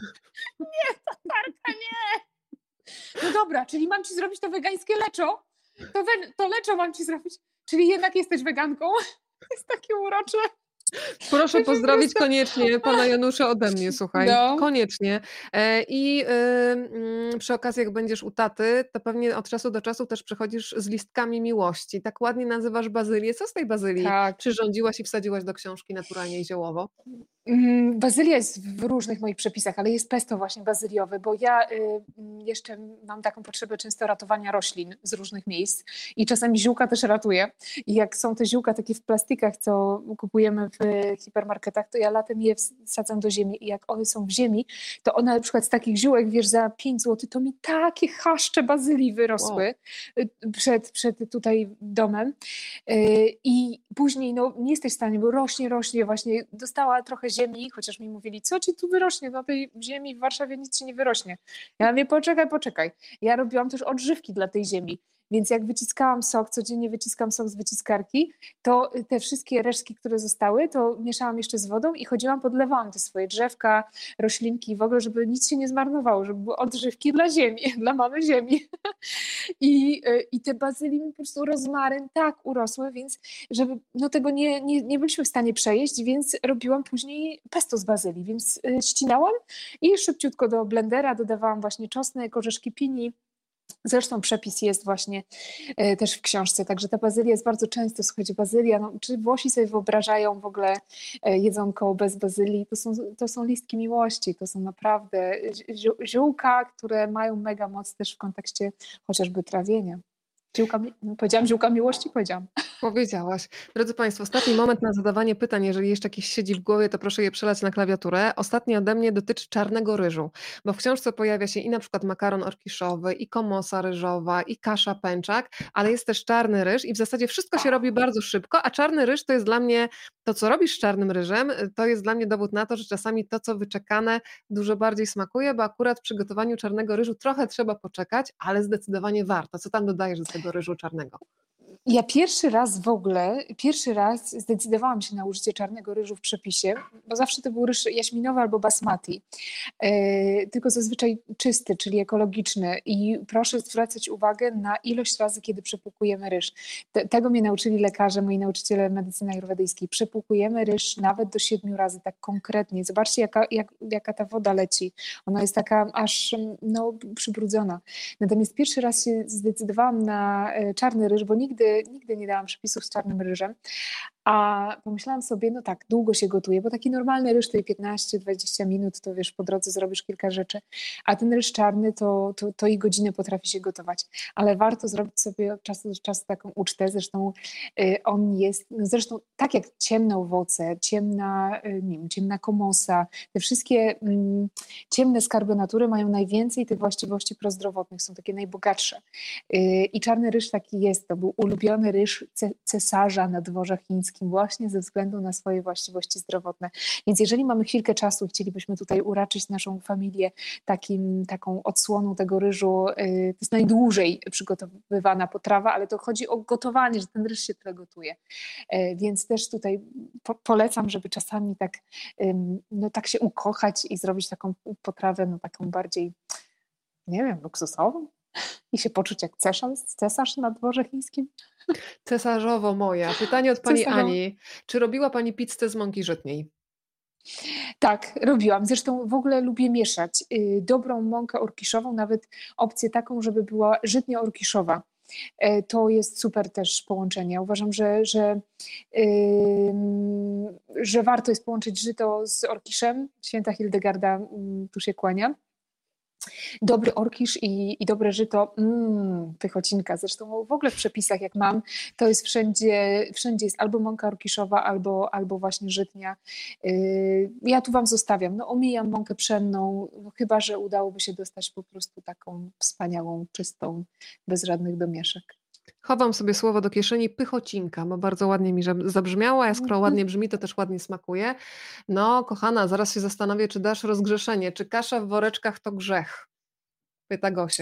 nie, tatarka nie. No dobra, czyli mam ci zrobić to wegańskie leczo? To, we, to leczo mam ci zrobić. Czyli jednak jesteś weganką? To jest takie urocze. Proszę pozdrowić koniecznie pana Janusza ode mnie, słuchaj. No. Koniecznie. E, I y, mm, przy okazji, jak będziesz u taty, to pewnie od czasu do czasu też przychodzisz z listkami miłości. Tak ładnie nazywasz bazylię. Co z tej bazylii Tak. przyrządziłaś i wsadziłaś do książki naturalnie i ziołowo? Mm, Bazylia jest w różnych moich przepisach, ale jest pesto właśnie bazyliowe, bo ja y, jeszcze mam taką potrzebę często ratowania roślin z różnych miejsc i czasami ziółka też ratuję. I jak są te ziółka takie w plastikach, co kupujemy w hipermarketach, to ja latem je wsadzam do ziemi i jak one są w ziemi, to one na przykład z takich ziółek, wiesz, za pięć złotych, to mi takie chaszcze bazylii wyrosły wow. przed, przed tutaj domem. Y, I później no, nie jesteś w stanie, bo rośnie, rośnie, właśnie dostała trochę ziemi, chociaż mi mówili, co ci tu wyrośnie, na tej ziemi w Warszawie nic ci nie wyrośnie. Ja mówię, poczekaj, poczekaj. Ja robiłam też odżywki dla tej ziemi, więc jak wyciskałam sok, codziennie wyciskam sok z wyciskarki, to te wszystkie resztki, które zostały, to mieszałam jeszcze z wodą i chodziłam, podlewałam te swoje drzewka, roślinki w ogóle, żeby nic się nie zmarnowało, żeby były odżywki dla ziemi, dla mamy ziemi. I, i te bazylii mi po prostu rozmaryn tak urosły, więc żeby no tego nie, nie, nie byliśmy w stanie przejeść, więc robiłam później pesto z bazylii, więc ścinałam i szybciutko do blendera dodawałam właśnie czosnek, orzeszki pini. Zresztą przepis jest właśnie e, też w książce, także ta bazylia jest bardzo często, słuchajcie, bazylia, no, czy Włosi sobie wyobrażają w ogóle e, jedzonko bez bazylii, to są, to są listki miłości, to są naprawdę zió ziółka, które mają mega moc też w kontekście chociażby trawienia. Ziółka, powiedziałam ziółka miłości? Powiedziałam. Powiedziałaś. Drodzy Państwo, ostatni moment na zadawanie pytań, jeżeli jeszcze jakieś siedzi w głowie, to proszę je przelać na klawiaturę. Ostatni ode mnie dotyczy czarnego ryżu, bo w książce pojawia się i na przykład makaron orkiszowy, i komosa ryżowa, i kasza pęczak, ale jest też czarny ryż i w zasadzie wszystko się robi bardzo szybko, a czarny ryż to jest dla mnie, to co robisz z czarnym ryżem, to jest dla mnie dowód na to, że czasami to, co wyczekane, dużo bardziej smakuje, bo akurat w przygotowaniu czarnego ryżu trochę trzeba poczekać, ale zdecydowanie warto. Co tam dodajesz do tego ryżu czarnego? Ja pierwszy raz w ogóle, pierwszy raz zdecydowałam się na użycie czarnego ryżu w przepisie, bo zawsze to był ryż jaśminowy albo basmati, yy, tylko zazwyczaj czysty, czyli ekologiczny i proszę zwracać uwagę na ilość razy, kiedy przepłukujemy ryż. Te, tego mnie nauczyli lekarze, moi nauczyciele medycyny ajurwedyjskiej. Przepłukujemy ryż nawet do siedmiu razy, tak konkretnie. Zobaczcie, jaka, jak, jaka ta woda leci. Ona jest taka aż no, przybrudzona. Natomiast pierwszy raz się zdecydowałam na czarny ryż, bo nigdy Nigdy nie dałam przepisów z czarnym ryżem, a pomyślałam sobie, no tak, długo się gotuje, bo taki normalny ryż to piętnaście dwadzieścia minut, to wiesz, po drodze zrobisz kilka rzeczy, a ten ryż czarny to, to, to i godzinę potrafi się gotować, ale warto zrobić sobie od czasu do czasu taką ucztę, zresztą y, on jest, no zresztą tak jak ciemne owoce, ciemna, y, nie wiem, ciemna komosa, te wszystkie y, ciemne skarby natury mają najwięcej tych właściwości prozdrowotnych, są takie najbogatsze y, i czarny ryż taki jest, to był ulubiony ryż cesarza na dworze chińskim, chińskim właśnie ze względu na swoje właściwości zdrowotne. Więc jeżeli mamy chwilkę czasu i chcielibyśmy tutaj uraczyć naszą familię takim, taką odsłoną tego ryżu, to jest najdłużej przygotowywana potrawa, ale to chodzi o gotowanie, że ten ryż się tyle gotuje. Więc też tutaj po, polecam, żeby czasami tak, no, tak się ukochać i zrobić taką potrawę, no taką bardziej, nie wiem, luksusową i się poczuć jak cesarz, cesarz na dworze chińskim. Cesarzowo moja. Pytanie od pani Cesarzowo. Ani. Czy robiła pani pizzę z mąki żytniej? Tak, robiłam. Zresztą w ogóle lubię mieszać dobrą mąkę orkiszową, nawet opcję taką, żeby była żytnio-orkiszowa. To jest super też połączenie. Uważam, że, że, yy, że warto jest połączyć żyto z orkiszem. Święta Hildegarda yy, tu się kłania. Dobry orkisz i, i dobre żyto, mmm, pychocinka. Zresztą w ogóle w przepisach jak mam, to jest wszędzie, wszędzie jest albo mąka orkiszowa, albo, albo właśnie żytnia. Yy, ja tu wam zostawiam. No omijam mąkę pszenną, no, chyba że udałoby się dostać po prostu taką wspaniałą, czystą, bez żadnych domieszek. Chowam sobie słowo do kieszeni, pychocinka, bo bardzo ładnie mi zabrzmiało, a skoro ładnie brzmi, to też ładnie smakuje. No, kochana, zaraz się zastanowię, czy dasz rozgrzeszenie, czy kasza w woreczkach to grzech? Pyta Gosia.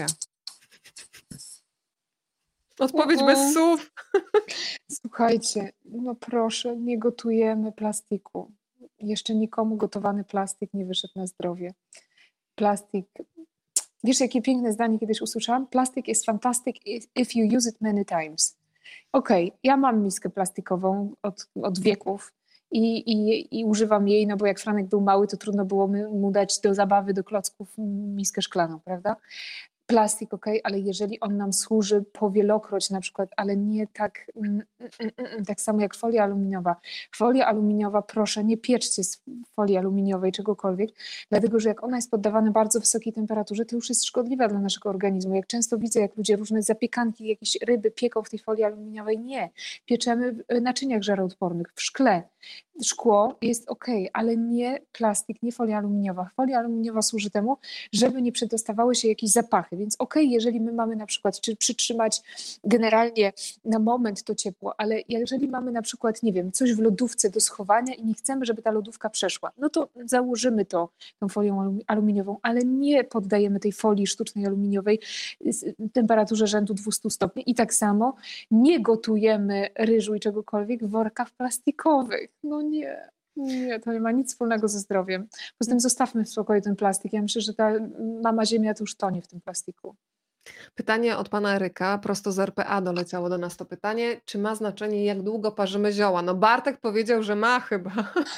Odpowiedź bez słów. Słuchajcie, no proszę, nie gotujemy plastiku. Jeszcze nikomu gotowany plastik nie wyszedł na zdrowie. Plastik... Wiesz, jakie piękne zdanie kiedyś usłyszałam? Plastic is fantastic if you use it many times. Okej, okay, ja mam miskę plastikową od, od wieków i, i, i używam jej, no bo jak Franek był mały, to trudno było mu dać do zabawy, do klocków miskę szklaną, prawda? Plastik, okej, okay, ale jeżeli on nam służy powielokroć na przykład, ale nie tak, mm, mm, mm, tak samo jak folia aluminiowa. Folia aluminiowa, proszę, nie pieczcie z folii aluminiowej czegokolwiek, dlatego że jak ona jest poddawana bardzo wysokiej temperaturze, to już jest szkodliwa dla naszego organizmu. Jak często widzę, jak ludzie różne zapiekanki, jakieś ryby pieką w tej folii aluminiowej, nie. Pieczemy w naczyniach żaroodpornych, w szkle. Szkło jest okej, ale nie plastik, nie folia aluminiowa. Folia aluminiowa służy temu, żeby nie przedostawały się jakieś zapachy. Więc okej, okay, jeżeli my mamy na przykład, czy przytrzymać generalnie na moment to ciepło, ale jeżeli mamy na przykład, nie wiem, coś w lodówce do schowania i nie chcemy, żeby ta lodówka przeszła, no to założymy to tą folią aluminiową, ale nie poddajemy tej folii sztucznej aluminiowej temperaturze rzędu dwieście stopni i tak samo nie gotujemy ryżu i czegokolwiek w workach plastikowych. No nie. Nie, to nie ma nic wspólnego ze zdrowiem. Poza tym zostawmy w spokoju ten plastik. Ja myślę, że ta mama Ziemia to już tonie w tym plastiku. Pytanie od pana Eryka, prosto z R P A doleciało do nas to pytanie, czy ma znaczenie, jak długo parzymy zioła? No Bartek powiedział, że ma chyba,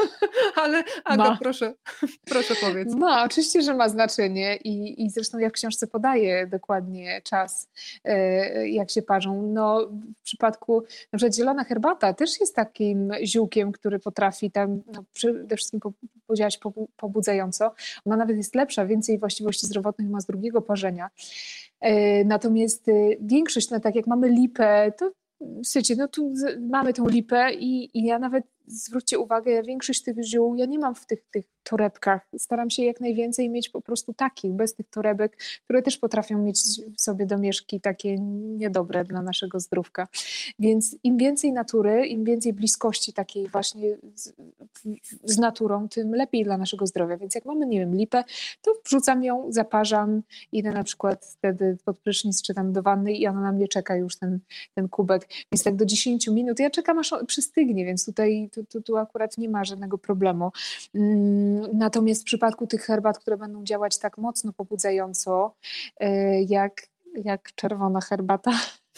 ale Aga, ma. proszę, proszę powiedz. Ma, oczywiście, że ma znaczenie i, i zresztą ja w książce podaję dokładnie czas, jak się parzą. No w przypadku, na przykład zielona herbata też jest takim ziółkiem, który potrafi tam, no, przede wszystkim powiedziałaś pobudzająco, ona nawet jest lepsza, więcej właściwości zdrowotnych ma z drugiego parzenia. Natomiast większość, no tak jak mamy lipę, to słuchajcie, no tu mamy tą lipę i, i ja nawet, zwróćcie uwagę, ja większość tych ziół, ja nie mam w tych, tych torebkach. Staram się jak najwięcej mieć po prostu takich, bez tych torebek, które też potrafią mieć w sobie domieszki takie niedobre dla naszego zdrówka. Więc im więcej natury, im więcej bliskości takiej właśnie z, z naturą, tym lepiej dla naszego zdrowia. Więc jak mamy, nie wiem, lipę, to wrzucam ją, zaparzam, idę na przykład wtedy pod prysznic czy tam do wanny i ona na mnie czeka już ten, ten kubek. Więc tak do dziesięciu minut, ja czekam aż przystygnie, więc tutaj tu, tu, tu akurat nie ma żadnego problemu. Natomiast w przypadku tych herbat, które będą działać tak mocno pobudzająco, jak, jak czerwona herbata,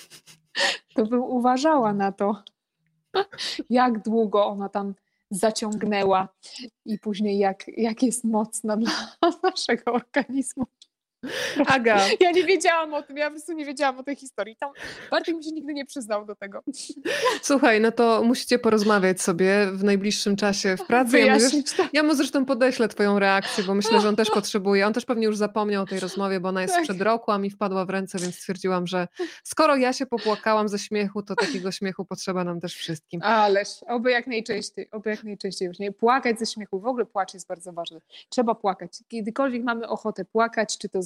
to bym uważała na to, jak długo ona tam zaciągnęła i później jak, jak jest mocna dla naszego organizmu. Aga. Ja nie wiedziałam o tym, ja po prostu nie wiedziałam o tej historii. Tam Bartek mi się nigdy nie przyznał do tego. Słuchaj, no to musicie porozmawiać sobie w najbliższym czasie w pracy. Ja mu, już, ja mu zresztą podeślę twoją reakcję, bo myślę, że on też potrzebuje. On też pewnie już zapomniał o tej rozmowie, bo ona jest tak. sprzed roku, a mi wpadła w ręce, więc stwierdziłam, że skoro ja się popłakałam ze śmiechu, to takiego śmiechu potrzeba nam też wszystkim. Ależ, oby jak najczęściej, oby jak najczęściej już nie. Płakać ze śmiechu, w ogóle płacz jest bardzo ważny. Trzeba płakać. Kiedykolwiek mamy ochotę płakać, czy to ze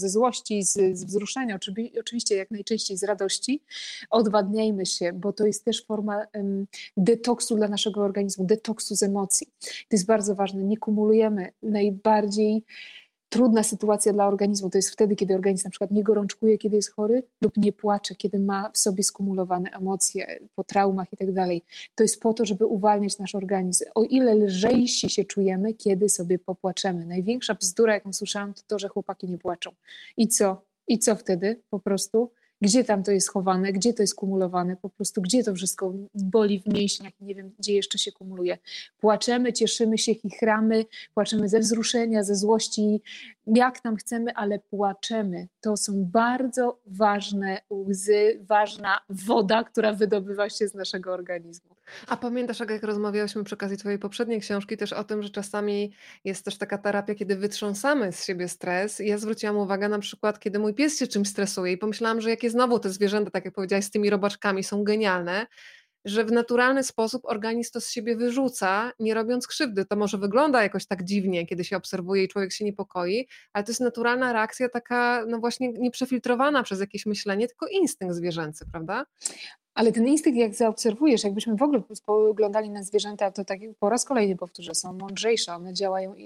ze złości, z, z wzruszenia, oczywiście jak najczęściej z radości. Odwadniajmy się, bo to jest też forma um, detoksu dla naszego organizmu, detoksu z emocji. To jest bardzo ważne, nie kumulujemy. Najbardziej trudna sytuacja dla organizmu to jest wtedy, kiedy organizm na przykład nie gorączkuje, kiedy jest chory lub nie płacze, kiedy ma w sobie skumulowane emocje po traumach i tak dalej. To jest po to, żeby uwalniać nasz organizm. O ile lżejsi się czujemy, kiedy sobie popłaczemy. Największa bzdura, jaką słyszałam, to to, że chłopaki nie płaczą. I co? I co wtedy? Po prostu gdzie tam to jest chowane, gdzie to jest kumulowane, po prostu gdzie to wszystko boli w mięśniach, nie wiem, gdzie jeszcze się kumuluje. Płaczemy, cieszymy się, chichramy, płaczemy ze wzruszenia, ze złości, jak tam chcemy, ale płaczemy. To są bardzo ważne łzy, ważna woda, która wydobywa się z naszego organizmu. A pamiętasz, jak rozmawiałyśmy przy okazji twojej poprzedniej książki też o tym, że czasami jest też taka terapia, kiedy wytrząsamy z siebie stres. I ja zwróciłam uwagę na przykład, kiedy mój pies się czymś stresuje i pomyślałam, że jakie znowu te zwierzęta, tak jak powiedziałaś, z tymi robaczkami są genialne, że w naturalny sposób organizm to z siebie wyrzuca, nie robiąc krzywdy. To może wygląda jakoś tak dziwnie, kiedy się obserwuje i człowiek się niepokoi, ale to jest naturalna reakcja taka, no właśnie nieprzefiltrowana przez jakieś myślenie, tylko instynkt zwierzęcy, prawda? Ale ten instynkt, jak zaobserwujesz, jakbyśmy w ogóle spoglądali na zwierzęta, to tak po raz kolejny powtórzę, są mądrzejsze, one działają,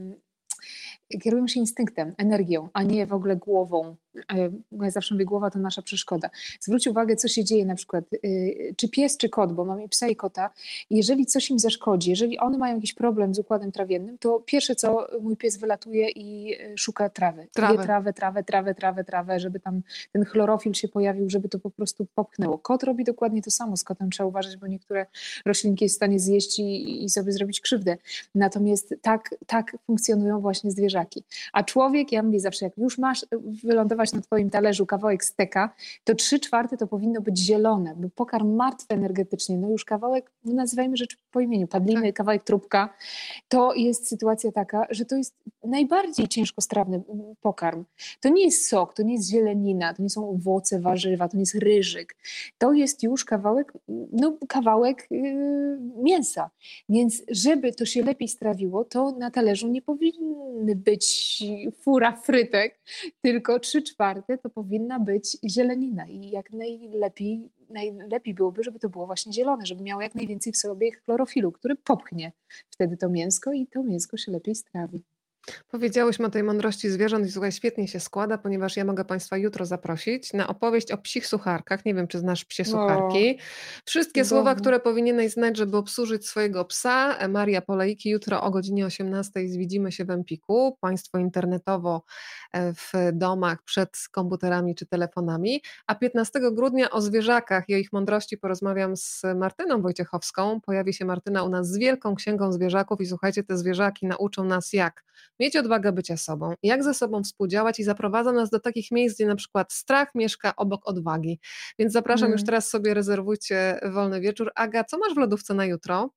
yy, kierują się instynktem, energią, a nie w ogóle głową. Ja zawsze mówię, głowa to nasza przeszkoda. Zwróć uwagę, co się dzieje na przykład, yy, czy pies, czy kot, bo mamy psa i kota, jeżeli coś im zaszkodzi, jeżeli one mają jakiś problem z układem trawiennym, to pierwsze co, mój pies wylatuje i szuka trawy. Trawę. Je trawę, trawę, trawę, trawę, trawę, żeby tam ten chlorofil się pojawił, żeby to po prostu popchnęło. Kot robi dokładnie to samo. Z kotem trzeba uważać, bo niektóre roślinki jest w stanie zjeść i, i sobie zrobić krzywdę. Natomiast tak, tak funkcjonują właśnie zwierzaki. A człowiek, ja mówię zawsze, jak już masz wylądować na twoim talerzu kawałek steka, to trzy czwarte to powinno być zielone, bo pokarm martwy energetycznie, no już kawałek, no nazywajmy rzecz po imieniu, padliny, tak. Kawałek trupka, to jest sytuacja taka, że to jest najbardziej ciężkostrawny pokarm. To nie jest sok, to nie jest zielenina, to nie są owoce, warzywa, to nie jest ryżyk. To jest już kawałek, no kawałek yy, mięsa. Więc żeby to się lepiej strawiło, to na talerzu nie powinny być fura frytek, tylko trzy czwarte to powinna być zielenina. I jak najlepiej, najlepiej byłoby, żeby to było właśnie zielone, żeby miało jak najwięcej w sobie chlorofilu, który popchnie wtedy to mięsko i to mięsko się lepiej strawi. Powiedziałyśmy o tej mądrości zwierząt i słuchaj, świetnie się składa, ponieważ ja mogę Państwa jutro zaprosić na opowieść o psich sucharkach. Nie wiem, czy znasz psie sucharki. Wszystkie cudowne. Słowa, które powinieneś znać, żeby obsłużyć swojego psa. Maria Polejki, jutro o godzinie osiemnastej zwidzimy się w Empiku. Państwo internetowo w domach, przed komputerami czy telefonami. A piętnastego grudnia o zwierzakach i o ich mądrości porozmawiam z Martyną Wojciechowską. Pojawi się Martyna u nas z wielką księgą zwierzaków i słuchajcie, te zwierzaki nauczą nas jak mieć odwagę bycia sobą, jak ze sobą współdziałać i zaprowadza nas do takich miejsc, gdzie na przykład strach mieszka obok odwagi. Więc zapraszam, mm. już teraz sobie rezerwujcie wolny wieczór. Aga, co masz w lodówce na jutro?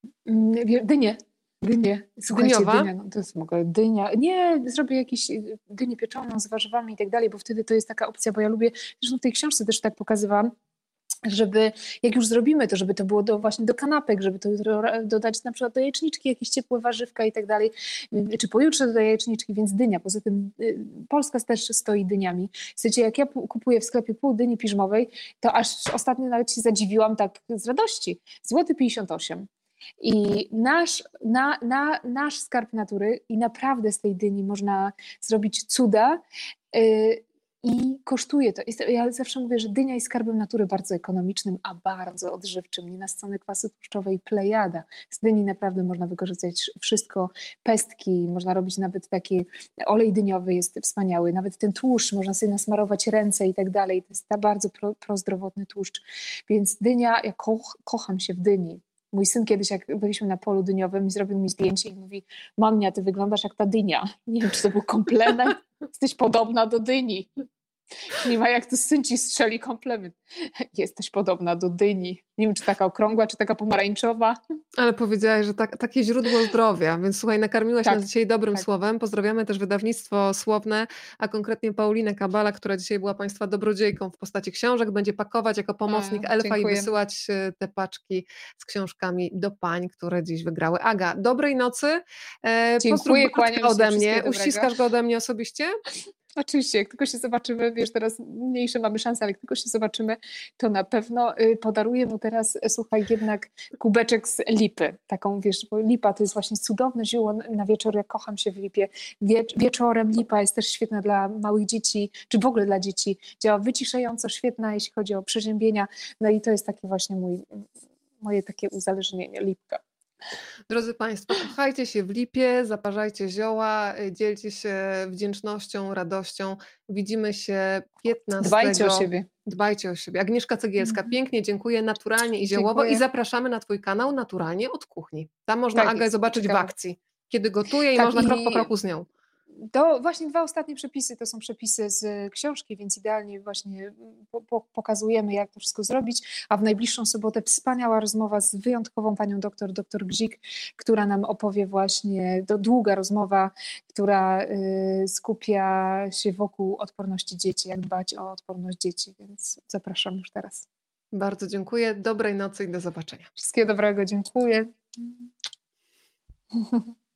Dynie. Dynie. Słuchajcie, Dyniowa? dynia, no to jest mogę, dynia. Nie, zrobię jakieś dynię pieczoną z warzywami i tak dalej, bo wtedy to jest taka opcja, bo ja lubię, zresztą w tej książce też tak pokazywałam, żeby, jak już zrobimy to, żeby to było do, właśnie do kanapek, żeby to dodać na przykład do jajeczniczki jakieś ciepłe warzywka i tak dalej, czy pojutrze do jajeczniczki, więc dynia. Poza tym y, Polska też stoi dyniami. Słuchajcie, jak ja kupuję w sklepie pół dyni piżmowej, to aż ostatnio nawet się zadziwiłam tak z radości. Złoty pięćdziesiąt osiem. I nasz, na, na, nasz skarb natury i naprawdę z tej dyni można zrobić cuda. Y, I kosztuje to. Ja zawsze mówię, że dynia jest skarbem natury bardzo ekonomicznym, a bardzo odżywczym. Nienasycone kwasy tłuszczowe i plejada. Z dyni naprawdę można wykorzystać wszystko. Pestki, można robić nawet taki olej dyniowy jest wspaniały. Nawet ten tłuszcz, można sobie nasmarować ręce i tak dalej. To jest ta bardzo pro, prozdrowotny tłuszcz. Więc dynia, ja koch, kocham się w dyni. Mój syn kiedyś, jak byliśmy na polu dyniowym, zrobił mi zdjęcie i mówi: Mamnia, ty wyglądasz jak ta dynia. Nie wiem, czy to był komplement. Jesteś podobna do dyni. Nie ma jak to syn ci strzeli komplement. Jesteś podobna do dyni. Nie wiem, czy taka okrągła, czy taka pomarańczowa. Ale powiedziałaś, że tak, takie źródło zdrowia, więc słuchaj, nakarmiłaś Tak, nas dzisiaj dobrym tak. słowem. Pozdrawiamy też wydawnictwo Słowne, a konkretnie Paulinę Kabala, która dzisiaj była Państwa dobrodziejką w postaci książek. Będzie pakować jako pomocnik A, elfa dziękuję. i wysyłać te paczki z książkami do pań, które dziś wygrały. Aga, dobrej nocy. E, Dziękuję, Pozdrów kłaniam się, ode mnie. wszystkiego dobrego. Uściskasz go ode mnie osobiście? Oczywiście, jak tylko się zobaczymy, wiesz, teraz mniejsze mamy szanse, ale jak tylko się zobaczymy, to na pewno y, podaruję mu teraz, y, słuchaj, jednak kubeczek z lipy. Taką, wiesz, bo lipa to jest właśnie cudowne zioło na wieczór, ja kocham się w lipie. Wie, wieczorem lipa jest też świetna dla małych dzieci, czy w ogóle dla dzieci. Działa wyciszająco, świetna, jeśli chodzi o przeziębienia. No i to jest taki właśnie mój, moje takie uzależnienie, lipka. Drodzy Państwo, kochajcie się w lipie, zaparzajcie zioła, dzielcie się wdzięcznością, radością. Widzimy się piętnastego. Dbajcie o siebie. Dbajcie o siebie. Agnieszka Cegielska, Mhm. pięknie, dziękuję, naturalnie i ziołowo. Dziękuję. I zapraszamy na Twój kanał Naturalnie od Kuchni. Tam można Tak Agę jest, zobaczyć ciekawe. w akcji, kiedy gotuje i Tak, można i- krok po kroku z nią. To właśnie dwa ostatnie przepisy to są przepisy z książki, więc idealnie właśnie po, po, pokazujemy, jak to wszystko zrobić. A w najbliższą sobotę wspaniała rozmowa z wyjątkową panią doktor, doktor Gzik, która nam opowie właśnie, to długa rozmowa, która y, skupia się wokół odporności dzieci, jak dbać o odporność dzieci, więc zapraszam już teraz. Bardzo dziękuję, dobrej nocy i do zobaczenia. Wszystkiego dobrego, dziękuję.